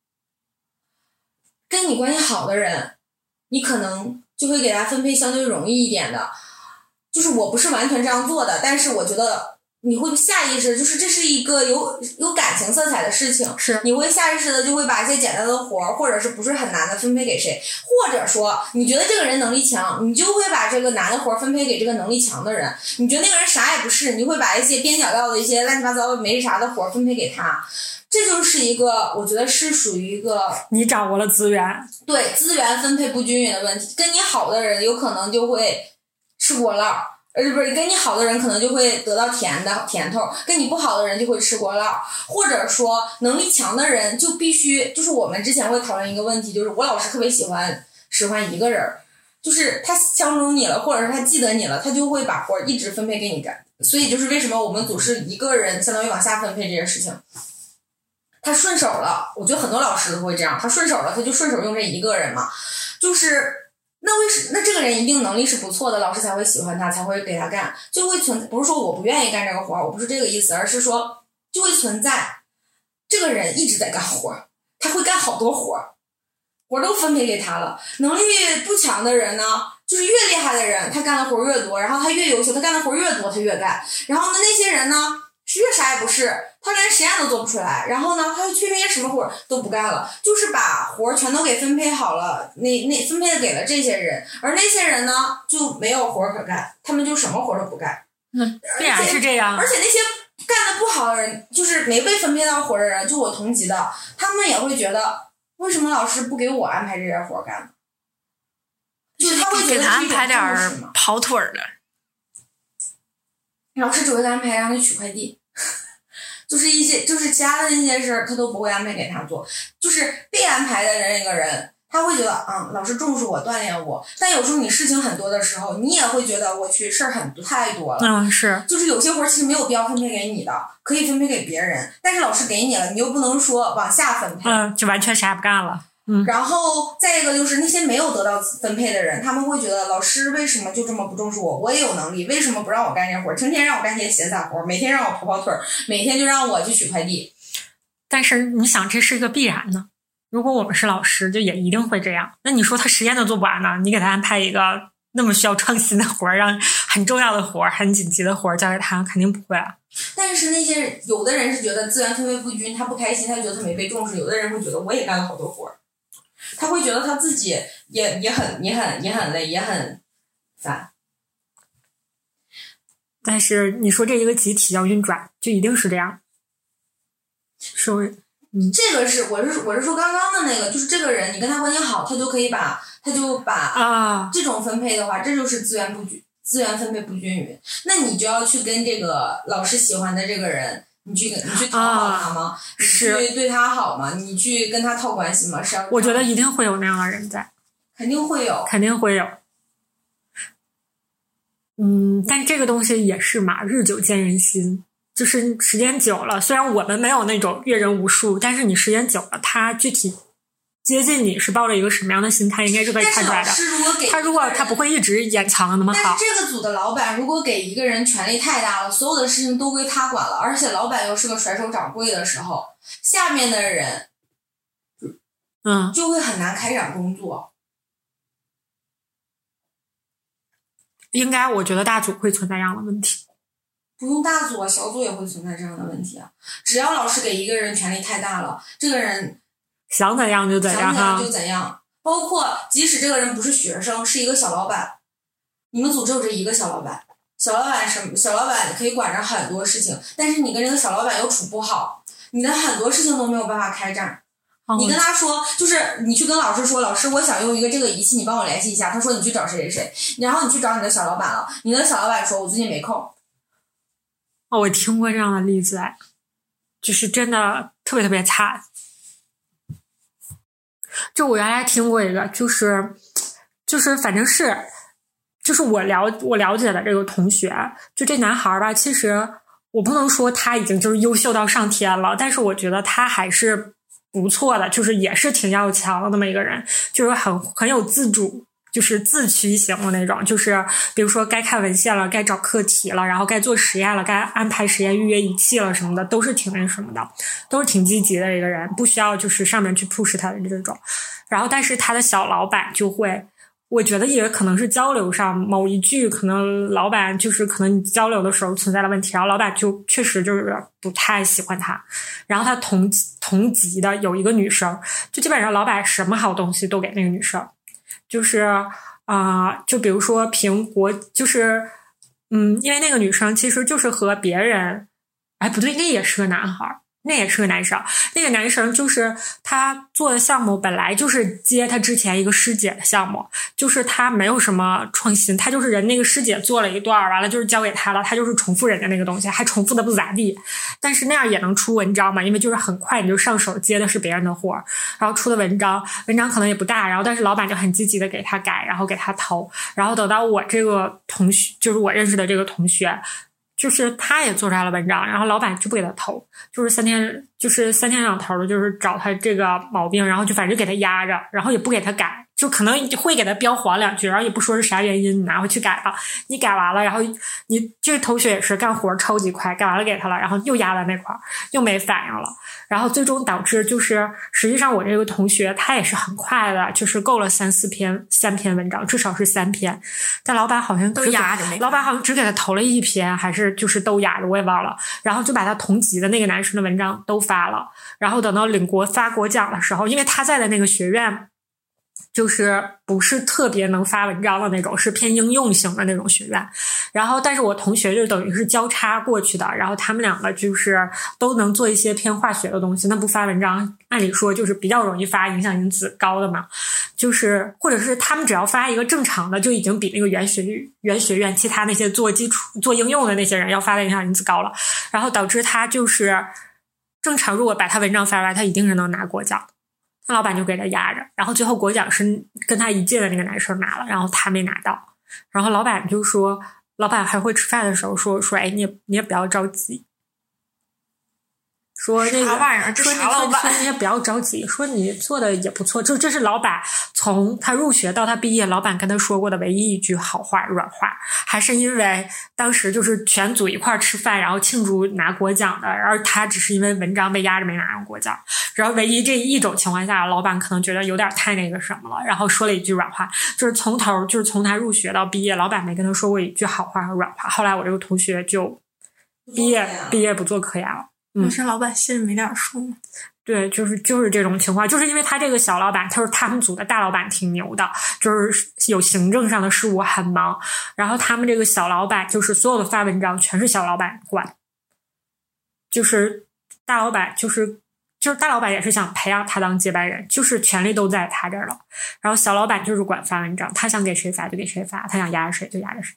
跟你关系好的人，你可能就会给他分配相对容易一点的，就是我不是完全这样做的，但是我觉得你会下意识，就是这是一个有感情色彩的事情， 是你会下意识的就会把一些简单的活儿，或者是不是很难的分配给谁，或者说你觉得这个人能力强，你就会把这个难的活儿分配给这个能力强的人，你觉得那个人啥也不是，你就会把一些边角料的一些乱七八糟的没啥的活儿分配给他。这就是一个我觉得是属于一个你掌握了资源， 对资源分配不均匀的问题。跟你好的人有可能就会吃锅烙，不是跟你好的人可能就会得到甜头，跟你不好的人就会吃锅烙，或者说能力强的人就必须，就是我们之前会讨论一个问题，就是我老师特别喜欢一个人，就是他相中你了，或者是他记得你了，他就会把活一直分配给你干。所以就是为什么我们组是一个人相当于往下分配这件事情。他顺手了，我觉得很多老师都会这样，他顺手了，他就顺手用这一个人嘛，就是那这个人一定能力是不错的，老师才会喜欢他，才会给他干，就会不是说我不愿意干这个活，我不是这个意思，而是说就会存在这个人一直在干活，他会干好多活都分配给他了。能力不强的人呢，就是越厉害的人，他干的活越多，然后他越优秀，他干的活越多，他越干。然后呢，那些人呢是越啥也不是，他连实验都做不出来，然后呢他偏偏什么活都不干了，就是把活全都给分配好了，那分配给了这些人，而那些人呢就没有活可干，他们就什么活都不干。 必然是这样。 而且那些干的不好的人，就是没被分配到活的人，就我同级的，他们也会觉得为什么老师不给我安排这些活干？就是他会觉得给他安排点跑腿的。 老师只会安排让他取快递，就是其他的那些事儿他都不会安排给他做。就是被安排的那个人，他会觉得老师重视我，锻炼我。但有时候你事情很多的时候，你也会觉得我去事儿太多了。 是。 就是有些活其实没有必要分配给你的，可以分配给别人，但是老师给你了，你又不能说往下分配。 就完全啥也不干了。 然后再一个就是那些没有得到分配的人，他们会觉得老师为什么就这么不重视我？我也有能力，为什么不让我干这活？成天让我干些闲杂活，每天让我跑腿，每天就让我去取快递。 但是你想，这是一个必然呢。如果我们是老师，就也一定会这样。那你说他实验都做不完呢？你给他安排一个那么需要创新的活，让很重要的活、很紧急的活交给他，肯定不会啊。 但是那些有的人是觉得资源分配不均，他不开心，他觉得他没被重视；有的人会觉得我也干了好多活。他会觉得他自己也很累，也很烦。 但是你说这一个集体要运转，就一定是这样。 这个是我是说刚刚的那个，就是这个人你跟他关系好，他就把这种分配的话，这就是资源分配不均匀。那你就要去跟这个老师喜欢的这个人。你去讨好他吗？你去对他好吗？你去跟他套关系吗？ 我觉得一定会有那样的人在， 肯定会有。 但这个东西也是嘛，日久见人心，就是时间久了，虽然我们没有那种阅人无数，但是你时间久了，他具体接近你是抱着一个什么样的心态，应该是可以看出来的。他不会一直掩藏的那么好。 但是这个组的老板如果给一个人权力太大了，所有的事情都归他管了，而且老板又是个甩手掌柜的时候，下面的人就会很难开展工作。 应该我觉得大组会存在这样的问题。 不用大组啊，小组也会存在这样的问题啊。只要老师给一个人权力太大了，这个人想怎样就怎样，包括即使这个人不是学生，是一个小老板，你们组只有这一个小老板，小老板可以管着很多事情，但是你跟这个小老板又处不好，你的很多事情都没有办法开展。你跟他说，就是你去跟老师说，老师我想用一个这个仪器，你帮我联系一下。他说你去找谁，然后你去找你的小老板了，你的小老板说我最近没空。 我听过这样的例子，就是真的特别特别惨。就我原来听过一个，就是反正是，就是我了解的这个同学，就这男孩吧，其实我不能说他已经就是优秀到上天了，但是我觉得他还是不错的，就是也是挺要强的那么一个人，就是很有自主，就是自驱型的那种，就是比如说该看文献了，该找课题了，然后该做实验了，该安排实验预约仪器了什么的，都是挺那什么的，都是挺积极的一个人，不需要就是上面去 push 他的这种。然后但是他的小老板就会，我觉得也可能是交流上某一句，可能老板就是可能你交流的时候存在了问题，然后老板就确实就是不太喜欢他。然后他同级的有一个女生，就基本上老板什么好东西都给那个女生，就是就比如说苹果，就是因为那个女生其实就是和别人，不对，那也是个男孩。那也是个男生，那个男生就是他做的项目本来就是接他之前一个师姐的项目，就是他没有什么创新，他就是人那个师姐做了一段，完了就是交给他了，他就是重复人家那个东西，还重复的不咋地，但是那样也能出文章嘛，因为就是很快你就上手接的是别人的活，然后出的文章可能也不大，然后但是老板就很积极的给他改，然后给他投，然后等到我这个同学，就是我认识的这个同学，就是他也做出来了文章，然后老板就不给他投，就是三天两头的，就是找他这个毛病，然后就反正就给他压着，然后也不给他改，就可能会给他标黄两句，然后也不说是啥原因，你拿回去改了，你改完了，然后你这个同学也是干活超级快，改完了给他了，然后又压在那块儿，又没反应了，然后最终导致就是实际上我这个同学他也是很快的，就是够了3篇文章，至少是3篇，但老板好像都压着没， 老板好像只给他投了1篇，还是就是都压着，我也忘了，然后就把他同级的那个男生的文章都发了，然后等到发国奖的时候，因为他在的那个学院就是不是特别能发文章的那种，是偏应用型的那种学院。然后但是我同学就等于是交叉过去的，然后他们两个就是都能做一些偏化学的东西，那不发文章按理说就是比较容易发影响因子高的嘛，就是或者是他们只要发一个正常的就已经比那个原学院其他那些做基础做应用的那些人要发的影响因子高了，然后导致他就是正常如果把他文章发出来他一定是能拿国奖，那老板就给他压着，然后最后国奖是跟他一届的那个男生拿了，然后他没拿到，然后老板就说，老板还会吃饭的时候说哎你也不要着急，说那个啥玩意儿，这啥老板？ 说你也不要着急，说你做的也不错，就这是老板从他入学到他毕业，老板跟他说过的唯一一句好话软话，还是因为当时就是全组一块儿吃饭，然后庆祝拿国奖的，而他只是因为文章被压着没拿上国奖，然后唯一这一种情况下，老板可能觉得有点太那个什么了，然后说了一句软话，就是从头就是从他入学到毕业，老板没跟他说过一句好话和软话，后来我这个同学就毕业不做科研了。 本身老板心里没点数。 对，就是这种情况，就是因为他这个小老板，他们组的大老板挺牛的，就是有行政上的事务很忙，然后他们这个小老板就是所有的发文章全是小老板管，就是大老板就是大老板也是想培养他当接班人，就是权力都在他这儿了，然后小老板就是管发文章，他想给谁发就给谁发，他想压着谁就压着谁，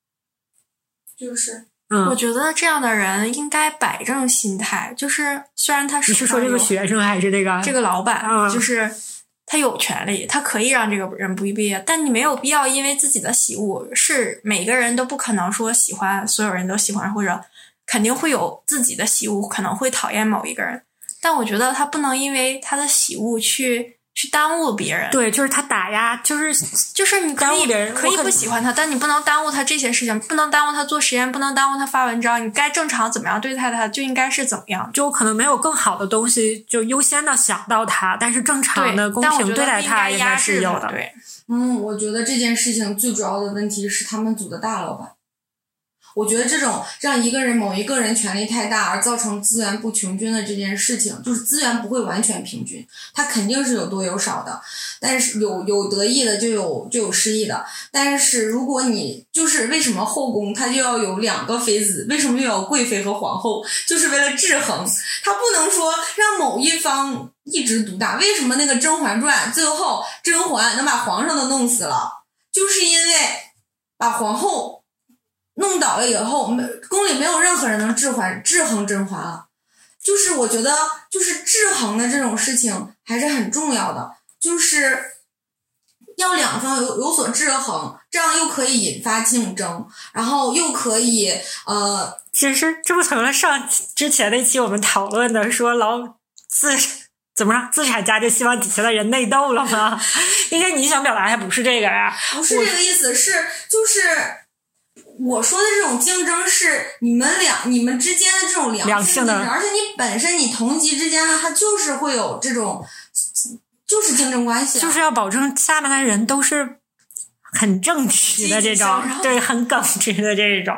就是我觉得这样的人应该摆正心态，就是虽然他你是说这个学生还是这个老板，就是他有权利，他可以让这个人不毕业，但你没有必要因为自己的喜恶，是每个人都不可能说喜欢所有人都喜欢，或者肯定会有自己的喜恶，可能会讨厌某一个人，但我觉得他不能因为他的喜恶去耽误别人。 对，就是他打压，就是你可以不喜欢他，但你不能耽误他这些事情，不能耽误他做实验，不能耽误他发文章，你该正常怎么样对待他就应该是怎么样， 就可能没有更好的东西就优先的想到他，但是正常的公平对待他应该是有的。 对， 我觉得这件事情最主要的问题是他们组的大老板。我觉得这种让某一个人权力太大而造成资源不平均的这件事情，就是资源不会完全平均，它肯定是有多有少的，但是有得意的就有失意的。但是如果你就是为什么后宫它就要有2个妃子，为什么又有贵妃和皇后，就是为了制衡，它不能说让某一方一直独大。为什么那个《甄嬛传》最后甄嬛能把皇上都弄死了，就是因为把皇后弄倒了以后，宫里没有任何人能制衡甄嬛了。就是我觉得就是制衡的这种事情还是很重要的，就是要两方有所制衡，这样又可以引发竞争，然后又可以其实这不成了之前那期我们讨论的说怎么着资产家就希望底下的人内斗了吗？应该你想表达还不是这个呀？ 不是这个意思，就是我说的这种竞争是你们之间的这种良性竞争，而且你本身你同级之间呢，它就是会有这种就是竞争关系， 就是要保证下面的人都是很正直的这种，对，很耿直的这种，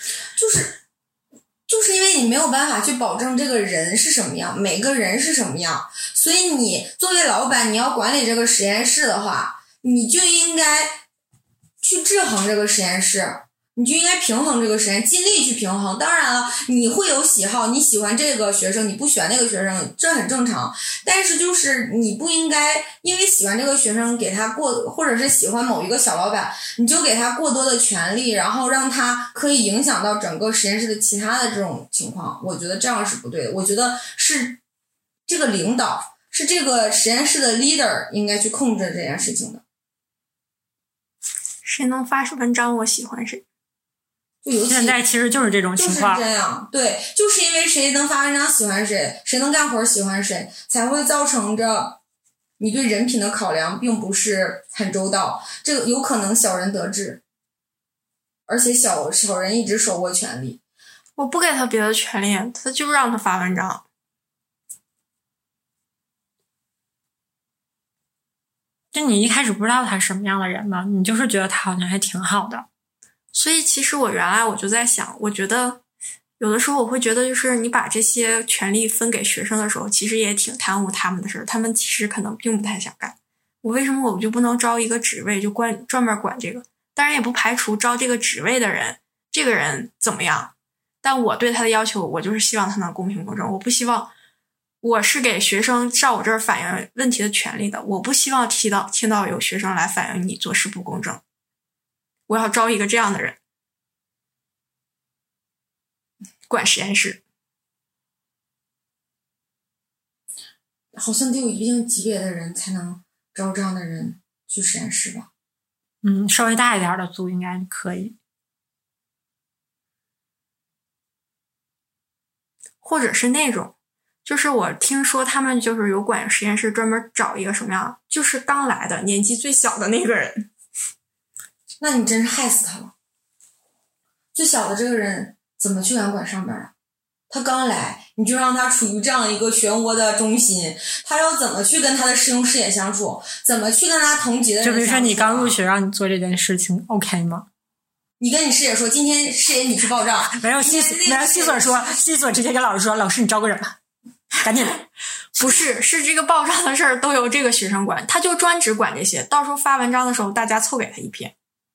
就是因为你没有办法去保证这个人是什么样，每个人是什么样，所以你作为老板，你要管理这个实验室的话，你就应该去制衡这个实验室，你就应该平衡这个实验，尽力去平衡。当然了，你会有喜好，你喜欢这个学生，你不喜欢那个学生，这很正常。但是就是你不应该因为喜欢这个学生给他或者是喜欢某一个小老板，你就给他过多的权利，然后让他可以影响到整个实验室的其他的这种情况。我觉得这样是不对的。我觉得是这个领导，是这个实验室的 leader 应该去控制这件事情的。 谁能发文章，我喜欢谁。 现在其实就是这种情况， 就是这样，对，就是因为谁能发文章喜欢谁，谁能干活喜欢谁，才会造成着你对人品的考量并不是很周到，这个有可能小人得志，而且小人一直手握权力。 我不给他别的权利，他就让他发文章。 就你一开始不知道他是什么样的人嘛，你就是觉得他好像还挺好的。 所以其实我原来我就在想，我觉得有的时候我会觉得，就是你把这些权利分给学生的时候，其实也挺耽误他们的事儿，他们其实可能并不太想干。 我为什么我就不能招一个职位就专门管这个？当然也不排除招这个职位的人，这个人怎么样，但我对他的要求，我就是希望他能公平公正。我不希望，我是给学生上我这儿反映问题的权利的，我不希望听到有学生来反映你做事不公正。我要招一个这样的人管实验室。 好像得有一定级别的人才能招这样的人去实验室吧？ 稍微大一点的组应该可以， 或者是那种，就是我听说他们就是有管实验室专门找一个什么样，就是刚来的年纪最小的那个人。 那你真是害死他了。最小的这个人怎么去管上边啊？他刚来，你就让他处于这样一个漩涡的中心，他要怎么去跟他的师兄师姐相处？怎么去跟他同级的人相处？ 就比如说你刚入学让你做这件事情 OK 吗？ 你跟你师姐说，今天师姐你去报账。 没有西索说，西索直接跟老师说，老师你招个人吧，赶紧的。 不是，是这个报账的事儿都由这个学生管，他就专职管这些，到时候发文章的时候大家凑给他一篇。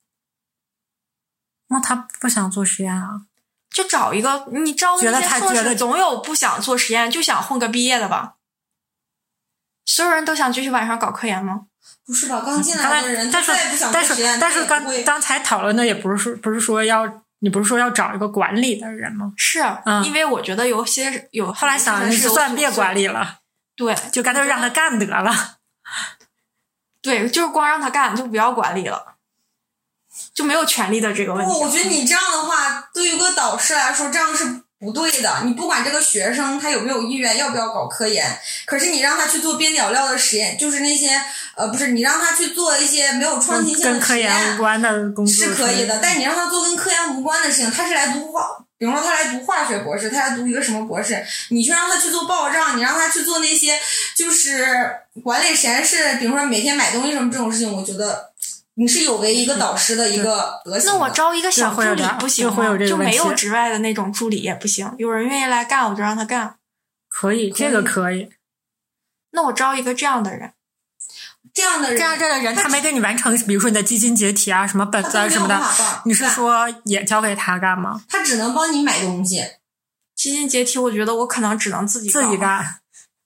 那他不想做实验啊？ 就找一个，你招那些硕士总有不想做实验就想混个毕业的吧？所有人都想继续晚上搞科研吗？ 不是吧，刚进来的人他再也不想做实验。 但是刚才讨论的也不是说要找一个管理的人吗？ 是，因为我觉得有些后来想是算别管理了， 对， 就干脆让他干得了。 对，就是光让他干，就不要管理了。就没有权利的这个问题。 我觉得你这样的话，对于个导师来说，这样是不对的。你不管这个学生他有没有意愿，要不要搞科研，可是你让他去做边角料的实验，就是那些不是你让他去做一些没有创新性的实验， 跟科研无关的工作是可以的。但你让他做跟科研无关的事情，他是来读比如说他来读化学博士，他来读一个什么博士，你去让他去做报账，你让他去做那些就是管理实验室，比如说每天买东西什么这种事情，我觉得你是有违一个导师的一个德行的。 那我招一个小助理不行吗？就没有职外的那种助理也不行，有人愿意来干我就让他干。 可以，这个可以。 那我招一个这样的人。 这样的人他没给你完成比如说你的基金解体啊什么本子啊什么的，你是说也交给他干吗？ 他只能帮你买东西。 基金解体我觉得我可能只能自己干。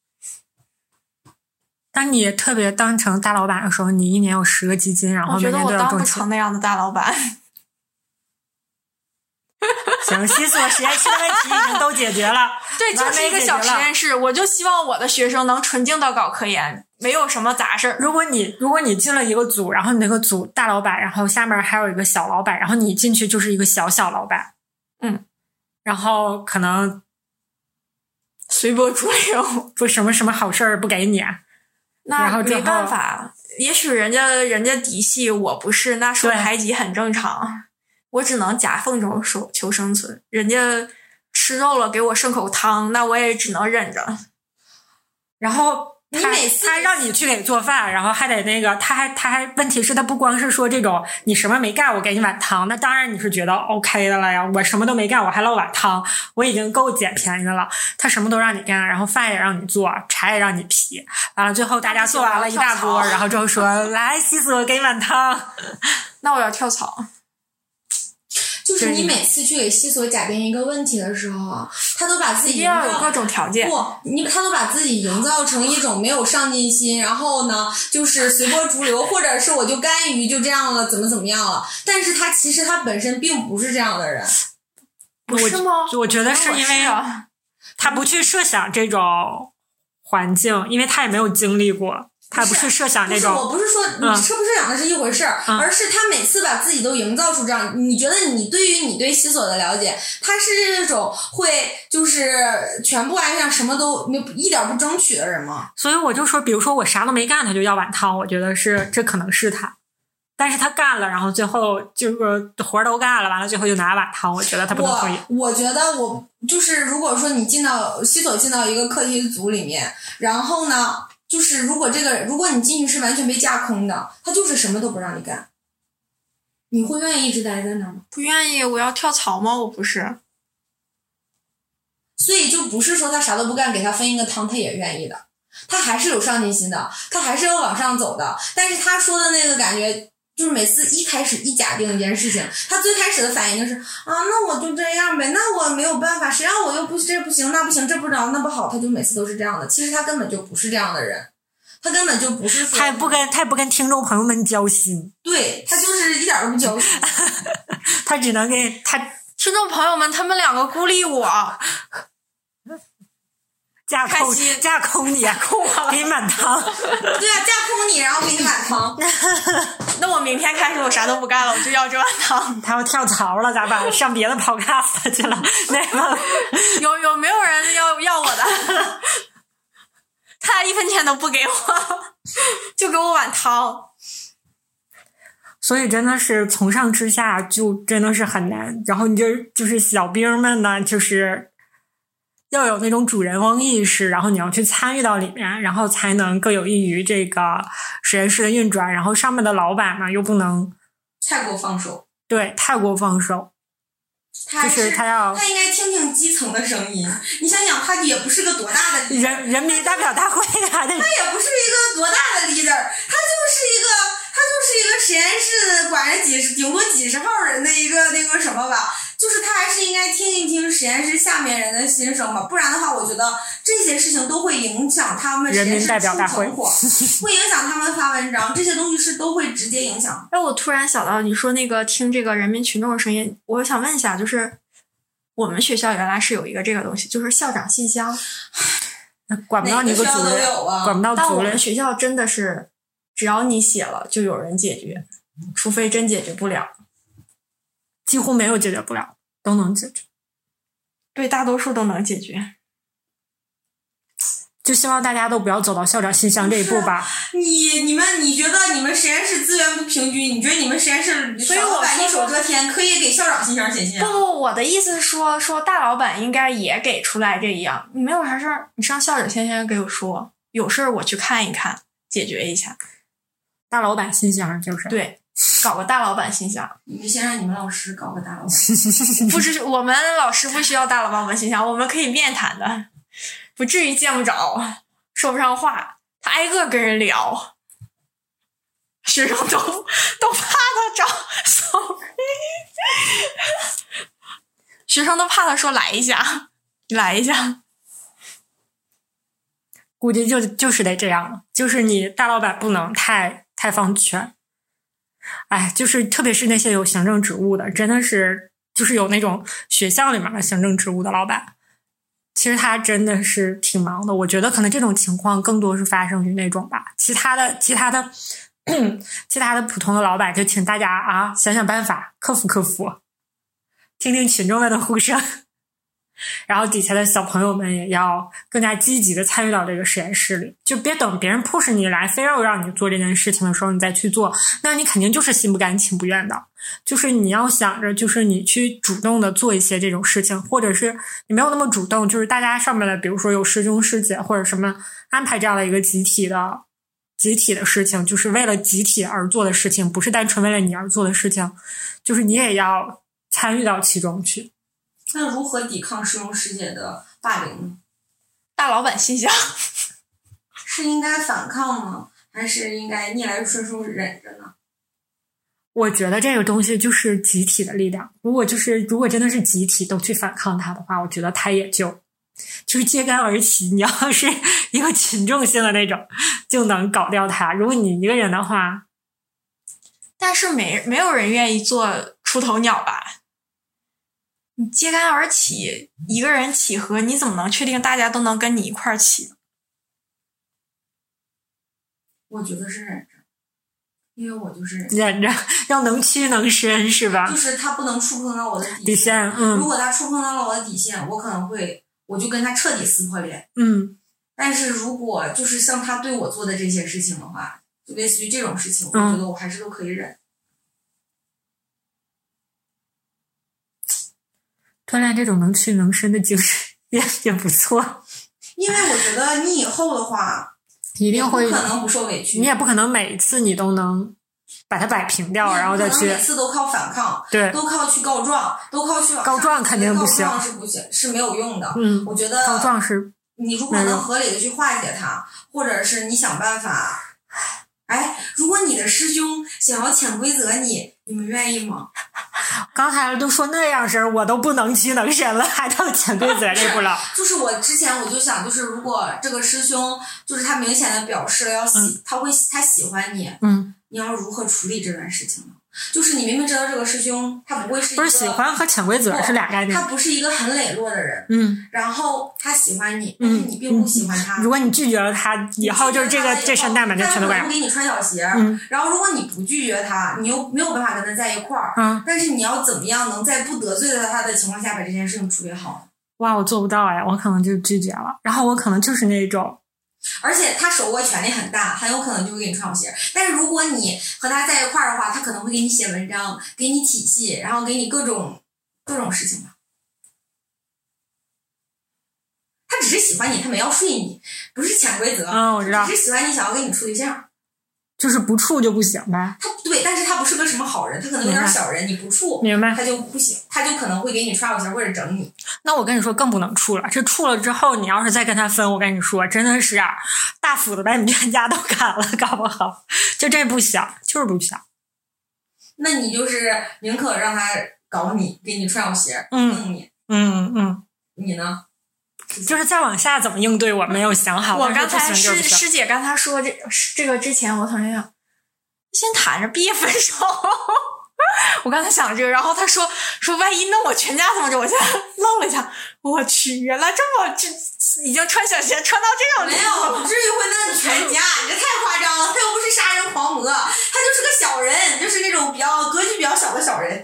当你特别当成大老板的时候，你一年有10个基金，然后每年都要挣钱。 我觉得我当不成那样的大老板。 行，西索实验室的问题已经都解决了。 对，就是一个小实验室，我就希望我的学生能纯净的搞科研，没有什么杂事儿。 如果你进了一个组，然后你那个组大老板，然后下面还有一个小老板，然后你进去就是一个小老板，然后可能随波逐流， 不什么好事儿不给你。 那没办法，也许人家嫡系我不是，那受排挤很正常。我只能夹缝中求生存，人家吃肉了给我剩口汤，那我也只能忍着。 然后他让你去给做饭，然后还得那个，他还问题是他不光是说这种你什么没干我给你碗汤，那当然你是觉得 OK 的了呀，我什么都没干我还捞碗汤，我已经够捡便宜的了。他什么都让你干，然后饭也让你做，茶也让你劈，完了最后大家做完了一大锅，然后之后说来西索给你碗汤。 那我要跳槽。 就是你每次去给西索假定一个问题的时候，他都把自己一定要有各种条件。 他都把自己营造成一种没有上进心，然后呢，就是随波逐流，或者是我就甘于就这样了，怎么样了。但是其实他本身并不是这样的人。 不是吗？ 我觉得是因为他不去设想这种环境，因为他也没有经历过。他不是设想那种， 我不是说你设不设想的是一回事儿，而是他每次把自己都营造出这样。你觉得你对西索的了解，他是这种会就是全部按上什么都一点不争取的人吗？ 所以我就说，比如说我啥都没干，他就要碗汤，我觉得这可能是他。但是他干了，然后最后就是活都干了，完了最后就拿碗汤，我觉得他不能同意。 我觉得就是如果说你西索进到一个课题组里面，然后呢。就是如果你进去是完全被架空的，他就是什么都不让你干，你会愿意一直待在那儿吗？ 不愿意，我要跳槽吗？我不是。 所以就不是说他啥都不干，给他分一个汤他也愿意的， 他还是有上进心的，他还是要往上走的。但是他说的那个感觉，就是每次一开始一假定一件事情，他最开始的反应就是那我就这样呗，那我没有办法，谁让我又不这不行那不行这不着那不好，他就每次都是这样的。其实他根本就不是这样的人，他根本就不是说他也不跟听众朋友们交心， 对，他就是一点都不交心。 他只能给他听众朋友们，他们2个孤立我， 架空你，给你满堂。 对啊，架空你，然后给你满堂。 那我明天开始我啥都不干了，我就要这碗汤。 他要跳槽了咋办？上别的 podcast 去了。那个有没有人要我的？他1分钱都不给我，就给我碗汤。 所以真的是从上至下就真的是很难，然后你就是小兵们呢，就是要有那种主人翁意识，然后你要去参与到里面，然后才能更有益于这个实验室的运转，然后上面的老板呢又不能太过放手， 对，太过放手，就是他应该听听基层的声音。你想想，他也不是个多大的 leader， 人民代表大会啊， 他也不是一个多大的 leader， 他就是一个实验室管着顶多几十号人的一个那个什么吧，就是他还是应该听一听实验室下面人的心声吧，不然的话，我觉得这些事情都会影响他们实验室出成果，会影响他们发文章，这些东西是都会直接影响。 我突然想到，你说那个听这个人民群众的声音，我想问一下，就是我们学校原来是有一个这个东西，就是校长信箱， 管不到你个主任，管不到但我主任。 们学校真的是，只要你写了，就有人解决，除非真解决不了。 几乎没有解决不了，都能解决。 对，大多数都能解决。 就希望大家都不要走到校长信箱这一步吧。 你觉得你们实验室资源不平均？你觉得你们实验室小老板一手遮天，可以给校长信箱写信？ 不，我的意思是说大老板应该也给出来这样。你没有啥事儿，你上校长信箱给我说，有事儿我去看一看，解决一下。 大老板信箱就是对。搞个大老板信箱， 你们先让你们老师搞个大老板。 不是，我们老师不需要大老板信箱，我们可以面谈的，不至于见不着，说不上话，他挨个跟人聊，学生都怕他找 ，sorry， 学生都怕他说来一下， 估计就是得这样了，就是你大老板不能太放权。哎，就是特别是那些有行政职务的，真的是就是有那种学校里面的行政职务的老板，其实他真的是挺忙的。我觉得可能这种情况更多是发生于那种吧，其他的普通的老板就请大家想想办法，克服，听听群众们的呼声。然后底下的小朋友们也要更加积极的参与到这个实验室里，就别等别人 push 你来，非要让你做这件事情的时候你再去做，那你肯定就是心不甘情不愿的。就是你要想着，就是你去主动的做一些这种事情，或者是你没有那么主动，就是大家上面的，比如说有师兄师姐或者什么安排这样的一个集体的事情，就是为了集体而做的事情，不是单纯为了你而做的事情，就是你也要参与到其中去。 那如何抵抗师兄师姐的霸凌呢？ 大老板信箱是应该反抗呢，还是应该逆来顺受忍着呢？ 我觉得这个东西就是集体的力量。如果真的是集体都去反抗它的话，我觉得它也就是揭竿而起。你要是一个群众性的那种，就能搞掉它。如果你一个人的话， 但是没有人愿意做出头鸟吧？你揭竿而起，一个人起合，你怎么能确定大家都能跟你一块儿起？ 我觉得是忍着，因为我就是忍着，要能屈能伸，是吧？ 就是他不能触碰到我的底线。如果他触碰到了我的底线，我可能我就跟他彻底撕破脸。但是如果就是像他对我做的这些事情的话，就类似于这种事情，我觉得我还是都可以忍。 锻炼这种能屈能伸的精神也不错。 因为我觉得你以后的话一定会不可能不受委屈， 你也不可能每一次你都能把它摆平掉，然后再去每次都靠反抗， 对， 都靠去告状，都靠去告状肯定不行， 告状是不行，是没有用的。 我觉得你如果能合理的去化解它，或者是你想办法。如果你的师兄想要潜规则你们愿意吗？ 刚才都说那样式，我都不能屈能伸了，还到潜规则这步了。 就是我之前我就想，就是如果这个师兄就是他明显的表示了他喜欢你，你要如何处理这段事情呢？就是你明明知道这个师兄他不会是一个， 不是喜欢和潜规则是俩概念， 他不是一个很磊落的人，然后他喜欢你，但是你并不喜欢他。 如果你拒绝了他，以后就是这身大满就全都怪。 他不给你穿小鞋，然后如果你不拒绝他，你又没有办法跟他在一块儿，但是你要怎么样能在不得罪他的情况下把这件事情处理好？ 哇，我做不到呀，我可能就拒绝了，然后我可能就是那种。 而且他手握权力很大，很有可能就会给你穿小鞋。但是如果你和他在一块儿的话，他可能会给你写文章，给你体系，然后给你各种事情吧。他只是喜欢你，他没要睡你，不是潜规则。 我知道。 只是喜欢你，想要跟你处对象。 就是不处就不行呗。 对，但是他不是个什么好人，他可能有点小人，你不处， 明白？ 他就不行，他就可能会给你穿小鞋或者整你。 那我跟你说，更不能处了。这处了之后，你要是再跟他分，我跟你说，真的是大斧子把你全家都砍了，搞不好就这不想，就是不想。 那你就是宁可让他搞你，给你穿小鞋，弄你。你呢？ 就是再往下怎么应对，我没有想好。 我刚才师姐刚才说这个之前，我同学想先谈着别分手。我刚才想这个，然后他说万一弄我全家怎么着？我现在愣了一下，我去，原来这么已经穿小鞋穿到这样没有，不至于会弄你全家，你这太夸张了。他又不是杀人狂魔，他就是个小人，就是那种格局比较小的小人。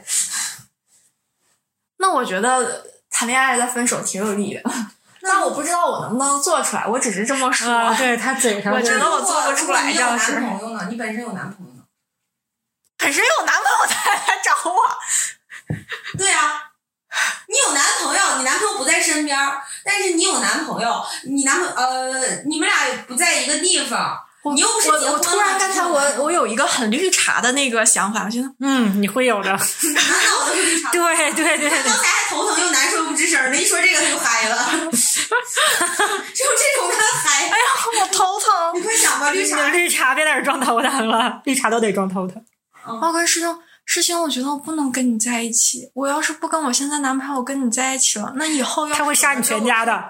那我觉得谈恋爱再分手挺有利的。但我不知道我能不能做出来，我只是这么说。 对，他嘴上， 我觉得我做不出来。要是你有男朋友呢？你本身有男朋友呢？ 本身有男朋友才来找我。 对啊，你有男朋友，你男朋友不在身边，但是你有男朋友，你们俩不在一个地方。你又不是结婚了。 我突然刚才我有一个很绿茶的那个想法，我觉得你会有的。 满脑子是绿茶。 对。 他刚才还头疼又难受又不吱声的，一说这个他就嗨了。只有这种他嗨。 哎呀，我头疼。 你快想吧， 绿茶别在这装头疼了，绿茶都得装头疼。 我跟师兄，我觉得我不能跟你在一起。我要是不跟我现在男朋友跟你在一起了，那以后他会杀你全家的。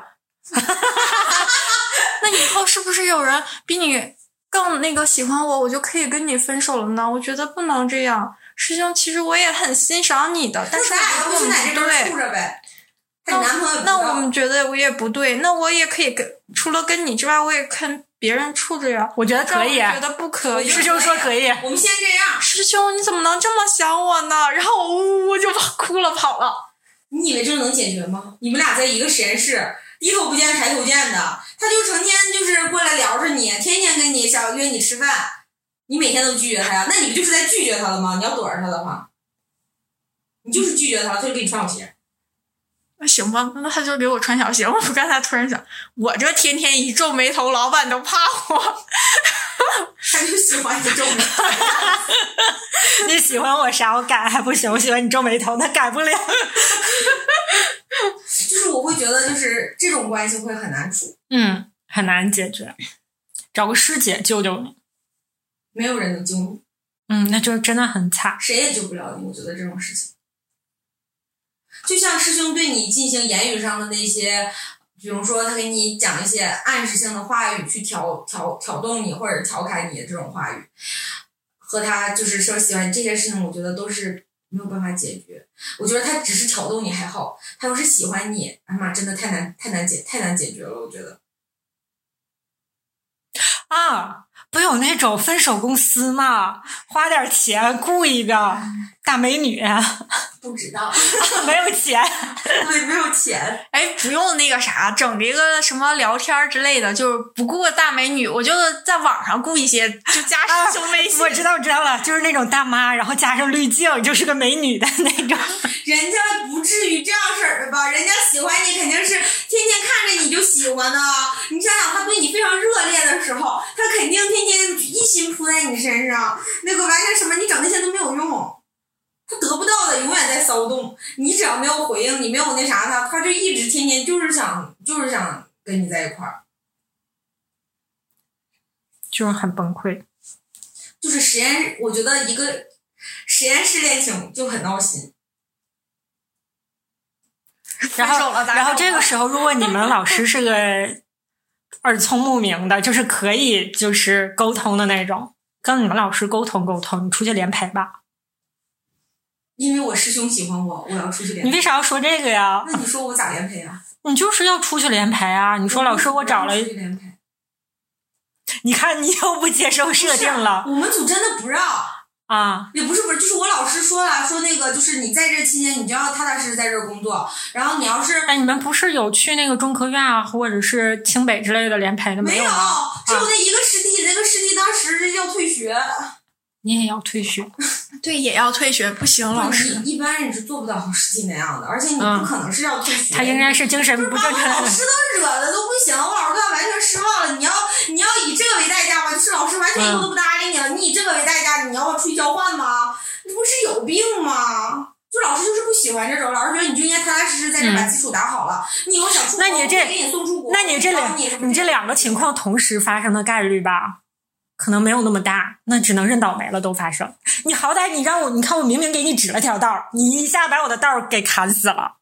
那以后是不是有人比你更那个喜欢我，我就可以跟你分手了呢？我觉得不能这样。师兄，其实我也很欣赏你的，但是咱俩要不去哪这边处着呗？ 那我们觉得我也不对，那我也可以除了跟你之外，我也跟别人处着呀。 我觉得可以。 我觉得不可以。 师兄说可以。 我们先这样。 师兄，你怎么能这么想我呢？然后我就哭了跑了。 你以为这能解决吗？你们俩在一个实验室，低头不见抬头见的，他就成天就是过来聊着你，天天跟你想约你吃饭，你每天都拒绝他呀？那你不就是在拒绝他了吗？你要躲着他的话，你就是拒绝他，他就给你穿小鞋。 那行吧，那他就给我穿小鞋。我刚才突然想，我这天天一皱眉头，老板都怕我。 他就喜欢你皱眉头。 你喜欢我啥？我改还不行，我喜欢你皱眉头，那改不了。 就是我会觉得，就是这种关系会很难处， 很难解决。找个师姐救救你， 没有人能救你。 那就真的很惨， 谁也救不了你。我觉得这种事情，就像师兄对你进行言语上的那些，比如说他给你讲一些暗示性的话语，去挑动你或者调侃你的这种话语，和他就是说喜欢这些事情，我觉得都是没有办法解决。我觉得他只是挑逗你还好，他要是喜欢你，哎妈，真的太难解决了。我觉得不有那种分手公司吗？花点钱雇一个大美女。 不知道。 没有钱。 对，没有钱。 不用那个啥，整这个什么聊天之类的，就是不雇大美女，我就在网上雇一些，就加师兄微信。 我知道了，就是那种大妈，然后加上滤镜，就是个美女的那种。 人家不至于这样式儿的吧？人家喜欢你肯定是天天看着你就喜欢的。你想想，他对你非常热烈的时候，他肯定天天一心扑在你身上，那个完全什么，你整那些都没有用。他得不到的永远在骚动，你只要没有回应，你没有那啥他就一直天天就是想跟你在一块儿， 就是很崩溃。 就是我觉得一个实验室恋情就很闹心。 然后这个时候，如果你们老师是个耳聪目明的，就是可以就是沟通的那种，跟你们老师沟通，你出去联排吧。 因为我师兄喜欢我，我要出去联排。 你为啥要说这个呀？ 那你说我咋联排啊？ 你就是要出去联排啊！你说老师，我找了，你看你又不接受设定了。 我们组真的不让啊， 也不是，就是我老师说了，说那个就是你在这期间，你就要踏踏实实在这工作。然后你要是你们不是有去那个中科院啊，或者是清北之类的联排的没有吗？ 只有那一个师弟，那个师弟当时要退学。 你也要退学？ 对，也要退学，不行，老师。 一般人是做不到和师弟那样的，而且你不可能是要退学。 他应该是精神不正常。 老师都惹的都不行，我老师对他完全失望了。你要以这个为代价吗？就是老师完全以后都不搭理你了。你以这个为代价，你要出去交换吗？你不是有病吗？就老师就是不喜欢这种，老师觉得你就应该踏踏实实在这把基础打好了。你以后想出国， 那你给你送出国。 那你这两个情况同时发生的概率吧？可能没有那么大，那只能认倒霉了，都发生。你好歹你让我，你看我明明给你指了条道，你一下把我的道给砍死了。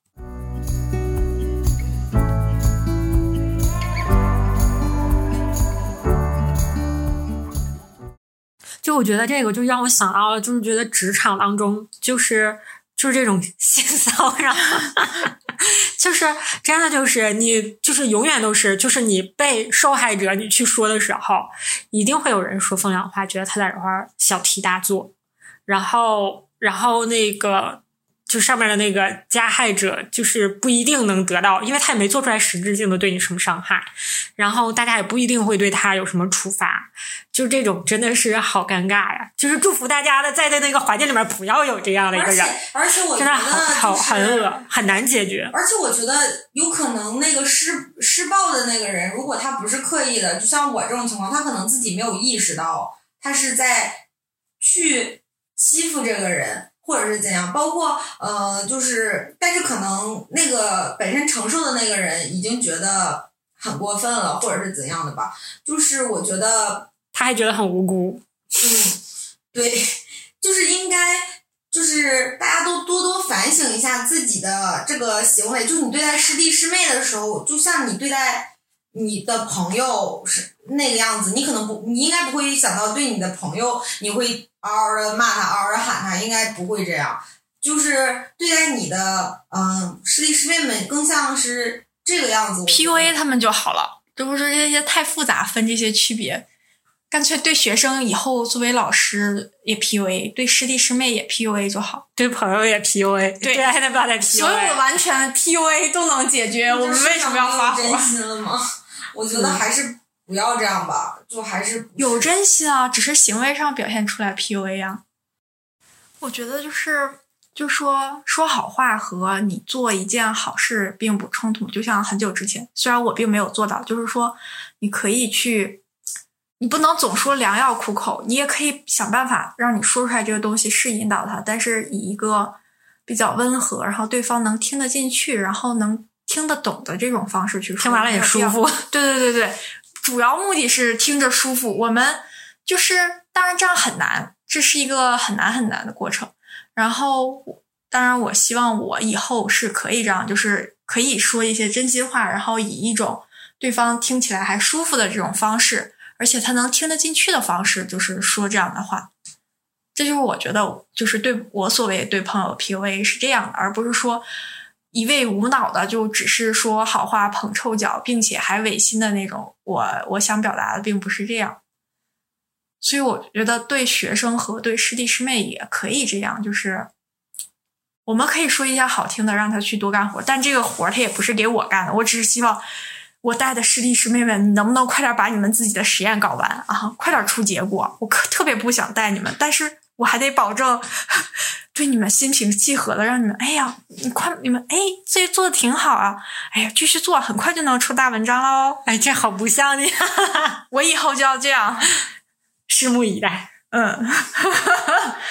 就我觉得这个就让我想到了，就是觉得职场当中就是这种性骚扰。就是真的就是你就是永远都是就是你被受害者你去说的时候，一定会有人说风凉话，觉得他在这块小题大做，然后那个就上面的那个加害者就是不一定能得到，因为他也没做出来实质性的对你什么伤害，然后大家也不一定会对他有什么处罚，就这种真的是好尴尬呀！就是祝福大家的在那个环境里面不要有这样的一个人， 而且我觉得、就是、 真的很恶，很难解决。 而且我觉得有可能那个施暴的那个人，如果他不是刻意的，就像我这种情况，他可能自己没有意识到他是在去欺负这个人。或者是怎样，包括就是但是可能那个本身承受的那个人已经觉得很过分了，或者是怎样的吧，就是我觉得他还觉得很无辜。 对，就是应该就是大家都多反省一下自己的这个行为，就是你对待师弟师妹的时候，就像你对待你的朋友是那个样子，你应该不会想到对你的朋友你会嗷嗷的骂他，嗷嗷的喊他，应该不会这样。就是对待你的师弟师妹们更像是这个样子。 PUA 他们就好了，这不是这些太复杂分这些区别，干脆对学生以后作为老师也 PUA， 对师弟师妹也 PUA 就好， 对朋友也 PUA， 对爱的爸也 PUA， 所有的完全 PUA 都能解决。我们为什么要发火？ 真心了吗？我觉得还是不要这样吧，就还是有真心啊，只是行为上表现出来 PUA 啊。我觉得就说好话和你做一件好事并不冲突，就像很久之前，虽然我并没有做到，就是说你可以去，你不能总说良药苦口，你也可以想办法让你说出来这个东西是引导他，但是以一个比较温和，然后对方能听得进去，然后能听得懂的这种方式去说， 听完了也舒服。 对，主要目的是听着舒服。我们就是当然这样很难，这是一个很难的过程。然后当然我希望我以后是可以这样，就是可以说一些真心话，然后以一种对方听起来还舒服的这种方式，而且他能听得进去的方式，就是说这样的话。这就是我觉得就是对我所谓对朋友 PUA 是这样的，而不是说一味无脑的就只是说好话捧臭脚，并且还违心的那种。我想表达的并不是这样，所以我觉得对学生和对师弟师妹也可以这样，就是我们可以说一些好听的，让他去多干活，但这个活他也不是给我干的，我只是希望我带的师弟师妹们，你能不能快点把你们自己的实验搞完啊？快点出结果！我特别不想带你们，但是我还得保证对你们心平气和的，让你们你们这做的挺好啊！哎呀，继续做，很快就能出大文章喽！ 哎，这好不像你， 我以后就要这样， 拭目以待。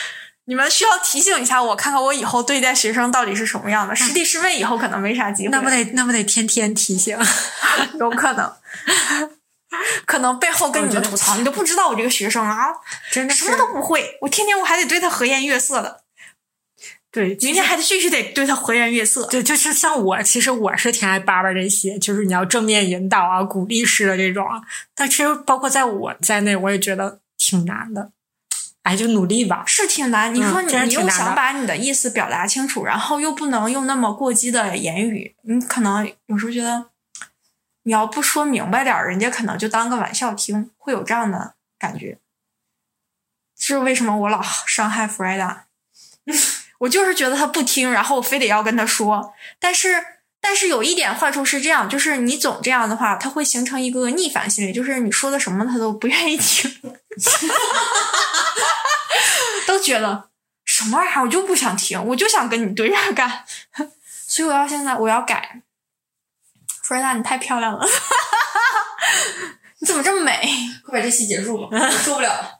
你们需要提醒一下我，看看我以后对待学生到底是什么样的。师弟师妹以后可能没啥机会。 那不得天天提醒？ 有可能。可能背后跟你们吐槽，你都不知道我这个学生啊， 真的什么都不会，我天天我还得对他和颜悦色的。 对， 明天还得继续得对他和颜悦色。 对，就是像我，其实我是挺爱叭叭这些，就是你要正面引导啊、鼓励式的这种啊。但其实包括在我在内，我也觉得挺难的。哎，就努力吧， 是挺难。你说你又想把你的意思表达清楚，然后又不能用那么过激的言语，你可能有时候觉得你要不说明白点，人家可能就当个玩笑听，会有这样的感觉。这是为什么我老伤害弗莱达。我就是觉得他不听，然后我非得要跟他说。但是有一点坏处是这样，就是你总这样的话，他会形成一个逆反心理，就是你说的什么他都不愿意听。都觉得什么玩意儿我就不想听，我就想跟你对着干。所以现在我要改。弗莱达你太漂亮了。你怎么这么美？ 快把这期结束吧，我受不了了。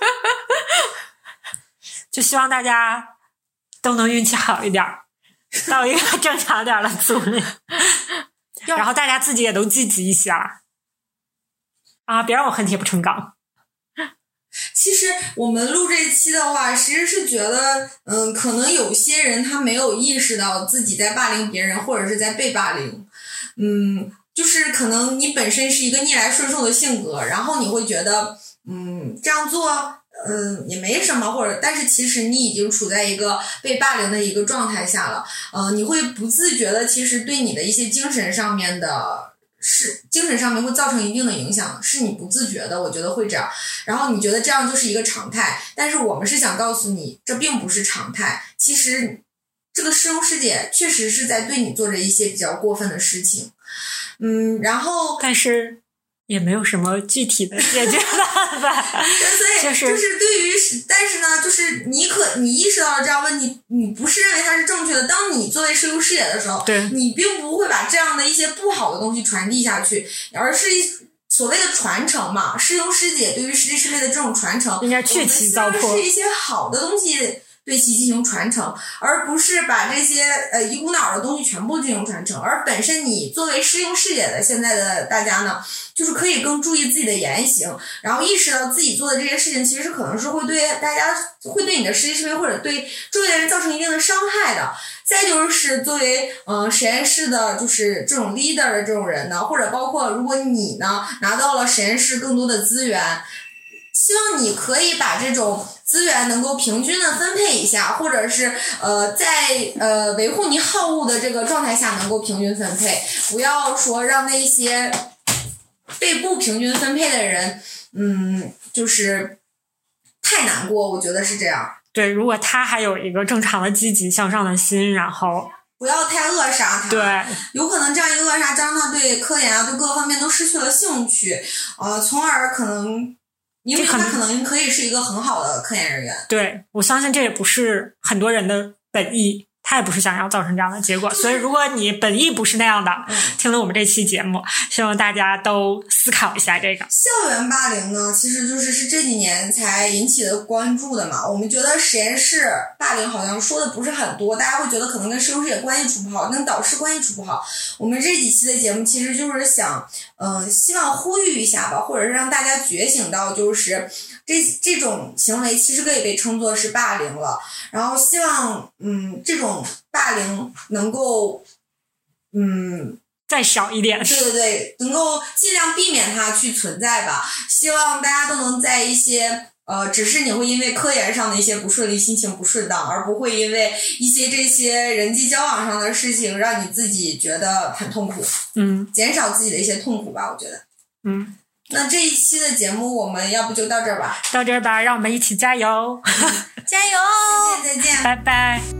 就希望大家都能运气好一点，到一个正常点的组里。然后大家自己也都积极一些啊，别让我恨铁不成钢。 其实我们录这期的话，其实是觉得，可能有些人他没有意识到自己在霸凌别人，或者是在被霸凌。就是可能你本身是一个逆来顺受的性格，然后你会觉得，这样做，也没什么，或者，但是其实你已经处在一个被霸凌的一个状态下了，你会不自觉的，其实对你的一些精神上面会造成一定的影响，是你不自觉的，我觉得会这样。然后你觉得这样就是一个常态，但是我们是想告诉你，这并不是常态。其实这个师兄师姐确实是在对你做着一些比较过分的事情，然后但是也没有什么具体的解决办法。 所以就是对于，但是呢，就是你意识到了这样问题，你不是认为它是正确的。当你作为师兄师姐的时候， 对， 你并不会把这样的一些不好的东西传递下去，而是所谓的传承嘛。师兄师姐对于师弟师妹的这种传承， 应该去其糟粕， 是一些好的东西对其进行传承，而不是把这些一股脑的东西全部进行传承。而本身你作为师兄师姐的现在的大家呢，就是可以更注意自己的言行，然后意识到自己做的这些事情其实可能是会对大家，会对你的师弟师妹或者对周围的人造成一定的伤害的。再就是作为实验室的就是这种 leader 的这种人呢，或者包括如果你呢拿到了实验室更多的资源，希望你可以把这种资源能够平均的分配一下，或者是在维护你好恶的这个状态下能够平均分配，不要说让那些被不平均分配的人就是太难过，我觉得是这样。 对，如果他还有一个正常的积极向上的心，然后不要太扼杀他。 对， 有可能这样一个扼杀，让他对科研啊，对各个方面都失去了兴趣，从而可能，因为他可能可以是一个很好的科研人员。 对，我相信这也不是很多人的本意，他也不是想要造成这样的结果。所以如果你本意不是那样的，听了我们这期节目，希望大家都思考一下这个。 校园霸凌呢，其实是这几年才引起的关注的嘛。我们觉得实验室霸凌好像说的不是很多，大家会觉得可能跟师兄师姐关系处不好，跟导师关系处不好。我们这几期的节目其实就是想希望呼吁一下吧，或者是让大家觉醒到，就是这种行为其实可以被称作是霸凌了。然后希望这种霸凌能够再少一点。 对对对，能够尽量避免它去存在吧。希望大家都能在一些只是你会因为科研上的一些不顺利，心情不顺当，而不会因为一些这些人际交往上的事情让你自己觉得很痛苦。减少自己的一些痛苦吧，我觉得。那这一期的节目我们要不就到这儿吧。 到这儿吧，让我们一起加油。 加油！ 再见， 拜拜。